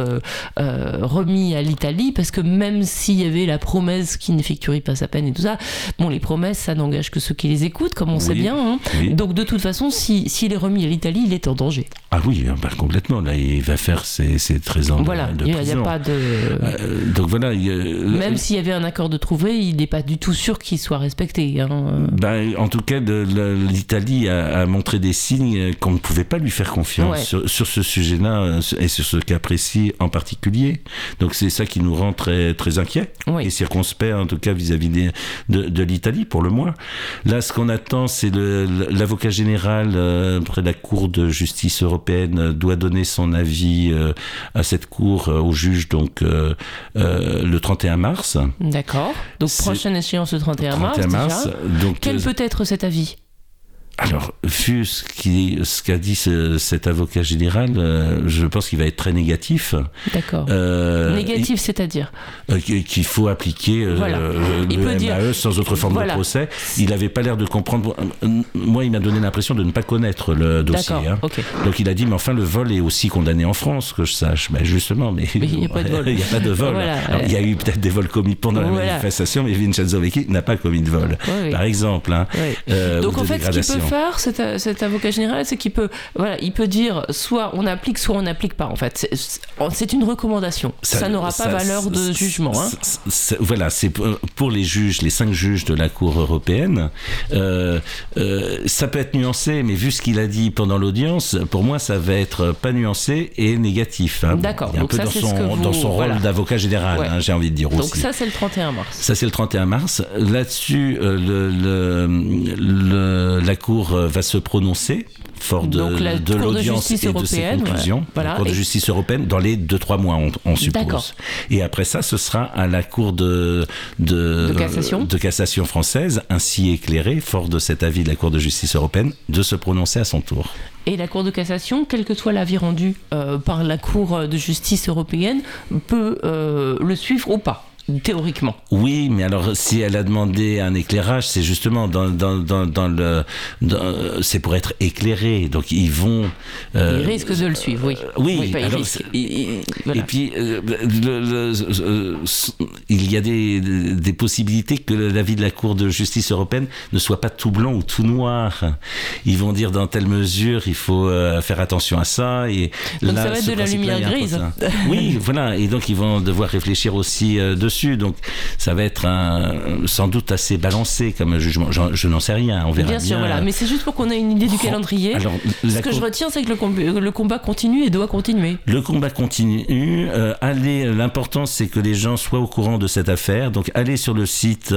remis à l'Italie, parce que même s'il y avait la promesse qu'il n'effectuerait pas sa peine et tout ça, bon, les promesses, ça n'engage que ceux qui les écoutent, comme on sait bien. Hein. Oui. Donc de toute façon, s'il est remis à l'Italie, il est en danger. Ah oui, complètement. Là, il va faire ses 13 ans de prison. Il n'y a pas de... donc voilà. Même s'il y avait un accord de trouver, il n'est pas du tout sûr qu'il soit respecté. Hein. En tout cas, l'Italie a montré des signes qu'on ne pouvait pas lui faire confiance sur ce sujet-là et sur ce cas précis en particulier. Donc c'est ça qui nous rend très, très inquiets et circonspects, en tout cas vis-à-vis de l'Italie, pour le moins. Là, ce qu'on attend, c'est l'avocat général près de la Cour de justice européenne doit donner son avis à cette cour, au juge, donc le 31 mars. D'accord. Donc prochaine échéance le 31 mars. Déjà. Donc, quel peut être cet avis ? Alors, vu ce qu'a dit cet avocat général, je pense qu'il va être très négatif. D'accord. Négatif, c'est-à-dire qu'il faut appliquer le MAE sans autre forme de procès. Il n'avait pas l'air de comprendre. Moi, il m'a donné l'impression de ne pas connaître le dossier. Hein. Okay. Donc, il a dit, mais enfin, le vol est aussi condamné en France, que je sache. Ben, justement, mais il n'y a pas de vol. Il n'y a pas de vol. Voilà. Alors, il y a eu peut-être des vols commis pendant la manifestation, mais Vincenzo Vecchi n'a pas commis de vol, par exemple. Hein, donc, en fait, ce qu'il peut faire, cet avocat général, c'est qu'il peut, il peut dire soit on applique, soit on n'applique pas. En fait, c'est une recommandation. Ça n'aura pas valeur de jugement. Hein. Voilà, c'est pour les juges, les 5 juges de la Cour européenne. Ça peut être nuancé, mais vu ce qu'il a dit pendant l'audience, pour moi, ça va être pas nuancé et négatif. Hein. D'accord. Il est un peu dans son rôle d'avocat général, hein, j'ai envie de dire aussi. Donc ça, c'est le 31 mars. Ça, c'est le 31 mars. Là-dessus, la Cour va se prononcer fort de l'audience et de ses conclusions. La Cour de justice européenne dans les 2-3 mois, on suppose. D'accord. Et après ça, ce sera à la Cour de cassation française, ainsi éclairée, fort de cet avis de la Cour de justice européenne, de se prononcer à son tour. Et la Cour de cassation, quel que soit l'avis rendu par la Cour de justice européenne, peut le suivre ou pas. Théoriquement. Oui, mais alors si elle a demandé un éclairage, c'est justement c'est pour être éclairé. Donc ils vont. Ils risquent de le suivre, oui. Oui. Alors, voilà. Et puis il y a des possibilités que l'avis de la Cour de justice européenne ne soit pas tout blanc ou tout noir. Ils vont dire dans telle mesure, il faut faire attention à ça. Et donc là, ça va être de la lumière grise. Oui, voilà. Et donc ils vont devoir réfléchir aussi dessus. là-dessus. Donc ça va être sans doute assez balancé comme jugement. Je n'en sais rien, on verra bien. Bien sûr, voilà. Mais c'est juste pour qu'on ait une idée du calendrier. Alors, ce que je retiens, c'est que le combat continue et doit continuer. Le combat continue. L'important, c'est que les gens soient au courant de cette affaire. Donc allez sur le site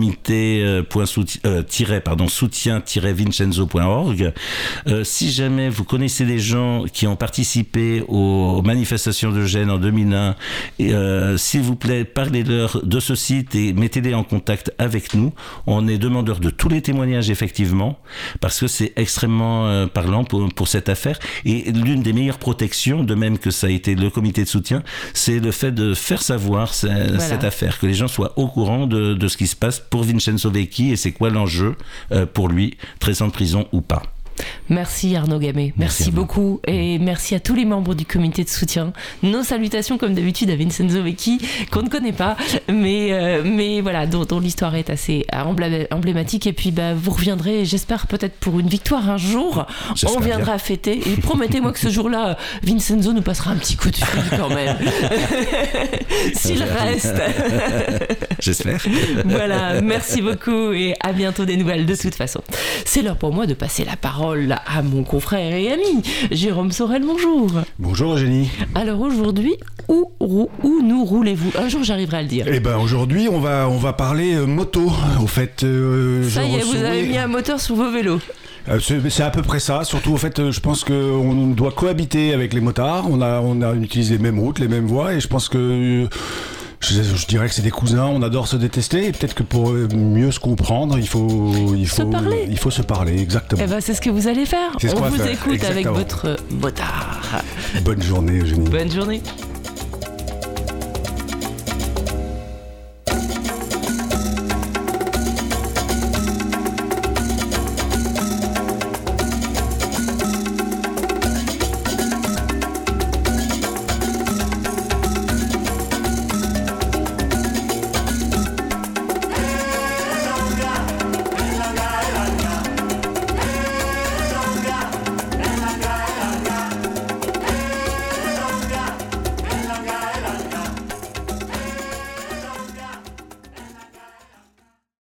soutien-vincenzo.org. Si jamais vous connaissez des gens qui ont participé aux manifestations de Gênes en 2001, s'il vous plaît, parlez-leur de ce site et mettez-les en contact avec nous. On est demandeur de tous les témoignages, effectivement, parce que c'est extrêmement parlant pour cette affaire. Et l'une des meilleures protections, de même que ça a été le comité de soutien, c'est le fait de faire savoir cette affaire, que les gens soient au courant de ce qui se passe pour Vincenzo Vecchi et c'est quoi l'enjeu pour lui, 13 ans de prison ou pas. Merci Arnaud Gamay, merci beaucoup et merci à tous les membres du comité de soutien. Nos salutations comme d'habitude à Vincenzo Vecchi qu'on ne connaît pas mais voilà, dont l'histoire est assez emblématique et puis vous reviendrez, j'espère peut-être pour une victoire un jour. On viendra fêter et promettez-moi que ce jour-là Vincenzo nous passera un petit coup de fil quand même s'il reste. J'espère. Voilà, merci beaucoup et à bientôt des nouvelles de toute façon. C'est l'heure pour moi de passer la parole à mon confrère et ami Jérôme Sorel, bonjour. Bonjour Eugénie. Alors aujourd'hui, où nous roulez-vous? Un jour j'arriverai à le dire. Eh ben aujourd'hui on va parler moto. Au fait, ça y est, vous avez mis un moteur sur vos vélos. C'est à peu près ça, surtout au fait je pense qu'on doit cohabiter avec les motards, on utilise les mêmes routes, les mêmes voies et je pense que je dirais que c'est des cousins, on adore se détester et peut-être que pour mieux se comprendre, il faut se parler, exactement. Et c'est ce que vous allez faire. On vous écoute exactement. Avec votre motard. Bonne journée Eugénie. Bonne journée.